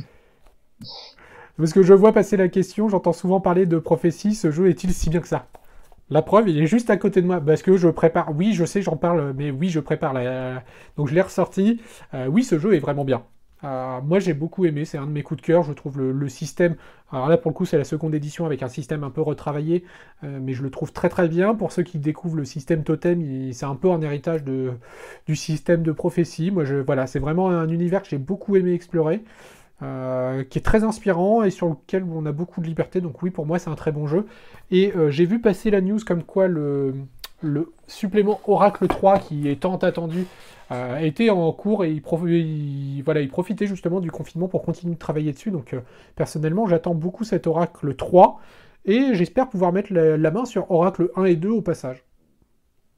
Parce que je vois passer la question, j'entends souvent parler de prophétie, ce jeu est-il si bien que ça? La preuve, il est juste à côté de moi, parce que je prépare, oui, je sais, j'en parle, mais oui, je prépare la... Donc je l'ai ressorti. Euh, oui, ce jeu est vraiment bien. Euh, moi, j'ai beaucoup aimé, c'est un de mes coups de cœur, je trouve le, le système... Alors là, pour le coup, c'est la seconde édition avec un système un peu retravaillé, euh, mais je le trouve très très bien. Pour ceux qui découvrent le système Totem, il- c'est un peu un héritage de, du système de prophétie. Moi, je, voilà, c'est vraiment un univers que j'ai beaucoup aimé explorer. Euh, qui est très inspirant et sur lequel on a beaucoup de liberté. Donc oui, pour moi, c'est un très bon jeu. Et euh, j'ai vu passer la news comme quoi le, le supplément Oracle trois, qui est tant attendu, euh, était en cours et il, prof- il- voilà, il profitait justement du confinement pour continuer de travailler dessus. Donc euh, personnellement, j'attends beaucoup cet Oracle trois et j'espère pouvoir mettre la, la main sur Oracle un et deux au passage.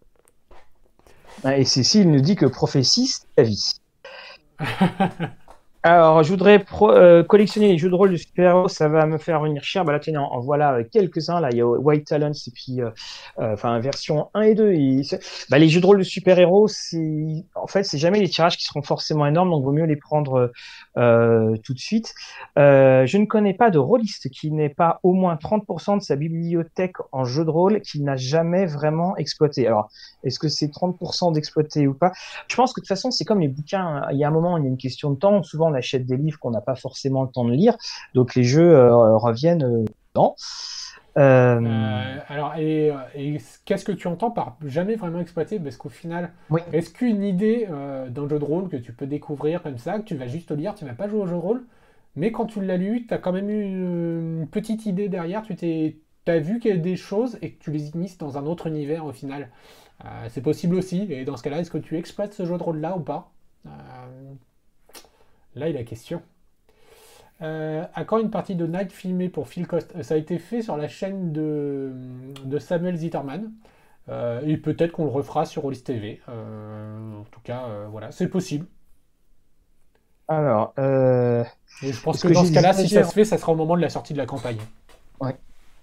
et Cécile nous dit que prophétie, c'est la vie. Alors, je voudrais pro- euh, collectionner les jeux de rôle de super-héros, ça va me faire venir cher. Bah là, tenez, en, en voilà euh, quelques-uns. Là, il y a White Talons et puis, euh, euh, enfin, version un et deux. Et c'est- bah, les jeux de rôle de super-héros, c'est, en fait, c'est jamais les tirages qui seront forcément énormes, donc vaut mieux les prendre euh, tout de suite. Euh, je ne connais pas de rôliste qui n'ait pas au moins trente pour cent de sa bibliothèque en jeux de rôle qu'il n'a jamais vraiment exploité. Alors, est-ce que c'est trente pour cent d'exploité ou pas? Je pense que de toute façon, c'est comme les bouquins. Il y a un moment, il y a une question de temps. Souvent, on achète des livres qu'on n'a pas forcément le temps de lire. Donc, les jeux euh, reviennent euh, dedans. Euh, Euh, alors, et, et qu'est-ce que tu entends par jamais vraiment exploiter? Parce qu'au final, oui, est-ce qu'une idée euh, d'un jeu de rôle que tu peux découvrir comme ça, que tu vas juste lire, tu vas pas jouer au jeu de rôle, mais quand tu l'as lu, tu as quand même eu une, une petite idée derrière, tu t'es, t'as vu qu'il y a des choses et que tu les immisces dans un autre univers au final. Euh, c'est possible aussi, et dans ce cas-là, est-ce que tu exploites ce jeu de rôle-là ou pas? Euh, Là est la question. Euh, à quand une partie de Night filmée pour Phil Cost? Ça a été fait sur la chaîne de, de Samuel Zitterman. Euh, et peut-être qu'on le refera sur Rollis T V. Euh, en tout cas, euh, voilà, c'est possible. alors, euh, Et je pense est-ce que que dans j'ai ce des cas-là, si ça étagères? se fait, ça sera au moment de la sortie de la campagne. Ouais.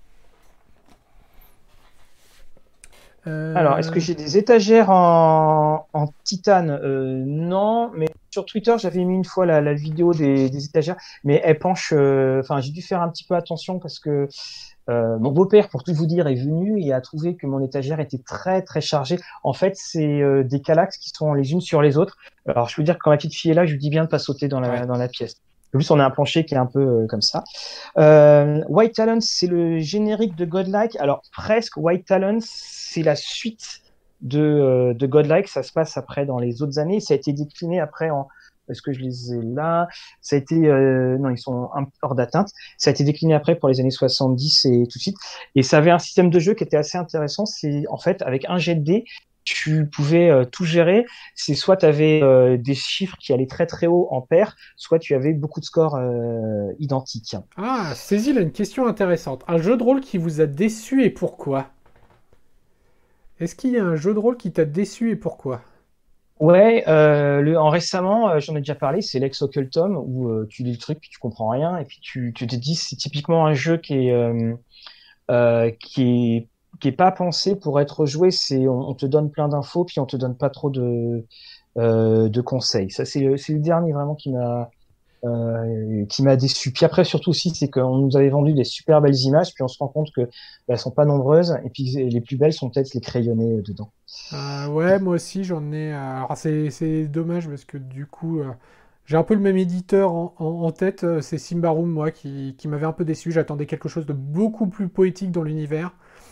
Alors, est-ce que Euh, j'ai des étagères en, en titane? Euh, non, mais sur Twitter, j'avais mis une fois la, la vidéo des, des étagères, mais elles penchent. euh, Enfin, j'ai dû faire un petit peu attention parce que Euh, mon beau-père, pour tout vous dire, est venu et a trouvé que mon étagère était très très chargée. En fait, c'est euh, des calax qui sont les unes sur les autres. Alors, je peux dire que quand ma petite fille est là, je lui dis bien de pas sauter dans la ouais. dans la pièce. En plus, on a un plancher qui est un peu euh, comme ça. Euh, White Talons, c'est le générique de Godlike. Alors, presque White Talons, c'est la suite de, euh, de Godlike. Ça se passe après dans les autres années. Ça a été décliné après en. Est-ce que je les ai là? Ça a été euh, non, ils sont un peu hors d'atteinte. Ça a été décliné après pour les années soixante-dix et tout de suite. Et ça avait un système de jeu qui était assez intéressant. C'est en fait avec un jet de dés, tu pouvais euh, tout gérer. C'est soit tu avais euh, des chiffres qui allaient très très haut en paire, soit tu avais beaucoup de scores euh, identiques. Ah, Cécile a une question intéressante. Un jeu de rôle qui vous a déçu et pourquoi? Est-ce qu'il y a un jeu de rôle qui t'a déçu et pourquoi? Ouais, euh, le, en récemment, euh, j'en ai déjà parlé, c'est Lex Occultum, où euh, tu lis le truc, puis tu comprends rien, et puis tu, tu te dis, c'est typiquement un jeu qui est, euh, euh, qui est, qui est pas pensé pour être joué. C'est, on, on te donne plein d'infos, puis on te donne pas trop de, euh, de conseils. Ça, c'est le, c'est le dernier vraiment qui m'a, euh, qui m'a déçu. Puis après, surtout aussi, c'est qu'on nous avait vendu des super belles images, puis on se rend compte que bah, elles sont pas nombreuses, et puis les plus belles sont peut-être les crayonnés euh, dedans. Euh, ouais, moi aussi j'en ai. euh, Alors c'est c'est dommage parce que du coup euh, j'ai un peu le même éditeur en, en- en tête. euh, C'est Symbaroum, moi, qui, qui m'avait un peu déçu. J'attendais quelque chose de beaucoup plus poétique dans l'univers.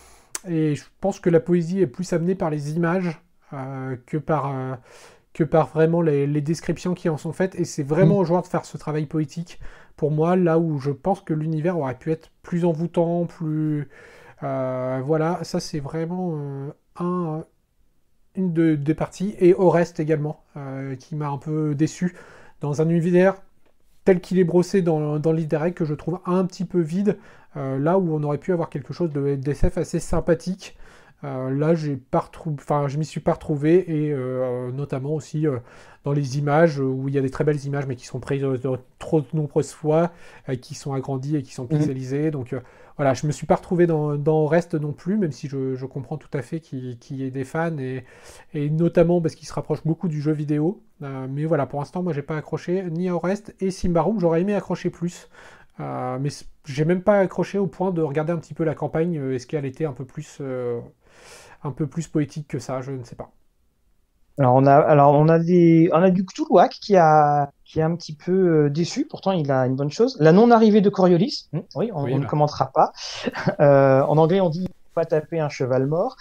Et je pense que la poésie est plus amenée par les images euh, que par, euh, que par vraiment les, les descriptions qui en sont faites. Et c'est vraiment Mm. aux joueurs de faire ce travail poétique. Pour moi, là où je pense que l'univers aurait pu être plus envoûtant, plus. euh, voilà, ça c'est vraiment euh, un une de- des parties, et Orest également, euh, qui m'a un peu déçu dans un univers tel qu'il est brossé dans, dans l'Iderec, que je trouve un petit peu vide, euh, là où on aurait pu avoir quelque chose de d'S F assez sympathique. Euh, là, j'ai pas retrouvé, enfin, je m'y suis pas retrouvé, et euh, notamment aussi euh, dans les images, euh, où il y a des très belles images, mais qui sont prises de, de trop de nombreuses fois, euh, qui sont agrandies et qui sont Mm. pixelisées. Donc euh, voilà, je me suis pas retrouvé dans, dans Rest non plus, même si je, je comprends tout à fait qu'il qu'il y ait des fans, et, et notamment parce qu'il se rapproche beaucoup du jeu vidéo. Euh, mais voilà, pour l'instant, moi, j'ai pas accroché ni à Orest et Symbaroum. J'aurais aimé accrocher plus. Euh, mais c- j'ai même pas accroché au point de regarder un petit peu la campagne. euh, Est-ce qu'elle était un peu plus, euh, un peu plus poétique que ça? Je ne sais pas. Alors on a, alors on a des, on a du Cthulhuac qui a, qui est un petit peu euh, déçu. Pourtant, il a une bonne chose. La non-arrivée de Coriolis. Hmm, oui, on, on Oui, ne bah. commentera pas. Euh, en anglais, on dit pas taper un cheval mort.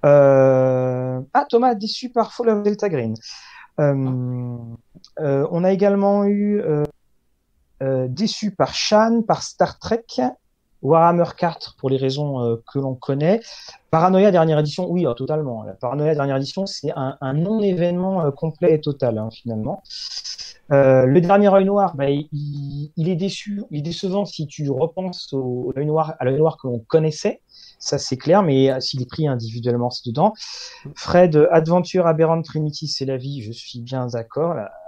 Euh... Ah, Thomas déçu par Fall of Delta Green. Ah. Euh, euh, on a également eu euh, euh, déçu par Shan, par Star Trek, Warhammer quatre pour les raisons euh, que l'on connaît. Paranoia dernière édition, oui, euh, totalement. La Paranoia dernière édition, c'est un, un non-événement euh, complet et total, hein, finalement. Euh, le dernier œil noir, bah, il, il est déçu, il est décevant si tu repenses au, au œil noir, à l'œil noir que l'on connaissait. Ça, c'est clair, mais euh, s'il est pris individuellement, c'est dedans. Fred, Adventure Aberrant Trinity, c'est la vie, je suis bien d'accord. La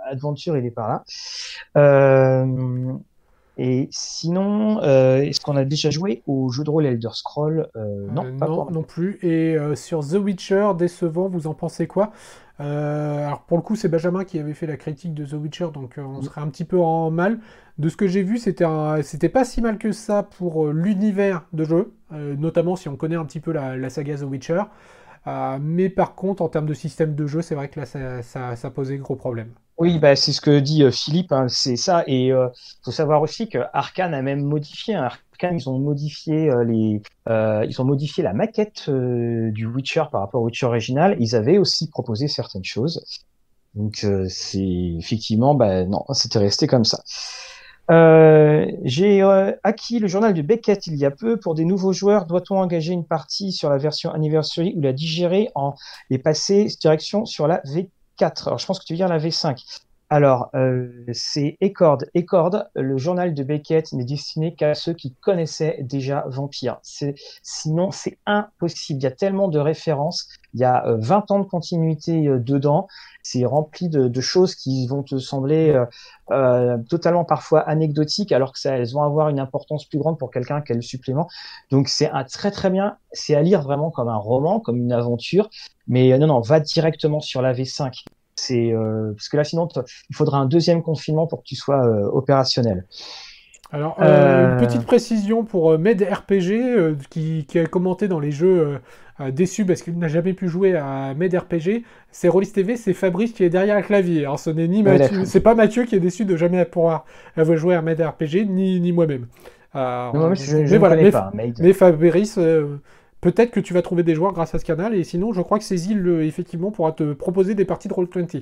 Adventure, il est par là. Euh, et sinon, euh, est-ce qu'on a déjà joué au jeu de rôle Elder Scrolls? euh, Non, Euh, pas non, pour non nous. plus. Et euh, sur The Witcher, décevant, vous en pensez quoi? Euh, alors pour le coup, c'est Benjamin qui avait fait la critique de The Witcher, donc euh, on serait un petit peu en mal. De ce que j'ai vu, c'était un- c'était pas si mal que ça pour euh, l'univers de jeu, euh, notamment si on connaît un petit peu la, la saga The Witcher. Euh, mais par contre, en termes de système de jeu, c'est vrai que là, ça, ça, ça posait gros problème. Oui, bah, c'est ce que dit euh, Philippe, hein, c'est ça. Et euh, faut savoir aussi que Arkane a même modifié. Hein, Arkane, ils ont modifié euh, les, euh, ils ont modifié la maquette euh, du Witcher par rapport au Witcher original. Ils avaient aussi proposé certaines choses. Donc euh, c'est effectivement, bah non, c'était resté comme ça. Euh, j'ai euh, acquis le journal de Beckett il y a peu. Pour des nouveaux joueurs, doit-on engager une partie sur la version Anniversary ou la digérer en et passer direction sur la V quatre? Alors je pense que tu veux dire la V cinq. Alors euh, c'est Ecord. Ecord, le journal de Beckett n'est destiné qu'à ceux qui connaissaient déjà Vampire. C'est, sinon c'est impossible. Il y a tellement de références. Il y a euh, vingt ans de continuité euh, dedans. C'est rempli de, de choses qui vont te sembler euh, euh, totalement parfois anecdotiques, alors que ça, elles vont avoir une importance plus grande pour quelqu'un qui a le supplément. Donc c'est un très très bien, c'est à lire vraiment comme un roman, comme une aventure. Mais euh, non, non, va directement sur la V cinq. C'est euh, parce que là, sinon, t- il faudra un deuxième confinement pour que tu sois euh, opérationnel. Alors, euh, une Euh, petite précision pour euh, Med R P G, euh, qui, qui a commenté dans les jeux euh, euh, déçu parce qu'il n'a jamais pu jouer à Med R P G, c'est Rollis T V, c'est Fabrice qui est derrière le clavier. Alors, ce n'est ni ouais, Mathieu, d'accord. c'est pas Mathieu qui est déçu de jamais pouvoir avoir joué à Med R P G, ni, ni moi-même. Non, moi, Alors, je, je mais ne voilà, connais mais, pas, Maid. mais Fabrice, euh, peut-être que tu vas trouver des joueurs grâce à ce canal, et sinon, je crois que Cécile, euh, effectivement, pourra te proposer des parties de Roll vingt.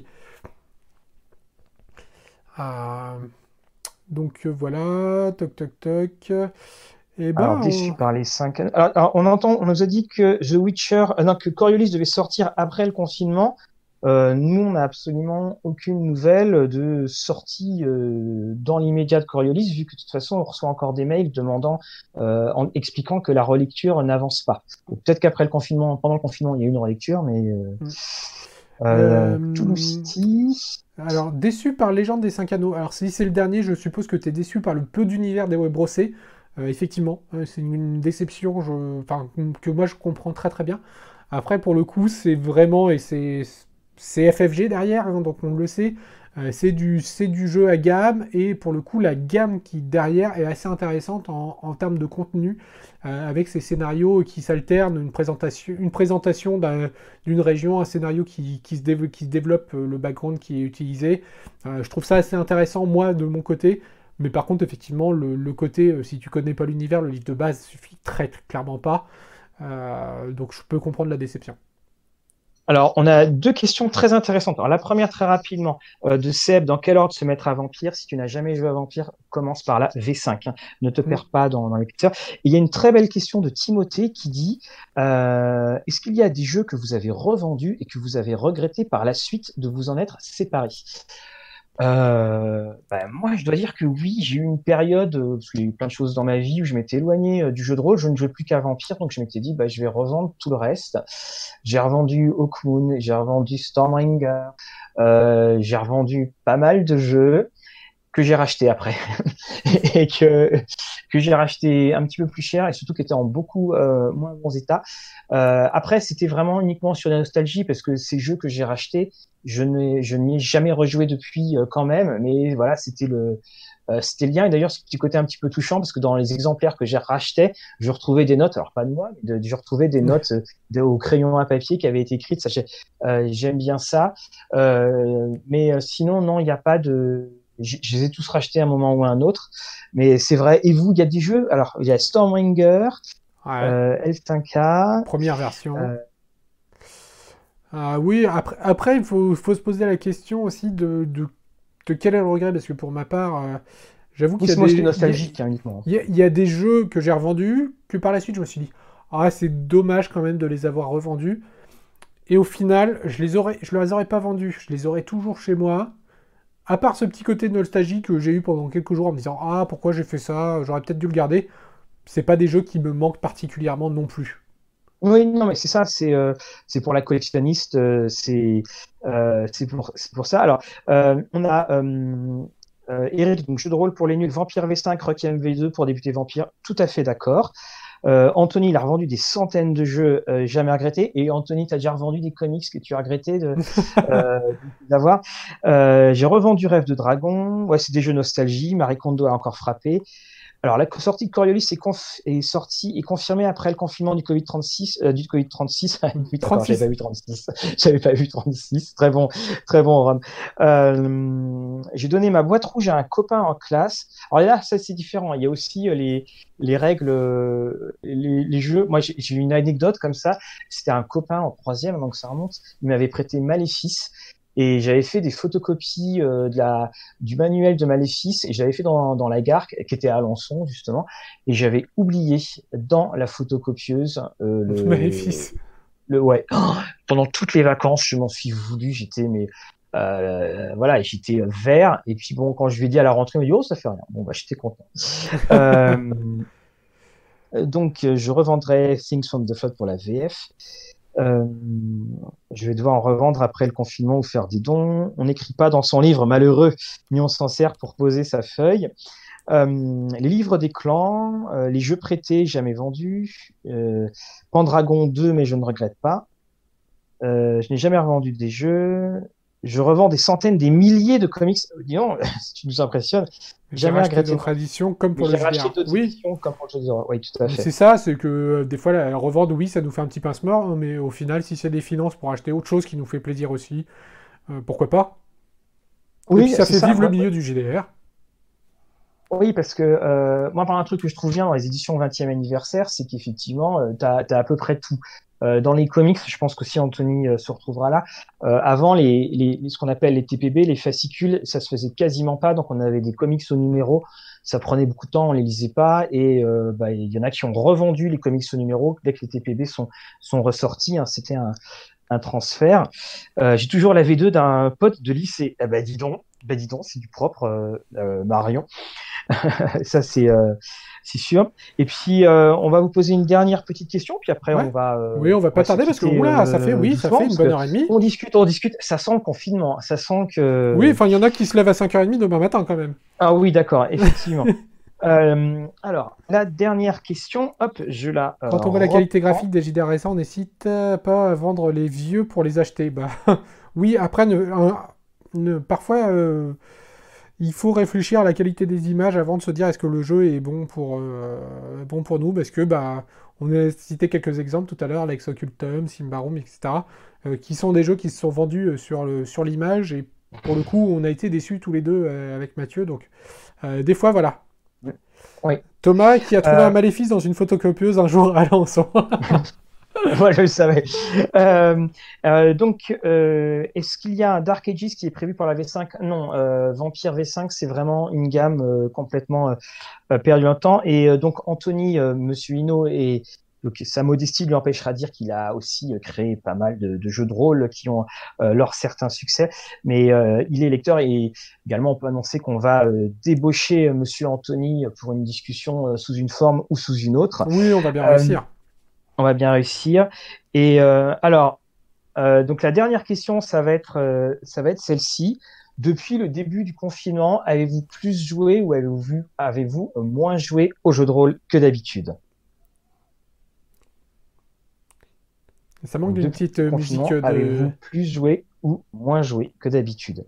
Euh, donc euh, voilà, toc toc toc. Et Alors, ben, déçu on- par les cinq. Alors, alors, on entend, on nous a dit que The Witcher, euh, non, que Coriolis devait sortir après le confinement. Euh, nous, on n'a absolument aucune nouvelle de sortie euh, dans l'immédiat de Coriolis, vu que de toute façon, on reçoit encore des mails demandant, euh, en expliquant que la relecture n'avance pas. Donc, peut-être qu'après le confinement, pendant le confinement, il y a eu une relecture, mais euh, Hmm. euh, Cthulhu Euh, City. alors, déçu par Légende des Cinq Anneaux. Alors, si c'est le dernier, je suppose que tu es déçu par le peu d'univers des web brossés. Euh, effectivement, euh, c'est une déception je... enfin, que moi je comprends très très bien. Après, pour le coup, c'est vraiment, et c'est c'est F F G derrière, hein, donc on le sait, euh, c'est du, c'est du jeu à gamme, et pour le coup, la gamme qui derrière est assez intéressante en, en termes de contenu, euh, avec ces scénarios qui s'alternent, une présentation, une présentation d'un- d'une région, un scénario qui, qui, se, dév- qui se développe, euh, le background qui est utilisé. Euh, je trouve ça assez intéressant, moi, de mon côté. Mais par contre, effectivement, le, le côté, euh, si tu connais pas l'univers, le livre de base suffit très clairement pas. Euh, donc je peux comprendre la déception. Alors, on a deux questions très intéressantes. Alors, la première, très rapidement, euh, de Seb, dans quel ordre se mettre à Vampire? Si tu n'as jamais joué à Vampire, commence par la V cinq. Hein. Ne te Mm. perds pas dans, dans les pictures. Et il y a une très belle question de Timothée qui dit, euh, est-ce qu'il y a des jeux que vous avez revendus et que vous avez regretté par la suite de vous en être séparés? Euh, bah, moi, je dois dire que oui, j'ai eu une période, euh, parce qu'il y a eu plein de choses dans ma vie où je m'étais éloigné euh, du jeu de rôle, je ne jouais plus qu'à Vampire, donc je m'étais dit, bah, je vais revendre tout le reste. J'ai revendu Hawkmoon, j'ai revendu Stormbringer, euh, j'ai revendu pas mal de jeux que j'ai rachetés après et que que j'ai racheté un petit peu plus cher et surtout qui étaient en beaucoup euh, moins bons états. Euh, après, c'était vraiment uniquement sur la nostalgie parce que ces jeux que j'ai rachetés, je n'ai je n'y ai jamais rejoué depuis euh, quand même, mais voilà, c'était le euh, c'était le lien. Et d'ailleurs, ce petit côté un petit peu touchant parce que dans les exemplaires que j'ai rachetés, je retrouvais des notes, alors pas de moi, mais de, je retrouvais des notes euh, de, au crayon à papier qui avaient été écrites. Ça, j'ai- euh, j'aime bien ça. Euh, mais euh, sinon, non, il n'y a pas de je, je les ai tous rachetés à un moment ou à un autre, mais c'est vrai. Et vous, il y a des jeux. Alors, il y a Stormbringer, Ouais, euh, L cinq K. première version. Euh, Ah oui, après, après il faut, faut se poser la question aussi de, de, de quel est le regret, parce que pour ma part, euh, j'avoue oui, qu'il y a c'est moi, c'était des, il y a, nostalgique hein, uniquement. il y a- il y a des jeux que j'ai revendus, que par la suite je me suis dit, ah c'est dommage quand même de les avoir revendus. Et au final, je les aurais, je les aurais pas vendus, je les aurais toujours chez moi. À part ce petit côté nostalgie que j'ai eu pendant quelques jours en me disant, ah pourquoi j'ai fait ça, j'aurais peut-être dû le garder. C'est pas des jeux qui me manquent particulièrement non plus. Oui, non, mais c'est ça, c'est euh, c'est pour la collectionniste, euh, c'est euh, c'est pour, c'est pour ça. Alors, euh, on a euh, euh, Eric, donc jeu de rôle pour les nuls, Vampire V cinq, Requiem V deux pour débuter Vampire, tout à fait d'accord. Euh, Anthony, il a revendu des centaines de jeux, euh, jamais regretté. Et Anthony, tu as déjà revendu des comics que tu as regretté de, euh, d'avoir. Euh, j'ai revendu Rêve de Dragon. Ouais, c'est des jeux nostalgie. Marie Kondo a encore frappé. Alors, la sortie de Coriolis est, conf... est sortie et confirmée après le confinement du Covid trente-six. Euh, du Covid trente-six. Oui, d'accord, j'avais trente-six. pas vu trente-six. J'avais pas vu trente-six. Très bon, très bon, Ron. Euh, j'ai donné ma boîte rouge à un copain en classe. Alors là, ça, c'est différent. Il y a aussi euh, les, les règles, euh, les, les jeux. Moi, j'ai j'ai eu une anecdote comme ça. C'était un copain en troisième, donc ça remonte. Il m'avait prêté Maléfice. Et j'avais fait des photocopies euh, de la, du manuel de Maléfice et j'avais fait dans, dans la gare qui était à Alençon justement et j'avais oublié dans la photocopieuse euh, le, Maléfice. le ouais oh, pendant toutes les vacances je m'en suis voulu, j'étais mais euh, voilà, j'étais vert et puis bon quand je lui ai dit à la rentrée il m'a dit oh ça fait rien, bon bah j'étais content. euh, donc je revendrai Things from the Flood pour la V F. Euh, je vais devoir en revendre après le confinement ou faire des dons. On n'écrit pas dans son livre malheureux, ni on s'en sert pour poser sa feuille. Euh, les livres des clans, euh, les jeux prêtés, jamais vendus. Euh, Pendragon deux, mais je ne regrette pas. Euh, je n'ai jamais revendu des jeux. Je revends des centaines, des milliers de comics. Dis donc, tu nous impressionnes. J'ai Jamais racheté regretté. d'autres éditions comme Mais pour le j'ai racheté J D R. d'autres Oui, éditions comme pour le jeu de rôle. Oui, tout à mais fait. c'est ça, c'est que euh, des fois, la revente, oui, ça nous fait un petit pincement, hein, mais au final, si c'est des finances pour acheter autre chose qui nous fait plaisir aussi, euh, pourquoi pas? Et puis Oui, ça c'est fait ça. vivre le Moi, milieu du G D R. oui, parce que euh, moi, par un truc que je trouve bien dans les éditions vingtième anniversaire, c'est qu'effectivement, euh, tu as à peu près tout. Euh, dans les comics, je pense qu'aussi Anthony euh, se retrouvera là. Euh, avant, les, les, ce qu'on appelle les T P B, les fascicules, ça se faisait quasiment pas. Donc, on avait des comics au numéro. Ça prenait beaucoup de temps, on les lisait pas. Et euh, bah, il y en a qui ont revendu les comics au numéro dès que les T P B sont, sont ressortis. Hein, c'était un, un transfert. Euh, j'ai toujours la V deux d'un pote de lycée. Ah bah dis donc, bah dis donc, c'est du propre, euh, euh, Marion. Ça, c'est euh, c'est sûr. Et puis, euh, on va vous poser une dernière petite question, puis après, Ouais. on va, euh, Oui, on va on va pas se tarder parce que, quitter oula, ça fait, euh, oui, ça doucement, fait une parce bonne que heure et demie. on discute, on discute. Ça sent le confinement. Ça sent Oui, que... enfin, il y en a qui se lèvent à cinq heures trente demain matin quand même. Ah oui, d'accord, effectivement. Euh, alors, la dernière question, hop, je la euh, Quand on voit la qualité graphique reprends. des J D R récents, on n'hésite pas à vendre les vieux pour les acheter. Bah, oui, après, ne, un- ne- parfois, euh, il faut réfléchir à la qualité des images avant de se dire est-ce que le jeu est bon pour, euh, bon pour nous, parce que bah, on a cité quelques exemples tout à l'heure, Lex Occultum, Symbaroum, et cetera, euh, qui sont des jeux qui se sont vendus euh, sur le, sur l'image, et pour le coup, on a été déçus tous les deux euh, avec Mathieu, donc euh, des fois, voilà. Oui. Thomas qui a trouvé un Euh, maléfice dans une photocopieuse un jour à Alençon. Moi, je le savais. Euh, euh, donc, euh, est-ce qu'il y a un Dark Ages qui est prévu pour la V cinq? Non, euh, Vampire V cinq, c'est vraiment une gamme euh, complètement euh, perdue en temps. Et euh, donc, Anthony, euh, Monsieur Hino, et donc, sa modestie lui empêchera de dire qu'il a aussi euh, créé pas mal de, de jeux de rôle qui ont euh, leur certain succès. Mais euh, il est lecteur et également, on peut annoncer qu'on va euh, débaucher euh, Monsieur Anthony pour une discussion euh, sous une forme ou sous une autre. Oui, on va bien Euh, réussir. on va bien réussir. Et euh, alors, euh, donc la dernière question, ça va être, euh, ça va être celle-ci. Depuis le début du confinement, avez-vous plus joué ou avez-vous vu- avez-vous moins joué au jeu de rôle que d'habitude? Ça manque Donc d'une depuis petite le euh, musique confinement, de... avez-vous plus joué ou moins joué que d'habitude?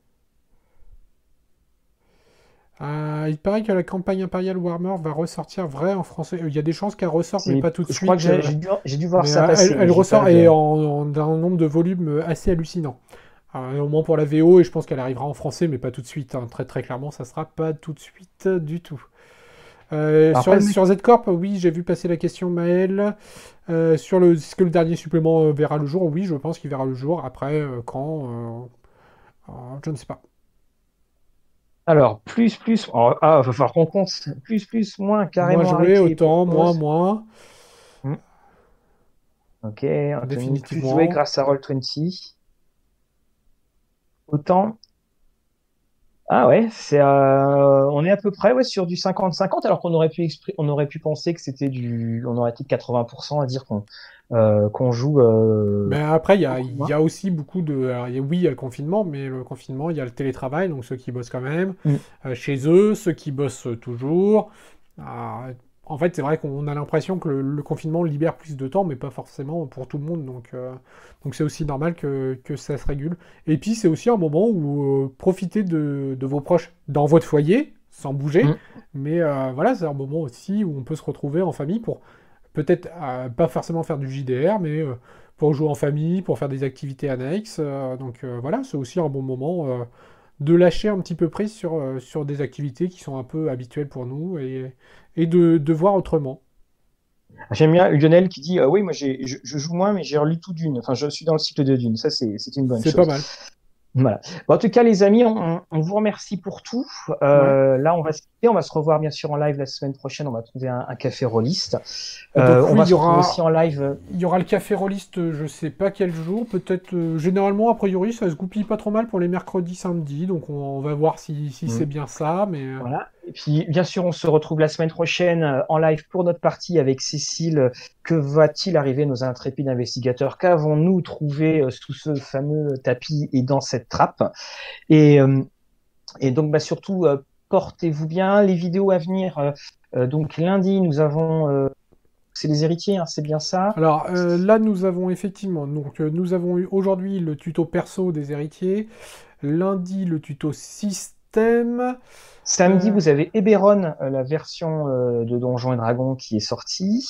Ah, il paraît que la campagne impériale Warhammer va ressortir vrai en français. Euh, Il y a des chances qu'elle ressorte, mais C'est, pas tout de je crois que suite. j'ai euh, j'ai dû, j'ai dû voir mais ça euh, elle, passer, mais elle j'ai pas ressort et de. en, en un nombre de volumes euh, assez hallucinant. Euh, au moins pour la V O, et je pense qu'elle arrivera en français, mais pas tout de suite. Hein. Très très clairement, ça sera pas tout de suite euh, du tout. Euh, Alors après, sur, le mec- sur Z-Corp, oui, j'ai vu passer la question Maël. Euh, sur le, est-ce que le dernier supplément euh, verra le jour? Oui, je pense qu'il verra le jour. Après, euh, quand euh, euh, je ne sais pas. alors plus plus, oh, ah, va falloir qu'on compte. Plus plus, moins, Moins carrément joué, arrêté, autant, moins, pause. moins. Hmm. Ok, Anthony, plus joué Définitivement. grâce à Roll vingt. Autant, Ah ouais, c'est euh, on est à peu près ouais, sur du cinquante cinquante alors qu'on aurait pu expri- on aurait pu penser que c'était du on aurait été de quatre-vingts pour cent à dire qu'on euh, qu'on joue Mais euh, après, il y a, beaucoup il y moins. a aussi beaucoup de... alors, il y a- oui, il y a le confinement, mais le confinement, il y a le télétravail, donc ceux qui bossent quand même, Mm. euh, chez eux, ceux qui bossent toujours. Ah, en fait, c'est vrai qu'on a l'impression que le, le confinement libère plus de temps, mais pas forcément pour tout le monde, donc euh, donc c'est aussi normal que, que ça se régule. Et puis, c'est aussi un moment où euh, profitez de, de vos proches dans votre foyer, sans bouger, Mm. mais euh, voilà, c'est un moment aussi où on peut se retrouver en famille pour peut-être euh, pas forcément faire du J D R, mais euh, pour jouer en famille, pour faire des activités annexes. Euh, donc euh, voilà, c'est aussi un bon moment euh, de lâcher un petit peu prise sur, euh, sur des activités qui sont un peu habituelles pour nous et, et de, de voir autrement. J'aime bien Lionel qui dit euh, oui moi j'ai je, je joue moins mais j'ai relu tout Dune. Enfin je suis dans le cycle de Dune. Ça c'est c'est une bonne C'est pas chose. mal. Voilà. Bon, en tout cas, les amis, on, on vous remercie pour tout. Ouais. Euh, là, on va se quitter. On va se revoir bien sûr en live la semaine prochaine. On va trouver un, un café rôliste. Euh, Euh, donc on oui, va il y se retrouver aussi aura, en live. euh, il y aura le café rôliste, euh, je sais pas quel jour, peut-être euh, généralement a priori ça se goupille pas trop mal pour les mercredis, samedis, donc on, on va voir si, si c'est hmm, bien ça, mais euh, Voilà. Et puis, bien sûr, on se retrouve la semaine prochaine euh, en live pour notre partie avec Cécile. Que va-t-il arriver, nos intrépides investigateurs? Qu'avons-nous trouvé euh, sous ce fameux tapis et dans cette trappe? Et, euh, et donc, bah, surtout, euh, portez-vous bien. Les vidéos à venir. euh, euh, donc, lundi, nous avons. euh, c'est les héritiers, hein, c'est bien ça? alors euh, là, nous avons effectivement, donc euh, nous avons eu aujourd'hui le tuto perso des héritiers, lundi le tuto système, Samedi, euh, vous avez Eberron, euh, la version euh, de Donjons et Dragons qui est sortie.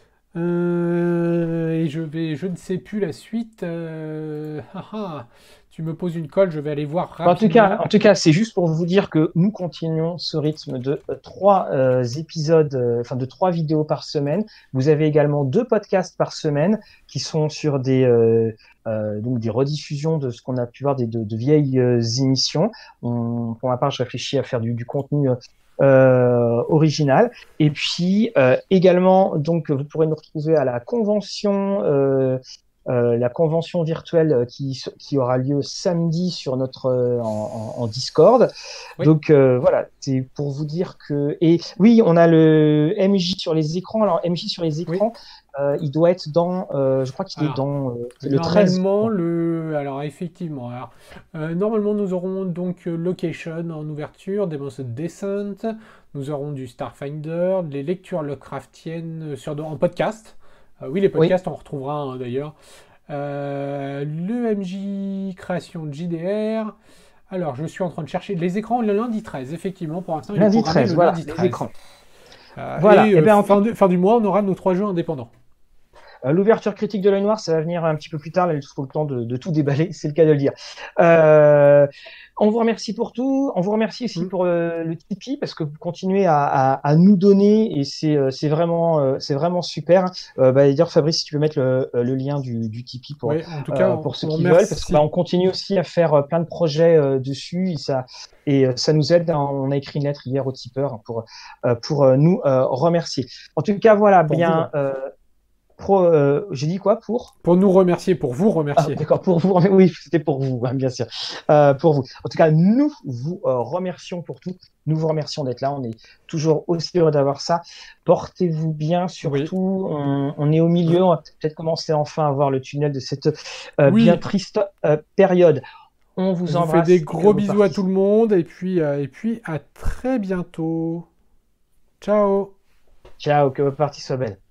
euh, et je vais, je ne sais plus la suite. euh, ah, ah, tu me poses une colle, je vais aller voir En tout cas, rapidement. en tout cas, c'est juste pour vous dire que nous continuons ce rythme de euh, trois euh, épisodes, euh, enfin de trois vidéos par semaine. Vous avez également deux podcasts par semaine qui sont sur des euh, euh, donc des rediffusions de ce qu'on a pu voir des de, de vieilles euh, émissions. On, pour ma part, je réfléchis à faire du, du contenu euh, original. Et puis euh, également, donc vous pourrez nous retrouver à la convention. Euh, euh, la convention virtuelle euh, qui, qui aura lieu samedi sur notre euh, en, en, en Discord. Oui. Donc euh, voilà, c'est pour vous dire que et oui, on a le M J sur les écrans. Alors M J sur les Oui. écrans, euh, il doit être dans, euh, je crois qu'il est Alors, dans euh, le treize. normalement, le... Alors, effectivement, alors, euh, normalement, nous aurons donc euh, Location en ouverture, Demons Descent, nous aurons du Starfinder, les lectures Lovecraftiennes euh, sur... en podcast. Euh, oui, les Oui, podcasts, on retrouvera hein, d'ailleurs. Euh, le M J création de J D R. Alors, je suis en train de chercher les écrans le lundi treize, effectivement, pour l'instant, il est lundi programmé treize, le voilà, lundi les treize. écrans. Euh, Voilà, et et euh, bien en tout fin, de- fin du mois, on aura nos trois jeux indépendants. Euh, L'ouverture critique de l'œil noir, ça va venir un petit peu plus tard. Là, il faut le temps de, de tout déballer, c'est le cas de le dire. Euh, on vous remercie pour tout. On vous remercie aussi Hmm. pour euh, le Tipeee parce que vous continuez à, à, à nous donner et c'est euh, c'est vraiment euh, c'est vraiment super. Euh, bah, d'ailleurs, Fabrice, si tu peux mettre le, le lien du, du Tipeee pour Oui, en tout cas, euh, on, pour ceux on qui veulent, parce qu'on bah, remercie. on continue aussi à faire euh, plein de projets euh, dessus et ça et euh, ça nous aide. On a écrit une lettre hier au tipeur pour euh, pour euh, nous euh, remercier. En tout cas, voilà, Pour vous bien. remercier. Euh, Pro, euh, j'ai dit quoi pour? Pour nous remercier, pour vous Ah, remercier. d'accord, pour vous. Oui, c'était pour vous, hein, bien sûr. Euh, pour vous. En tout cas, nous vous euh, remercions pour tout. Nous vous remercions d'être là. On est toujours aussi heureux d'avoir ça. Portez-vous bien, Oui. surtout. On, on est au milieu. Hein. On va peut-être commencer enfin à voir le tunnel de cette euh, bien Oui. triste euh, période. On On vous vous fait des embrasse et que gros vos bisous à parties tout soient. le monde et puis, euh, et puis à très bientôt. Ciao. Ciao, que vos parties soient belles.